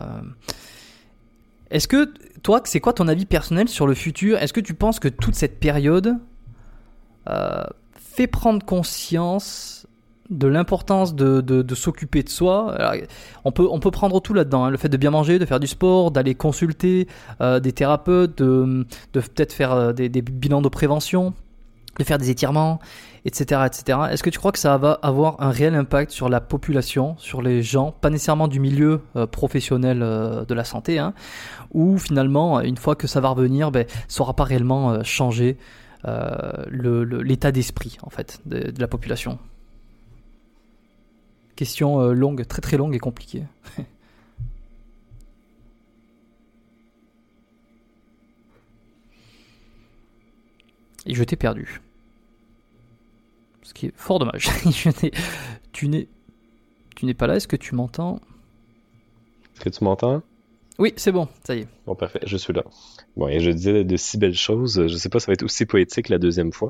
est-ce que, toi, c'est quoi ton avis personnel sur le futur ? Est-ce que tu penses que toute cette période euh, fait prendre conscience de l'importance de, de, de s'occuper de soi ? Alors, on peut, on peut prendre tout là-dedans, hein, le fait de bien manger, de faire du sport, d'aller consulter euh, des thérapeutes, de, de peut-être faire euh, des, des bilans de prévention, de faire des étirements, et cetera, et cetera. Est-ce que tu crois que ça va avoir un réel impact sur la population, sur les gens, pas nécessairement du milieu euh, professionnel euh, de la santé, hein, ou finalement, une fois que ça va revenir, ben, ça n'aura pas réellement euh, changé euh, le, le, l'état d'esprit en fait, de, de la population ? Question euh, longue, très très longue et compliquée. Et je t'ai perdu. Ce qui est fort dommage. je n'ai, tu, n'es, tu n'es pas là, est-ce que tu m'entends ? Est-ce que tu m'entends ? Oui, c'est bon, ça y est. Bon, parfait, je suis là. Bon, et je disais de si belles choses. Je sais pas, ça va être aussi poétique la deuxième fois.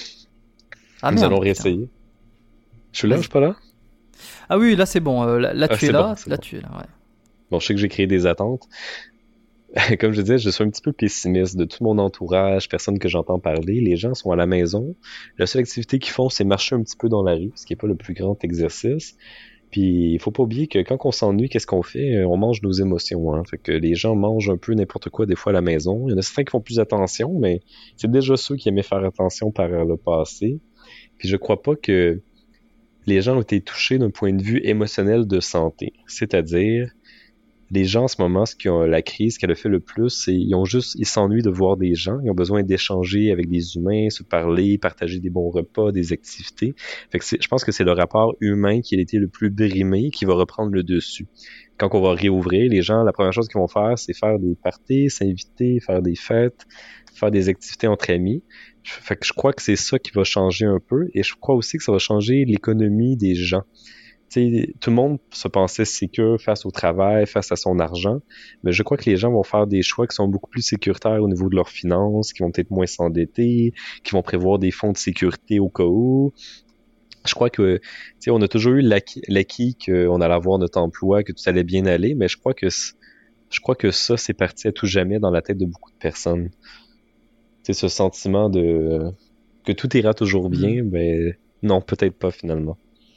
Ah Nous merde, allons putain. réessayer. Je suis là, Vas-y. je suis pas là? Ah oui, là c'est bon. Euh, là, là, Ah, tu es c'est là. bon, c'est Là bon. tu es là, ouais. Bon, je sais que j'ai créé des attentes. Comme je disais, je suis un petit peu pessimiste de tout mon entourage, personne que j'entends parler. Les gens sont à la maison. La seule activité qu'ils font, c'est marcher un petit peu dans la rue, ce qui n'est pas le plus grand exercice. Puis, il faut pas oublier que quand on s'ennuie, qu'est-ce qu'on fait? On mange nos émotions, hein. Fait que les gens mangent un peu n'importe quoi des fois à la maison. Il y en a certains qui font plus attention, mais c'est déjà ceux qui aimaient faire attention par le passé. Puis, je crois pas que les gens ont été touchés d'un point de vue émotionnel de santé. C'est-à-dire, les gens en ce moment, ce qui ont la crise qu'elle a fait le plus, c'est ils ont juste, ils s'ennuient de voir des gens, ils ont besoin d'échanger avec des humains, se parler, partager des bons repas, des activités. Fait que c'est, je pense que c'est le rapport humain qui a été le plus brimé qui va reprendre le dessus. Quand on va réouvrir, les gens, la première chose qu'ils vont faire, c'est faire des parties, s'inviter, faire des fêtes, faire des activités entre amis. Fait que je crois que c'est ça qui va changer un peu, et je crois aussi que ça va changer l'économie des gens. T'sais, tout le monde se pensait sécure face au travail, face à son argent, mais je crois que les gens vont faire des choix qui sont beaucoup plus sécuritaires au niveau de leurs finances, qui vont peut-être moins s'endetter, qui vont prévoir des fonds de sécurité au cas où. Je crois que, tu sais, on a toujours eu l'acquis, l'acquis qu'on allait avoir notre emploi, que tout allait bien aller, mais je crois que je crois que ça, c'est parti à tout jamais dans la tête de beaucoup de personnes. Tu sais, ce sentiment de que tout ira toujours bien, Mm. ben non, peut-être pas finalement.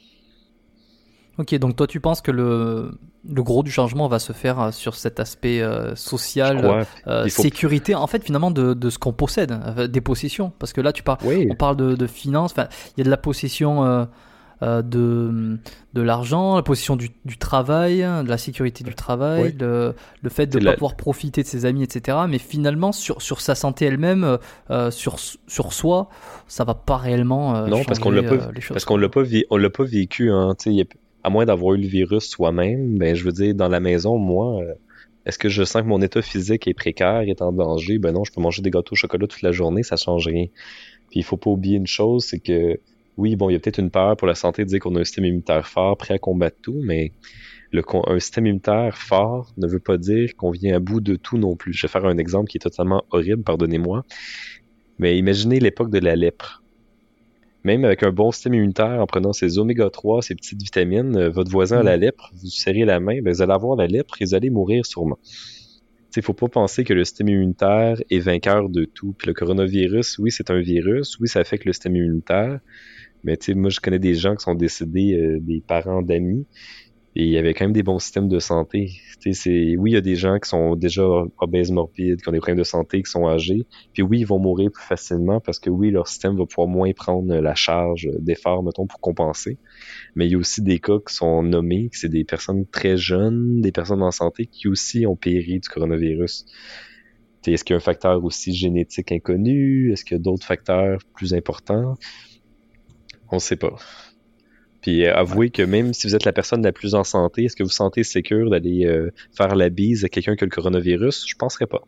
Ok, donc toi tu penses que le, le gros du changement va se faire euh, sur cet aspect euh, Je social, crois. euh, Il faut. sécurité, en fait finalement de, de ce qu'on possède, euh, des possessions. Parce que là tu parles, Oui, on parle de, de finances, enfin il y a de la possession euh, euh, de, de l'argent, la possession du, du travail, de la sécurité du travail, oui. le, le fait de C'est ne pas la... pouvoir profiter de ses amis, et cetera. Mais finalement sur, sur sa santé elle-même, euh, sur, sur soi, ça va pas réellement euh, Non, changer parce qu'on l'a pas, euh, les choses. parce qu'on l'a pas, vi... on l'a pas vécu, hein. Tu sais, y a... à moins d'avoir eu le virus soi-même, ben je veux dire, dans la maison, moi, euh, est-ce que je sens que mon état physique est précaire, est en danger? Ben non, je peux manger des gâteaux au chocolat toute la journée, ça change rien. Puis il faut pas oublier une chose, c'est que oui, bon, il y a peut-être une peur pour la santé de dire qu'on a un système immunitaire fort, prêt à combattre tout, mais le, un système immunitaire fort ne veut pas dire qu'on vient à bout de tout non plus. Je vais faire un exemple qui est totalement horrible, pardonnez-moi, mais imaginez l'époque de la lèpre. Même avec un bon système immunitaire, en prenant ses oméga trois, ses petites vitamines, euh, votre voisin a la lèpre, vous serrez la main, ben, vous allez avoir la lèpre et vous allez mourir sûrement. Il ne faut pas penser que le système immunitaire est vainqueur de tout. Puis le coronavirus, oui, c'est un virus, oui, ça affecte le système immunitaire, mais moi, je connais des gens qui sont décédés, euh, des parents d'amis, et il y avait quand même des bons systèmes de santé. C'est, oui, il y a des gens qui sont déjà obèses morbides, qui ont des problèmes de santé, qui sont âgés. Puis oui, ils vont mourir plus facilement parce que oui, leur système va pouvoir moins prendre la charge d'efforts, mettons, pour compenser. Mais il y a aussi des cas qui sont nommés, que c'est des personnes très jeunes, des personnes en santé qui aussi ont péri du coronavirus. T'sais, est-ce qu'il y a un facteur aussi génétique inconnu? Est-ce qu'il y a d'autres facteurs plus importants? On ne sait pas. Puis euh, avouez ouais. que même si vous êtes la personne la plus en santé, est-ce que vous vous sentez sécure d'aller euh, faire la bise à quelqu'un qui a le coronavirus? Je penserais pas.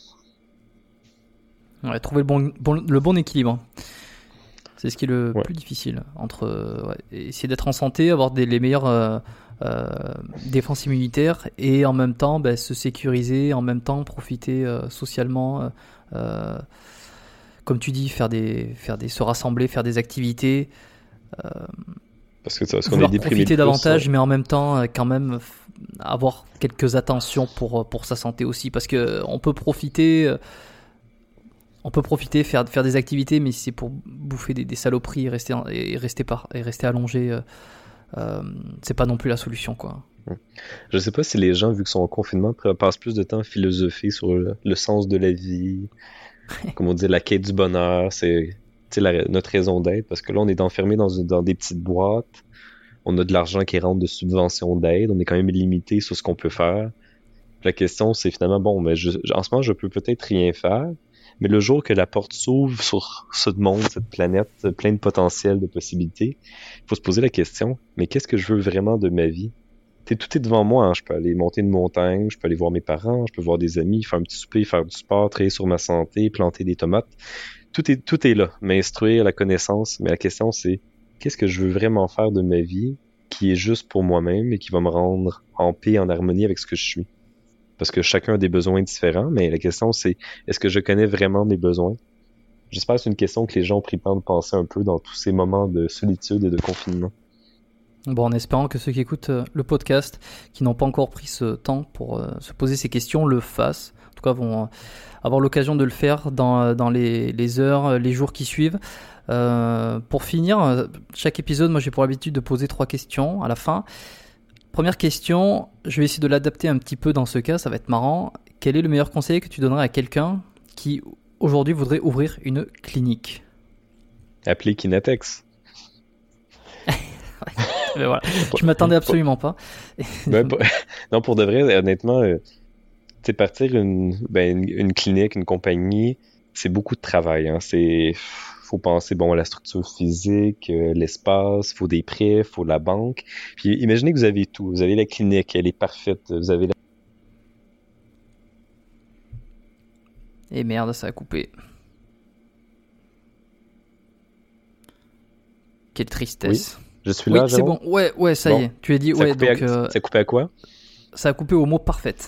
Ouais, trouver le bon, bon, le bon équilibre. C'est ce qui est le ouais. plus difficile. Entre ouais, essayer d'être en santé, avoir des, les meilleures euh, euh, défenses immunitaires et en même temps bah, se sécuriser, en même temps profiter euh, socialement. Euh, comme tu dis, faire des, faire des, se rassembler, faire des activités. Euh, Parce que ça, parce qu'on est déprimé profiter davantage, plus, mais en même temps, quand même, avoir quelques attentions pour, pour sa santé aussi. Parce qu'on peut profiter, on peut profiter, faire, faire des activités, mais si c'est pour bouffer des, des saloperies et rester, et rester, par, et rester allongé, euh, c'est pas non plus la solution, quoi. Je sais pas si les gens, vu qu'ils sont en confinement, passent plus de temps à philosopher sur le, le sens de la vie, comme on dit, la quête du bonheur, c'est... La, notre raison d'être, parce que là, on est enfermé dans, une, dans des petites boîtes, on a de l'argent qui rentre de subventions d'aide, on est quand même limité sur ce qu'on peut faire. La question, c'est finalement, bon, mais je, en ce moment, je peux peut-être rien faire, mais le jour que la porte s'ouvre sur ce monde, cette planète, plein de potentiel, de possibilités, il faut se poser la question, mais qu'est-ce que je veux vraiment de ma vie? T'sais, tout est devant moi, hein. Je peux aller monter une montagne, je peux aller voir mes parents, je peux voir des amis, faire un petit souper, faire du sport, travailler sur ma santé, planter des tomates. Tout est, tout est là, m'instruire, la connaissance, mais la question c'est, qu'est-ce que je veux vraiment faire de ma vie qui est juste pour moi-même et qui va me rendre en paix, en harmonie avec ce que je suis? parce que chacun a des besoins différents, mais la question c'est, est-ce que je connais vraiment mes besoins? J'espère que c'est une question que les gens ont pris le temps de penser un peu dans tous ces moments de solitude et de confinement. Bon, en espérant que ceux qui écoutent euh, le podcast, qui n'ont pas encore pris ce temps pour euh, se poser ces questions, le fassent. En tout cas, vont euh, avoir l'occasion de le faire dans, dans les, les heures, les jours qui suivent. Euh, pour finir, chaque épisode, moi j'ai pour habitude de poser trois questions à la fin. Première question, je vais essayer de l'adapter un petit peu dans ce cas, ça va être marrant. Quel est le meilleur conseil que tu donnerais à quelqu'un qui aujourd'hui voudrait ouvrir une clinique? Appelez Kinetex. Mais voilà, je m'attendais absolument pas. Ben, pour... Non, pour de vrai, honnêtement, euh, tu sais, partir une, ben, une, une clinique, une compagnie, c'est beaucoup de travail. Hein. C'est, faut penser bon à la structure physique, euh, l'espace, faut des prêts, faut la banque. Puis imaginez que vous avez tout. Vous avez la clinique, elle est parfaite. Vous avez la... Et merde, ça a coupé. Quelle tristesse. Oui. Je suis là, oui, c'est bon. Ouais, ouais, ça bon. y est. Tu as dit, ça ouais, donc. À... Euh... Ça a coupé à quoi? Ça a coupé au mot parfaite.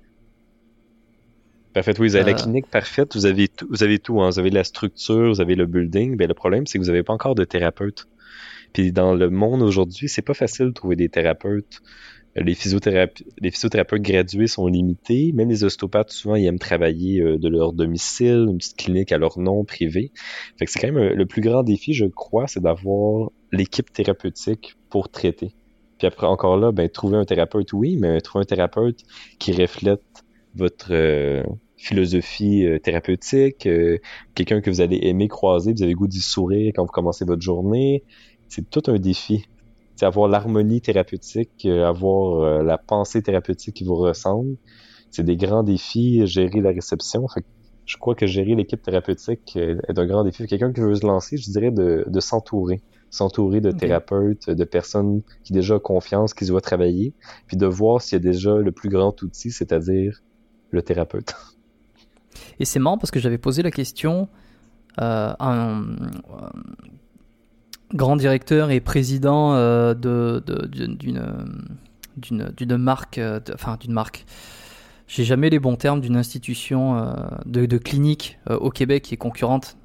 Parfait, oui, vous avez euh... la clinique parfaite, vous avez tout, vous avez tout, hein. Vous avez la structure, vous avez le building. Ben, le problème, c'est que vous n'avez pas encore de thérapeute. Puis dans le monde aujourd'hui, c'est pas facile de trouver des thérapeutes. Les, physiothérape... les physiothérapeutes gradués sont limités. Même les ostéopathes, souvent, ils aiment travailler euh, de leur domicile, une petite clinique à leur nom, privé. Fait que c'est quand même euh, le plus grand défi, je crois, c'est d'avoir l'équipe thérapeutique pour traiter. Puis après, encore là, ben trouver un thérapeute, oui, mais trouver un thérapeute qui reflète votre euh, philosophie euh, thérapeutique, euh, quelqu'un que vous allez aimer croiser, vous avez le goût d'y sourire quand vous commencez votre journée. C'est tout un défi. C'est avoir l'harmonie thérapeutique, euh, avoir euh, la pensée thérapeutique qui vous ressemble. C'est des grands défis, gérer la réception. Fait que je crois que gérer l'équipe thérapeutique euh, est un grand défi. Quelqu'un qui veut se lancer, je dirais de, de s'entourer. S'entourer de okay. thérapeutes, de personnes qui déjà ont confiance, qui se voient travailler, puis de voir s'il y a déjà le plus grand outil, c'est-à-dire le thérapeute. Et c'est marrant parce que j'avais posé la question euh, à un... Euh, grand directeur et président euh, de, de, d'une, d'une, d'une marque, euh, de, enfin d'une marque, j'ai jamais les bons termes, d'une institution euh, de, de clinique euh, au Québec qui est concurrente,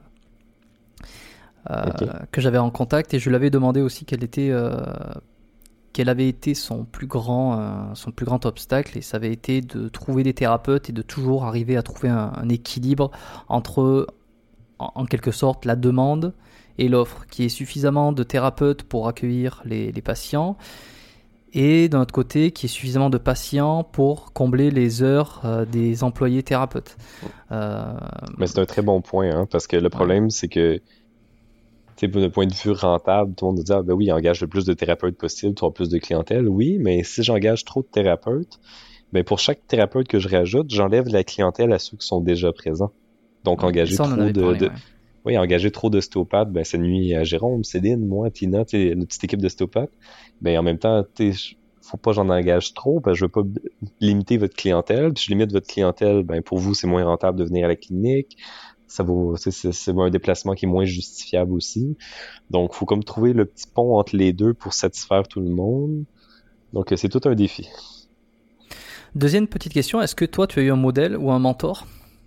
euh, okay. que j'avais en contact, et je lui avais demandé aussi quel était, euh, quel avait été son plus grand, euh, son plus grand obstacle, et ça avait été de trouver des thérapeutes et de toujours arriver à trouver un, un équilibre entre, en, en quelque sorte, la demande et l'offre, qui est suffisamment de thérapeutes pour accueillir les, les patients, et d'un autre côté, qui est suffisamment de patients pour combler les heures euh, des employés thérapeutes. Euh... Mais c'est un très bon point, hein, parce que le problème, ouais. c'est que, tu sais, d'un point de vue rentable, tout le monde nous dit, ah ben oui, engage le plus de thérapeutes possible, tu auras plus de clientèle. Oui, mais si j'engage trop de thérapeutes, ben pour chaque thérapeute que je rajoute, j'enlève la clientèle à ceux qui sont déjà présents. Donc, engager trop de... Parlé, de... Ouais. Oui, engager trop d'ostéopathes, ben ça nuit à Jérôme, Céline, moi, Tina, tu sais, notre petite équipe d'ostéopathes. Ben en même temps, tu sais, faut pas que j'en engage trop, parce que je veux pas limiter votre clientèle. Puis je limite votre clientèle, ben pour vous, c'est moins rentable de venir à la clinique. Ça vaut, c'est, c'est, c'est un déplacement qui est moins justifiable aussi. Donc, faut comme trouver le petit pont entre les deux pour satisfaire tout le monde. Donc, c'est tout un défi. Deuxième petite question, est-ce que toi, tu as eu un modèle ou un mentor?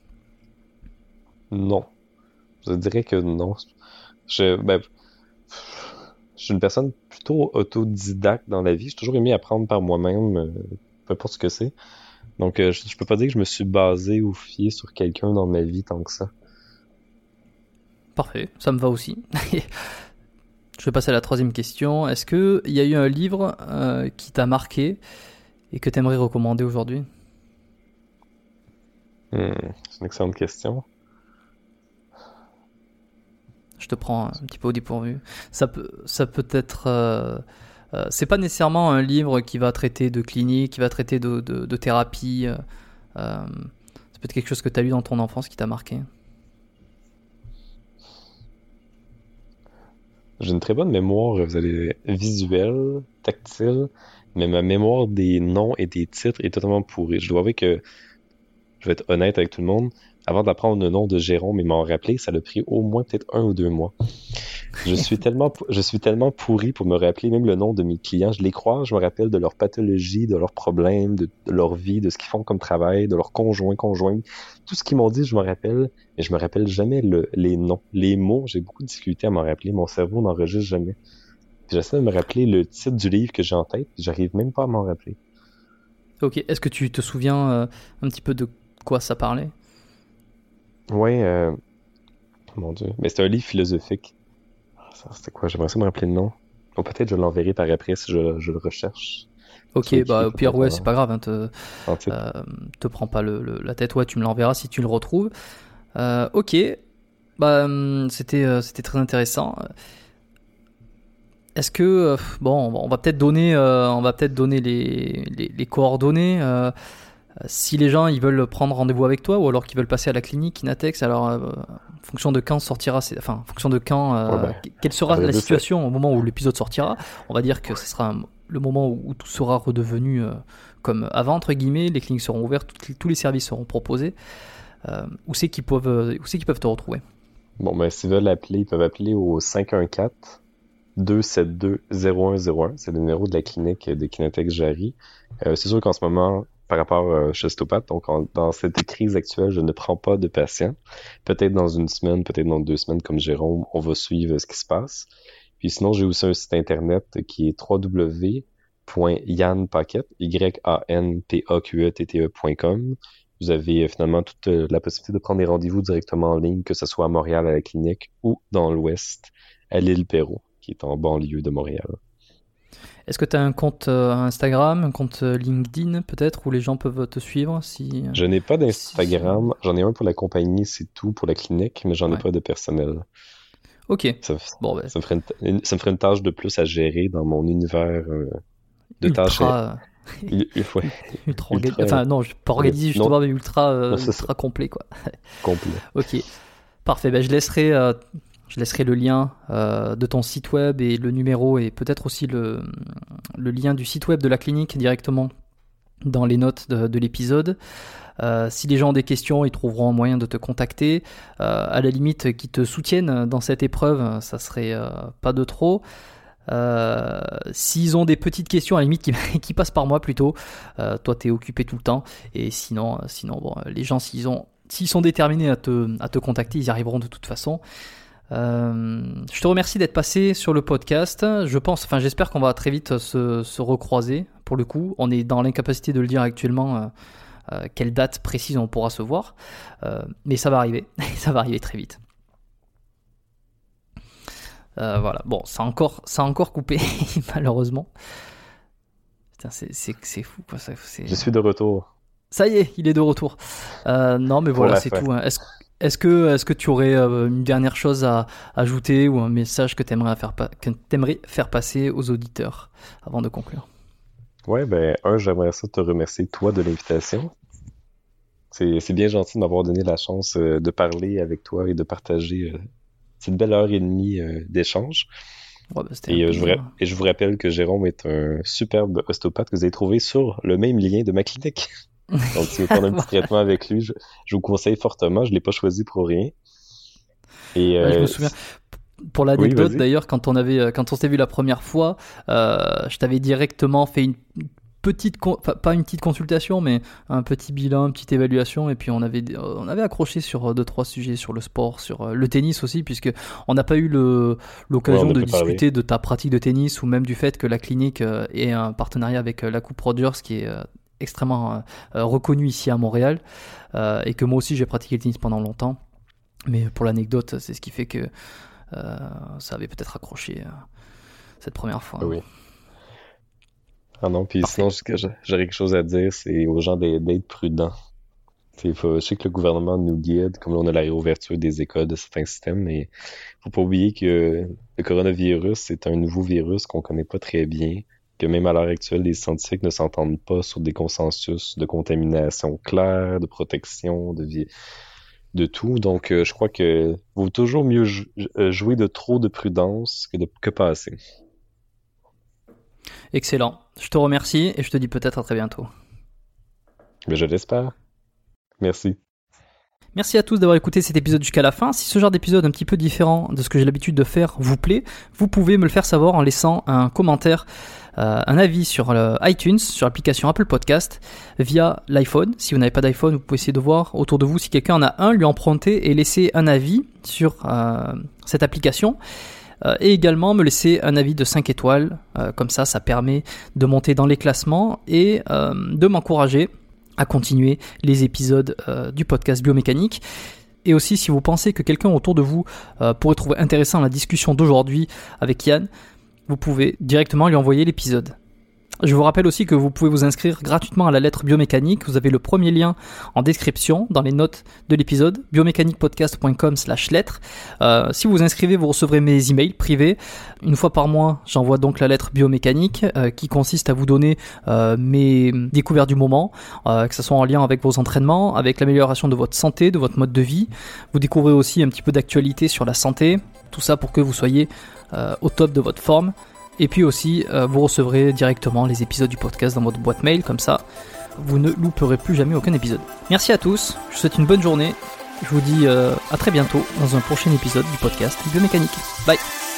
Non. Je dirais que non. Je, ben, je suis une personne plutôt autodidacte dans la vie. J'ai toujours aimé apprendre par moi-même, euh, peu importe ce que c'est. Donc, euh, je, je peux pas dire que je me suis basé ou fié sur quelqu'un dans ma vie tant que ça. Parfait, ça me va aussi. Je vais passer à la troisième question. Est-ce qu'il y a eu un livre euh, qui t'a marqué et que tu aimerais recommander aujourd'hui? Hmm, c'est une excellente question. Je te prends un petit peu au dépourvu. Ça peut, ça peut être... Euh, euh, c'est pas nécessairement un livre qui va traiter de clinique, qui va traiter de, de, de thérapie. Euh, ça peut être quelque chose que tu as lu dans ton enfance qui t'a marqué. J'ai une très bonne mémoire, vous allez, visuelle, tactile, mais ma mémoire des noms et des titres est totalement pourrie. Je dois avouer que, je vais être honnête avec tout le monde, avant d'apprendre le nom de Jérôme et m'en rappeler, ça l'a pris au moins peut-être un ou deux mois. Je suis tellement, je suis tellement pourri pour me rappeler même le nom de mes clients. Je les croise, je me rappelle de leur pathologie, de leurs problèmes, de, de leur vie, de ce qu'ils font comme travail, de leurs conjoints, conjointes. Tout ce qu'ils m'ont dit, je me rappelle, mais je me rappelle jamais le, les noms. Les mots, j'ai beaucoup de difficulté à m'en rappeler. Mon cerveau n'enregistre jamais. Puis j'essaie de me rappeler le titre du livre que j'ai en tête, puis j'arrive même pas à m'en rappeler. Ok, est-ce que tu te souviens euh, un petit peu de quoi ça parlait? Ouais, euh... mon Dieu. Mais c'était un livre philosophique. Ça, c'était quoi? J'aimerais ça me rappeler le nom. Ou peut-être je l'enverrai par après si je, je le recherche. Ok, bah au pire, ouais, c'est pas grave, hein, te, euh, te prends pas le, le, la tête, ouais, tu me l'enverras si tu le retrouves. Euh, ok, bah c'était, euh, c'était très intéressant. Est-ce que, euh, bon, on va peut-être donner, euh, on va peut-être donner les, les, les coordonnées. Euh, si les gens ils veulent prendre rendez-vous avec toi ou alors qu'ils veulent passer à la clinique Inatex, alors euh, en fonction de quand sortira, enfin en fonction de quand, euh, ouais, ben, quelle sera la situation ça. Au moment où l'épisode sortira, on va dire que ce sera le moment où, où tout sera redevenu euh, comme avant entre guillemets, les cliniques seront ouvertes, tout, tous les services seront proposés. Euh, où c'est qu'ils peuvent, où c'est qu'ils peuvent te retrouver? Bon ben s'ils veulent appeler, ils peuvent appeler au cinq un quatre deux sept deux zéro un zéro un, c'est le numéro de la clinique de Kinatex Jarry. Euh, c'est sûr qu'en ce moment, par rapport euh, chez Ostopathe, donc en, dans cette crise actuelle, je ne prends pas de patients. Peut-être dans une semaine, peut-être dans deux semaines, comme Jérôme, on va suivre ce qui se passe. Puis sinon, j'ai aussi un site internet qui est w w w point yann paquette, y a n p a q e t t e point com. Vous avez euh, finalement toute euh, la possibilité de prendre des rendez-vous directement en ligne, que ce soit à Montréal à la clinique ou dans l'Ouest à l'île Perrot, qui est en banlieue de Montréal. Est-ce que tu as un compte Instagram, un compte LinkedIn peut-être, où les gens peuvent te suivre si... Je n'ai pas d'Instagram, si... j'en ai un pour la compagnie, c'est tout, pour la clinique, mais j'en ouais. ai pas de personnel. Ok. Ça, bon, ben... ça, me ferait une, ça me ferait une tâche de plus à gérer dans mon univers euh, de ultra... tâches. Il, ouais. ultra, ultra enfin non, pas organisé justement, mais ultra, euh, non, ultra complet quoi. Complet. Ok, parfait. Ben, je laisserai, euh, je laisserai le lien euh, de ton site web et le numéro et peut-être aussi le, le lien du site web de la clinique directement dans les notes de, de l'épisode. Euh, si les gens ont des questions, ils trouveront un moyen de te contacter. Euh, à la limite, qu'ils te soutiennent dans cette épreuve, ça serait euh, pas de trop. Euh, s'ils ont des petites questions à la limite qui, qui passent par moi plutôt, euh, toi t'es occupé tout le temps et sinon, sinon bon, les gens s'ils, ont, s'ils sont déterminés à te, à te contacter, ils y arriveront de toute façon. Euh, je te remercie d'être passé sur le podcast. Je pense, enfin j'espère qu'on va très vite se, se recroiser. Pour le coup, on est dans l'incapacité de le dire actuellement. Euh, euh, quelle date précise on pourra se voir, euh, mais ça va arriver, ça va arriver très vite. Euh, voilà, bon, ça a encore, ça a encore coupé, malheureusement. Putain, c'est, c'est, c'est fou, quoi. Ça, c'est... Je suis de retour. Ça y est, il est de retour. Euh, non, mais voilà, c'est tout. Hein. Est-ce, est-ce que, est-ce que tu aurais euh, une dernière chose à ajouter ou un message que tu aimerais faire, pa- que t'aimerais faire passer aux auditeurs avant de conclure? Ouais, ben, un, j'aimerais ça te remercier, toi, de l'invitation. C'est, c'est bien gentil de m'avoir donné la chance euh, de parler avec toi et de partager euh, cette belle heure et demie euh, d'échange. Ouais, bah, et, euh, je vous ra- et je vous rappelle que Jérôme est un superbe ostéopathe que vous avez trouvé sur le même lien de ma clinique. Donc, si vous prenez un petit traitement avec lui, je, je vous conseille fortement. Je ne l'ai pas choisi pour rien. Et, euh, ouais, je me souviens. Pour l'anecdote, oui, d'ailleurs, quand on avait, quand on s'est vu la première fois, euh, je t'avais directement fait une petite, con... enfin, pas une petite consultation, mais un petit bilan, une petite évaluation, et puis on avait, on avait accroché sur deux trois sujets, sur le sport, sur le tennis aussi, puisque on n'a pas eu le, l'occasion ouais, de discuter parler. de ta pratique de tennis ou même du fait que la clinique ait un partenariat avec la Coupe Rogers, qui est extrêmement euh, reconnu ici à Montréal, euh, et que moi aussi j'ai pratiqué le tennis pendant longtemps. Mais pour l'anecdote, c'est ce qui fait que Euh, ça avait peut-être accroché euh, cette première fois. Oui. Ah non, puis sinon, j'aurais quelque chose à dire, c'est aux gens d'être prudents. Faut, je sais que le gouvernement nous guide, comme là, on a la réouverture des écoles de certains systèmes, mais faut pas oublier que le coronavirus, c'est un nouveau virus qu'on connaît pas très bien, que même à l'heure actuelle, les scientifiques ne s'entendent pas sur des consensus de contamination claire, de protection, de vie. de tout. Donc, euh, je crois que vaut toujours mieux jou- jouer de trop de prudence que, de, que pas assez. Excellent. Je te remercie et je te dis peut-être à très bientôt. Mais je l'espère. Merci. Merci à tous d'avoir écouté cet épisode jusqu'à la fin. Si ce genre d'épisode un petit peu différent de ce que j'ai l'habitude de faire vous plaît, vous pouvez me le faire savoir en laissant un commentaire, euh, un avis sur le iTunes, sur l'application Apple Podcast, via l'iPhone. Si vous n'avez pas d'iPhone, vous pouvez essayer de voir autour de vous si quelqu'un en a un, lui emprunter et laisser un avis sur euh, cette application. Euh, et également me laisser un avis de cinq étoiles. Euh, comme ça, ça permet de monter dans les classements et euh, de m'encourager à continuer les épisodes euh, du podcast Biomécanique. Et aussi, si vous pensez que quelqu'un autour de vous euh, pourrait trouver intéressant la discussion d'aujourd'hui avec Yann, vous pouvez directement lui envoyer l'épisode. Je vous rappelle aussi que vous pouvez vous inscrire gratuitement à la lettre biomécanique. Vous avez le premier lien en description dans les notes de l'épisode, biomécaniquepodcast point com slash lettre. Euh, si vous vous inscrivez, vous recevrez mes emails privés. Une fois par mois, j'envoie donc la lettre biomécanique euh, qui consiste à vous donner euh, mes découvertes du moment, euh, que ce soit en lien avec vos entraînements, avec l'amélioration de votre santé, de votre mode de vie. Vous découvrez aussi un petit peu d'actualité sur la santé, tout ça pour que vous soyez euh, au top de votre forme. Et puis aussi, euh, vous recevrez directement les épisodes du podcast dans votre boîte mail, comme ça, vous ne louperez plus jamais aucun épisode. Merci à tous, je vous souhaite une bonne journée, je vous dis euh, à très bientôt dans un prochain épisode du podcast Biomécanique. Bye.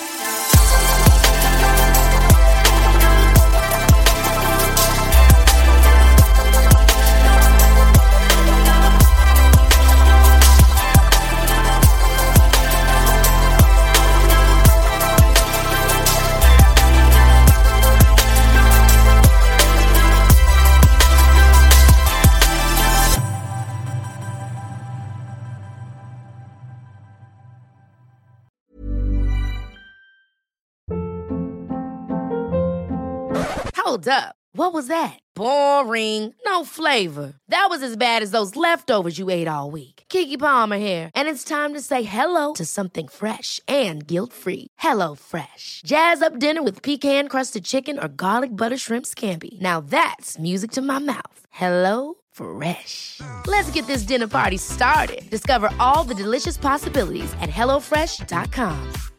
Hold up. What was that? Boring. No flavor. That was as bad as those leftovers you ate all week. Keke Palmer here, and it's time to say hello to something fresh and guilt-free. Hello Fresh. Jazz up dinner with pecan-crusted chicken or garlic butter shrimp scampi. Now that's music to my mouth. Hello Fresh. Let's get this dinner party started. Discover all the delicious possibilities at hello fresh dot com.